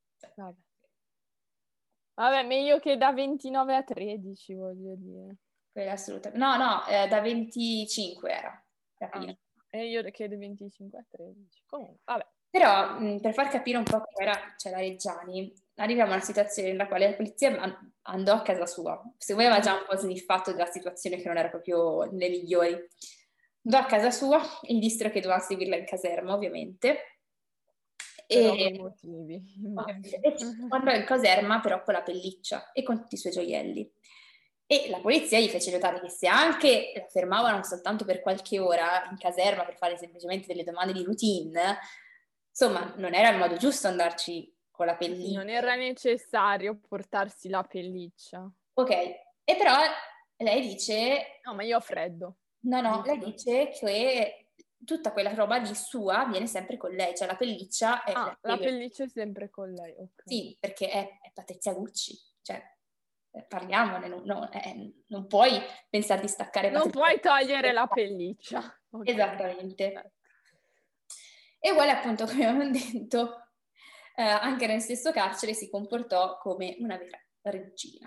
Vabbè, meglio che da 29 a 13, voglio dire. Assolutamente. No, da 25 era. E io che da 25 a 13. Comunque, vabbè. Però, per far capire un po' come era la Reggiani, arriviamo a una situazione nella quale la polizia andò a casa sua. Se aveva già un po' sniffato della situazione che non era proprio nelle migliori. Andò a casa sua e gli dissero che doveva seguirla in caserma, ovviamente. Per ovvi motivi. E andò in caserma però con la pelliccia e con tutti i suoi gioielli. E la polizia gli fece notare che se anche la fermavano soltanto per qualche ora in caserma per fare semplicemente delle domande di routine, insomma, non era il modo giusto andarci con la pelliccia. Non era necessario portarsi la pelliccia. Ok, e però lei dice... No, ma io ho freddo. No, lei Giusto? dice che tutta quella roba lì sua viene sempre con lei, cioè la pelliccia Ah, la pelliccia è sempre con lei, ok. Sì, perché è Patrizia Gucci, cioè parliamone, non puoi pensare di staccare Non Patrizia puoi togliere Gucci. la pelliccia. Okay. Esattamente. E uguale appunto, come abbiamo detto, anche nel stesso carcere si comportò come una vera regina.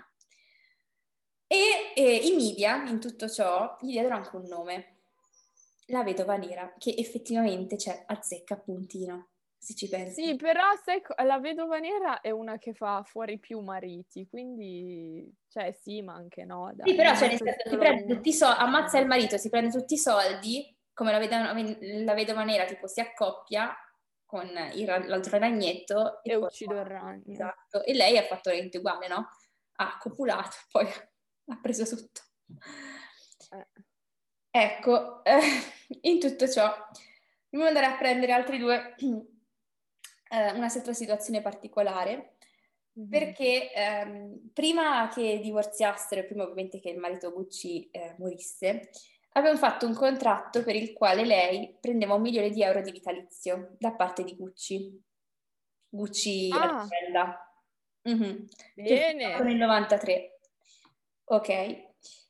E i media, in tutto ciò, gli diedero anche un nome, la vedova nera, che effettivamente azzecca a puntino, se ci pensi. Sì, però sai, la vedova nera è una che fa fuori più mariti, quindi, cioè sì, ma anche no, dai. Sì, però Non nel c'è senso, si solo prende uno. tutti i soldi, ammazza il marito, si prende tutti i soldi, come la vedova nera tipo si accoppia con l'altro ragnetto E poi... uccido il ragno. Esatto, e lei ha fatto niente uguale, no? Ha copulato, poi ha preso tutto. Ecco, in tutto ciò, dobbiamo andare a prendere altri due, una altra situazione particolare, perché prima che divorziassero, prima ovviamente che il marito Gucci morisse, avevano fatto un contratto per il quale lei prendeva 1 milione di euro di vitalizio da parte di Gucci. Gucci Ah, azienda. Che fu fatto bene. nel 93. Ok.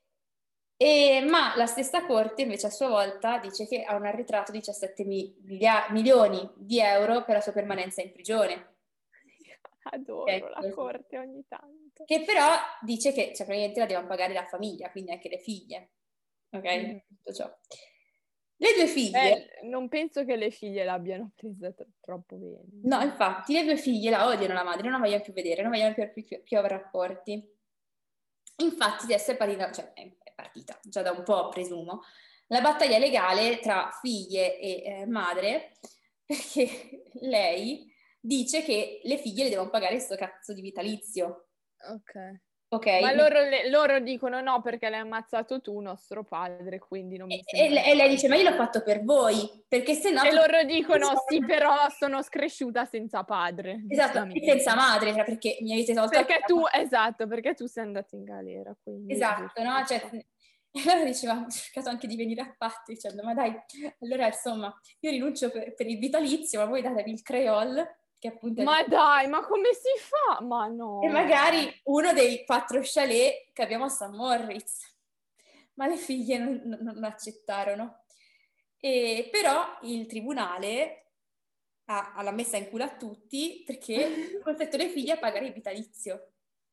Ma la stessa corte invece a sua volta dice che ha un arretrato di 17 milioni di euro per la sua permanenza in prigione. Adoro Ok, la così. corte ogni tanto. Che però dice che praticamente la devono pagare la famiglia, quindi anche le figlie. Ok? Tutto ciò. Le due figlie, Non penso che le figlie l'abbiano presa troppo bene. no, infatti, le due figlie la odiano la madre, non la vogliono più vedere, non vogliono più avere rapporti. Infatti adesso è partita già da un po', presumo, la battaglia legale tra figlie e madre, perché lei dice che le figlie le devono pagare sto cazzo di vitalizio. Ok. Ok? Ma loro dicono no perché l'hai ammazzato tu, nostro padre, quindi non mi E sembra lei dice, ma io tanto. l'ho fatto per voi, perché se no... E loro dicono sì, però sono cresciuta senza padre, Esatto, e giustamente. senza madre, perché mi avete tolto... Esatto, perché tu sei andato in galera, quindi Esatto, giusto. no? E allora diceva, ho cercato anche di venire a patti, dicendo, ma dai, allora insomma, io rinuncio per il vitalizio, ma voi datevi il creole, che appunto è... Ma dai, ma come si fa? Ma E no. magari uno dei 4 chalet che abbiamo a St. Moritz. Ma le figlie non accettarono. E però il tribunale l'ha messa in culo a tutti perché ha costretto le figlie a pagare il vitalizio.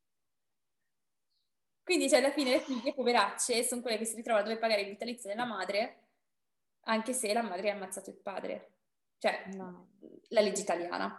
Quindi alla fine le figlie, poveracce, sono quelle che si ritrovano a dover pagare il vitalizio della madre, anche se la madre ha ammazzato il padre. Cioè, No. la legge italiana.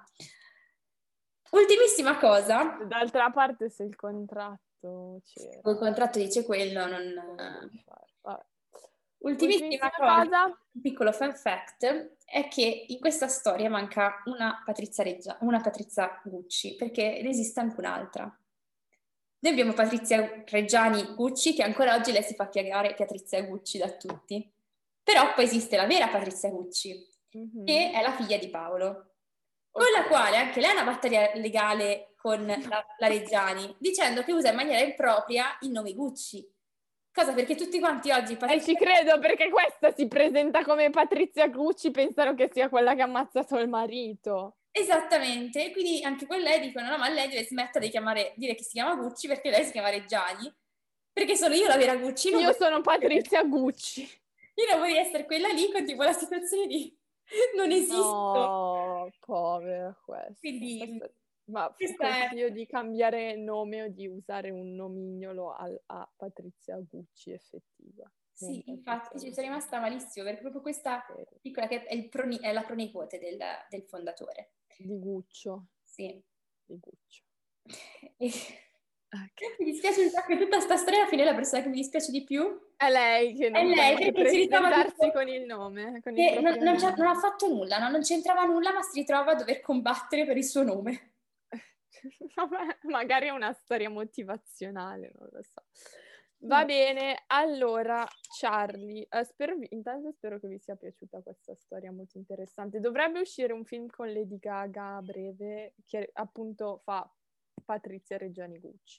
Ultimissima cosa. D'altra parte se il contratto c'era. Il contratto dice quello, Vabbè. Ultimissima Ultimissima cosa, cosa. un piccolo fun fact, è che in questa storia manca una Patrizia Gucci, perché ne esiste anche un'altra. Noi abbiamo Patrizia Reggiani Gucci, che ancora oggi lei si fa chiamare Patrizia Gucci da tutti. Però poi esiste la vera Patrizia Gucci, che è la figlia di Paolo, con la quale anche lei ha una battaglia legale con la Reggiani, dicendo che usa in maniera impropria il nome Gucci. Cosa perché tutti quanti oggi E ci credo perché questa si presenta come Patrizia Gucci, pensano che sia quella che ha ammazzato il marito. Esattamente, quindi anche con lei dicono no, ma lei deve smettere di dire che si chiama Gucci perché lei si chiama Reggiani, perché sono io la vera Gucci. Io sono Patrizia Gucci. Io non vorrei essere quella lì con tipo la situazione di non esisto. No, povera questa. Quindi Ma questa è... consiglio di cambiare nome o di usare un nomignolo a Patrizia Gucci effettiva. Sì, infatti ci sono rimasta malissimo perché proprio questa piccola che è la pronipote del fondatore. Di Guccio. Sì. Di Guccio. E... Okay. Mi dispiace un sacco che tutta sta storia alla fine la persona che mi dispiace di più È lei che è non può lei neanche che si ritrova presentarsi tipo con il nome, con il che proprio nome. non ha fatto nulla, no? Non c'entrava nulla, ma si ritrova a dover combattere per il suo nome. Vabbè, magari è una storia motivazionale, non lo so. Va bene, allora Charlie, intanto spero che vi sia piaciuta questa storia molto interessante. Dovrebbe uscire un film con Lady Gaga a breve che appunto fa Patrizia Reggiani Gucci.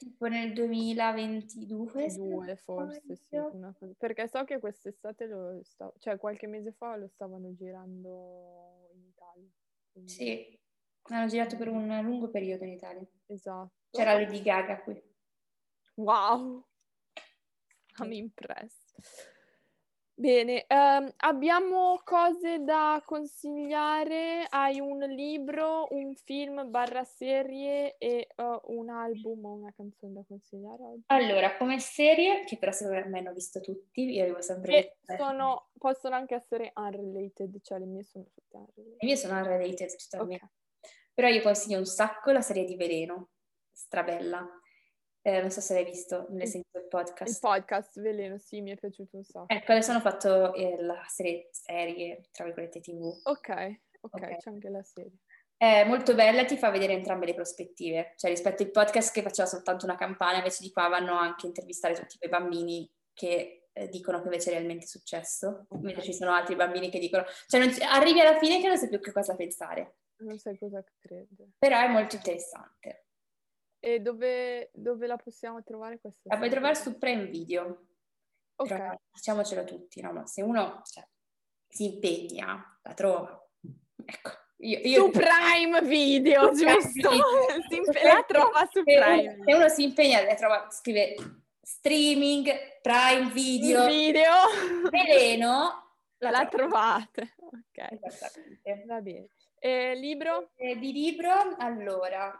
tipo nel 2022. Forse sì, perché so che quest'estate cioè qualche mese fa lo stavano girando in Italia. Quindi... Sì, hanno girato per un lungo periodo in Italia. Esatto. C'era Lady Gaga qui. Wow! I'm impressed. Bene, abbiamo cose da consigliare? Hai un libro, un film / serie e un album o una canzone da consigliare oggi? Allora, come serie, che però secondo me hanno visto tutti, io arrivo sempre Possono anche essere unrelated, cioè le mie sono tutte unrelated. Le mie sono unrelated totalmente. Okay. Però io consiglio un sacco la serie di Veleno, strabella. Non so se l'hai visto, me ne sento il podcast. Il podcast Veleno, sì, mi è piaciuto un sacco. Ecco, adesso hanno fatto la serie, tra virgolette, TV. Ok, c'è anche la serie. È molto bella, ti fa vedere entrambe le prospettive. Cioè, rispetto al podcast che faceva soltanto una campagna, invece di qua vanno anche a intervistare tutti quei bambini che dicono che invece è realmente successo. Mentre ci sono altri bambini che dicono... Cioè, arrivi alla fine che non sai più che cosa pensare. Non sai cosa credere. Però è molto interessante. E dove la possiamo trovare questa? La puoi trovare su Prime Video. Ok. Però, diciamocelo tutti, no? Ma se uno si impegna, la trova. Ecco. Io su Prime Video, giusto? La trova su Prime. Se uno si impegna, la trova, scrive streaming, Prime Video. Veleno, la trovate. Ok. Esattamente. Va bene. Libro? Di libro, allora,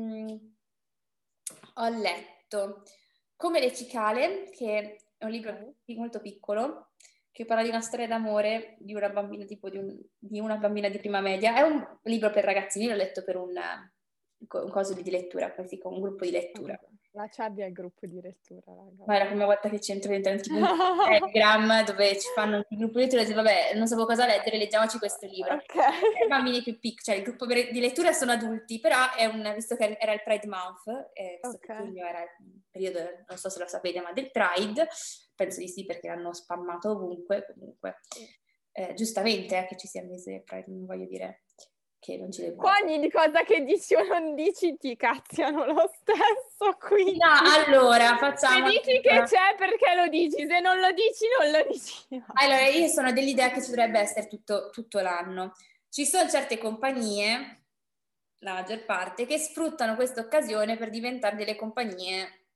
ho letto Come le cicale, che è un libro molto piccolo, che parla di una storia d'amore di una bambina, tipo di una bambina di prima media. È un libro per ragazzini, l'ho letto per un coso di lettura, quasi con un gruppo di lettura. La Ciardi è il gruppo di lettura, raga. Ma è la prima volta che ci entro dentro tipo un Telegram dove ci fanno il gruppo di lettura e dico, vabbè, non sapevo cosa leggere, leggiamoci questo libro. Okay. I bambini più piccoli, cioè il gruppo di lettura sono adulti, però visto che era il Pride Month, visto che giugno era il periodo, non so se lo sapete, ma del Pride, penso di sì perché l'hanno spammato ovunque, comunque. Giustamente che ci sia il mese del Pride, non voglio dire che non ci deve qua ogni cosa che dici o non dici ti cazziano lo stesso, quindi... No, allora, facciamo... Se dici che c'è, perché lo dici? Se non lo dici, non lo dici. Allora, io sono dell'idea che ci dovrebbe essere tutto l'anno. Ci sono certe compagnie, la maggior parte, che sfruttano questa occasione per diventare delle compagnie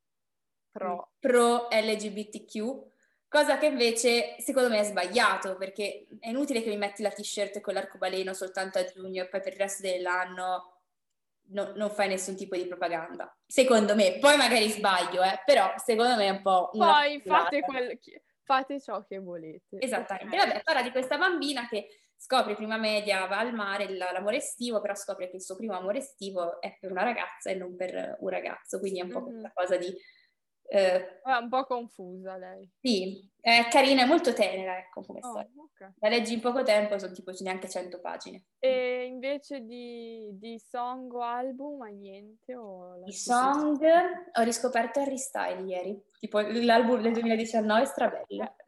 pro LGBTQ, cosa che invece secondo me è sbagliato, perché è inutile che mi metti la t-shirt con l'arcobaleno soltanto a giugno e poi per il resto dell'anno non fai nessun tipo di propaganda. Secondo me, poi magari sbaglio, però secondo me è un po' una... Poi fate ciò che volete. Esattamente. Vabbè, parla di questa bambina che scopre prima media, va al mare, l'amore estivo, però scopre che il suo primo amore estivo è per una ragazza e non per un ragazzo, quindi è un po' questa cosa di... È un po' confusa lei. Sì, è carina, è molto tenera, ecco, come storia. Okay. La leggi in poco tempo, sono tipo neanche 100 pagine. E invece di song o album, hai niente? I song, ho riscoperto Harry Styles ieri, tipo l'album del 2019 è strabello.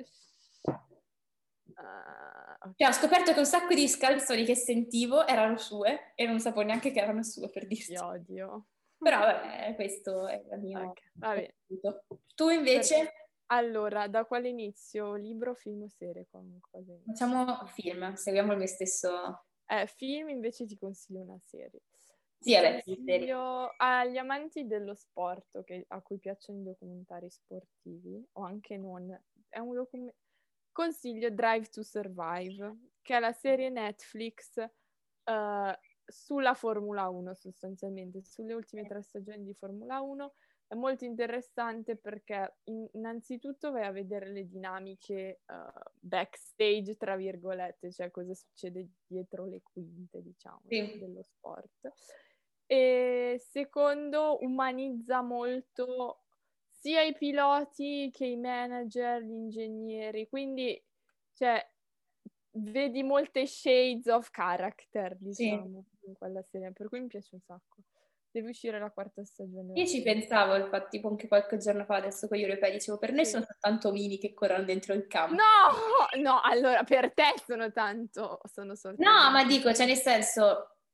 Okay. Cioè, ho scoperto che un sacco di canzoni che sentivo erano sue e non sapevo neanche che erano sue, per dirti. Ti odio. Però vabbè, questo è il mio... Okay, Tu invece? Allora, da quale inizio? Libro, film o serie? Facciamo film, seguiamo il mio stesso... Film invece ti consiglio una serie. Sì, vabbè, consiglio agli amanti dello sport, a cui piacciono i documentari sportivi, o anche non. È un consiglio Drive to Survive, che è la serie Netflix sulla Formula 1 sostanzialmente, sulle ultime 3 stagioni di Formula 1. È molto interessante perché innanzitutto vai a vedere le dinamiche backstage, tra virgolette, cioè cosa succede dietro le quinte, diciamo, dello sport. E secondo, umanizza molto sia i piloti che i manager, gli ingegneri, quindi cioè vedi molte shades of character, diciamo, in quella serie, per cui mi piace un sacco. Deve uscire la 4ª stagione. Io ci pensavo, infatti, tipo anche qualche giorno fa, adesso con gli europei, dicevo, per noi sono soltanto mini che corrono dentro il campo. No, allora, per te sono soltanto... No, ma dico, cioè nel senso,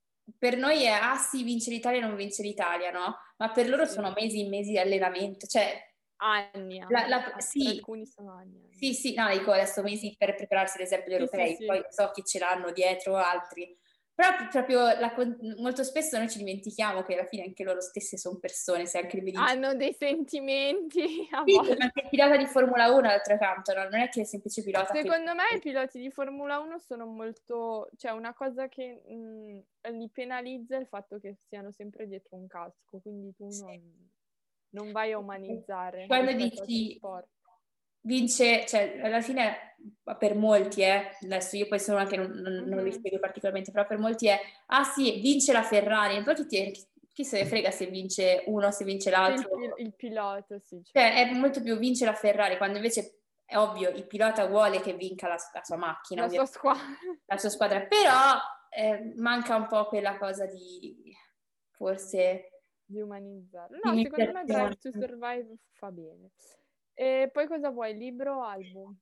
per noi è sì, vince l'Italia, non vince l'Italia, no? Ma per loro sono mesi e mesi di allenamento, cioè Anni. Per sì, alcuni sono anni. sì, no, dico adesso mesi per prepararsi ad esempio gli europei, Sì. poi so che ce l'hanno dietro altri, però proprio molto spesso noi ci dimentichiamo che alla fine anche loro stesse sono persone, se anche li vedi. Hanno dei sentimenti a Sì, volte. anche il pilota di Formula 1 d'altro canto, no? Non è che è il semplice pilota. Secondo me i piloti di Formula 1 sono molto... Cioè una cosa che li penalizza è il fatto che siano sempre dietro un casco, quindi tu non vai a umanizzare Quando rispetto a altri dici sport. vince, cioè alla fine per molti adesso io poi sono anche non li spiego particolarmente, però per molti sì, vince la Ferrari, poi chi se ne frega se vince uno, se vince l'altro. Il pilota, sì. Cioè è molto più vince la Ferrari, quando invece è ovvio, il pilota vuole che vinca la sua macchina, La sua squadra. la sua squadra, però manca un po' quella cosa di forse di umanizzarlo. No, secondo me Drive to iniziazione. Survive fa bene. E poi cosa vuoi? Libro o album?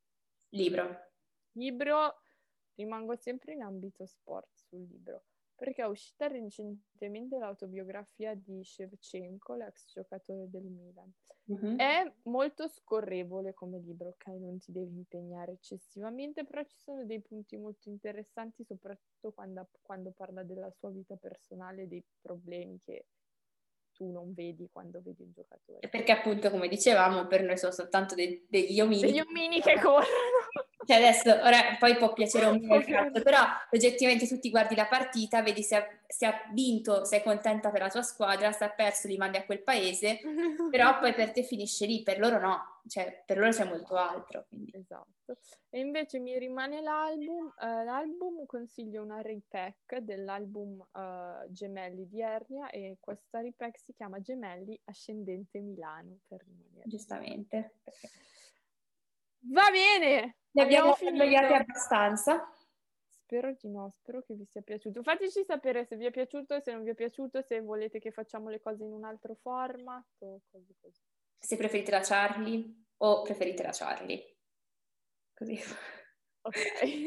Libro, rimango sempre in ambito sport sul libro, perché è uscita recentemente l'autobiografia di Shevchenko, l'ex giocatore del Milan. Mm-hmm. È molto scorrevole come libro, ok? Non ti devi impegnare eccessivamente, però ci sono dei punti molto interessanti, soprattutto quando parla della sua vita personale e dei problemi che tu non vedi quando vedi un giocatore. Perché appunto, come dicevamo, per noi sono soltanto degli omini. Degli omini che corrono. Cioè adesso, ora poi può piacere o meno il calcio, però oggettivamente tu ti guardi la partita, vedi se ha vinto, sei contenta per la tua squadra, se ha perso li mandi a quel paese, però poi per te finisce lì, per loro no, cioè per loro c'è molto altro. Quindi. Esatto. E invece mi rimane l'album consiglio una repack dell'album Gemelli di Ernia, e questa repack si chiama Gemelli Ascendente Milano, per rimanere. Giustamente. Va bene! Ne abbiamo finito abbastanza. Spero di no, spero che vi sia piaciuto. Fateci sapere se vi è piaciuto, se non vi è piaciuto, se volete che facciamo le cose in un altro format o così. Se preferite la Charlie o preferite la Charlie. Così. Ok.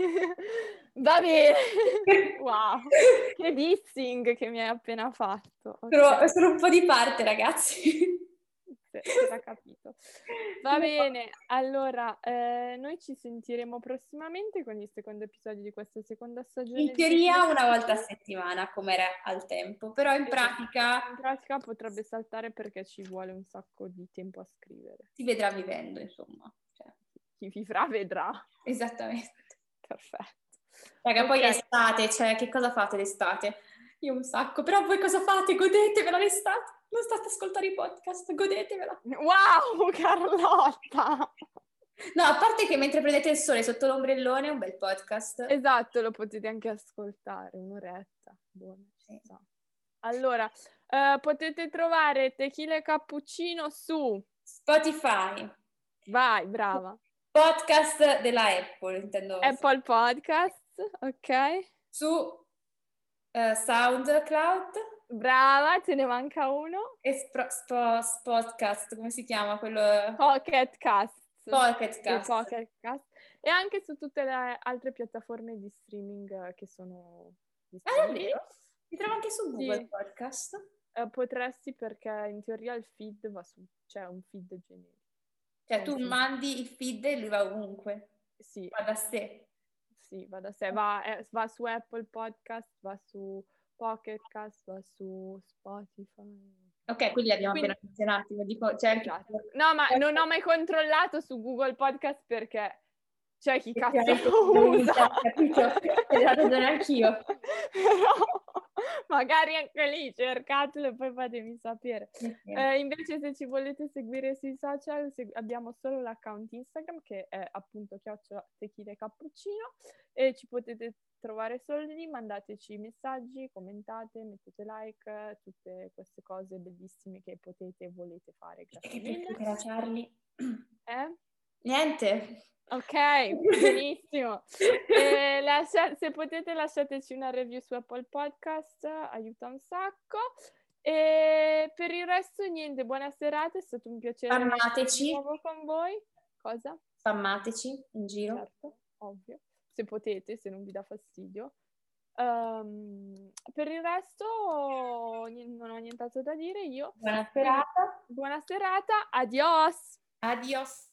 Va bene. Wow. Che dissing che mi hai appena fatto. Okay. Sono un po' di parte, ragazzi. Si era capito. Va bene, allora noi ci sentiremo prossimamente con il secondo episodio di questa seconda stagione. In teoria una volta a settimana, come era al tempo, però in pratica potrebbe saltare perché ci vuole un sacco di tempo a scrivere. Si vedrà vivendo, insomma. Cioè. Chi vivrà vedrà. Esattamente. Perfetto. Raga, poi è estate, cioè che cosa fate l'estate? Io un sacco, però voi cosa fate? Godetevela l'estate. Non state a ascoltare i podcast, godetevela. Wow, Carlotta! No, a parte che mentre prendete il sole sotto l'ombrellone è un bel podcast. Esatto, lo potete anche ascoltare, un'oretta. Buono, ci sta. Allora, potete trovare Tequila e Cappuccino su Spotify. Vai, brava. Podcast della Apple, intendo. Apple Podcast, ok. Su SoundCloud. Brava, ce ne manca uno. E Spotcast, come si chiama quello? Pocket Cast. Pocket Cast. E anche su tutte le altre piattaforme di streaming che sono disponibili. Si trova anche su Google Podcast? Potresti, perché in teoria il feed va su, c'è un feed generico. Cioè tu mandi il feed e lui va ovunque? Sì. Va da sé? Sì, va da sé. Va su Apple Podcast, va su Pocket Cast, va su Spotify. Ok, quindi li abbiamo appena menzionati. Esatto. No, ma non ho mai controllato su Google Podcast perché c'è chi cazzo lo usa. Capito? L'ho ragione anch'io. Però magari anche lì cercatelo e poi fatemi sapere. Invece se ci volete seguire sui social abbiamo solo l'account Instagram che è appunto @tequila-cappuccino e ci potete trovare solo lì, mandateci messaggi, commentate, mettete like, tutte queste cose bellissime che potete e volete fare. Grazie mille. Charlie. Niente. Ok, benissimo. Se potete lasciateci una review su Apple Podcast, aiuta un sacco. E per il resto niente, buona serata, è stato un piacere Spammateci di nuovo con voi. Cosa? Spammateci in giro. Certo, ovvio. Se potete, se non vi dà fastidio. Per il resto non ho nient'altro da dire io. Buona serata. Buona serata, adios! Adios.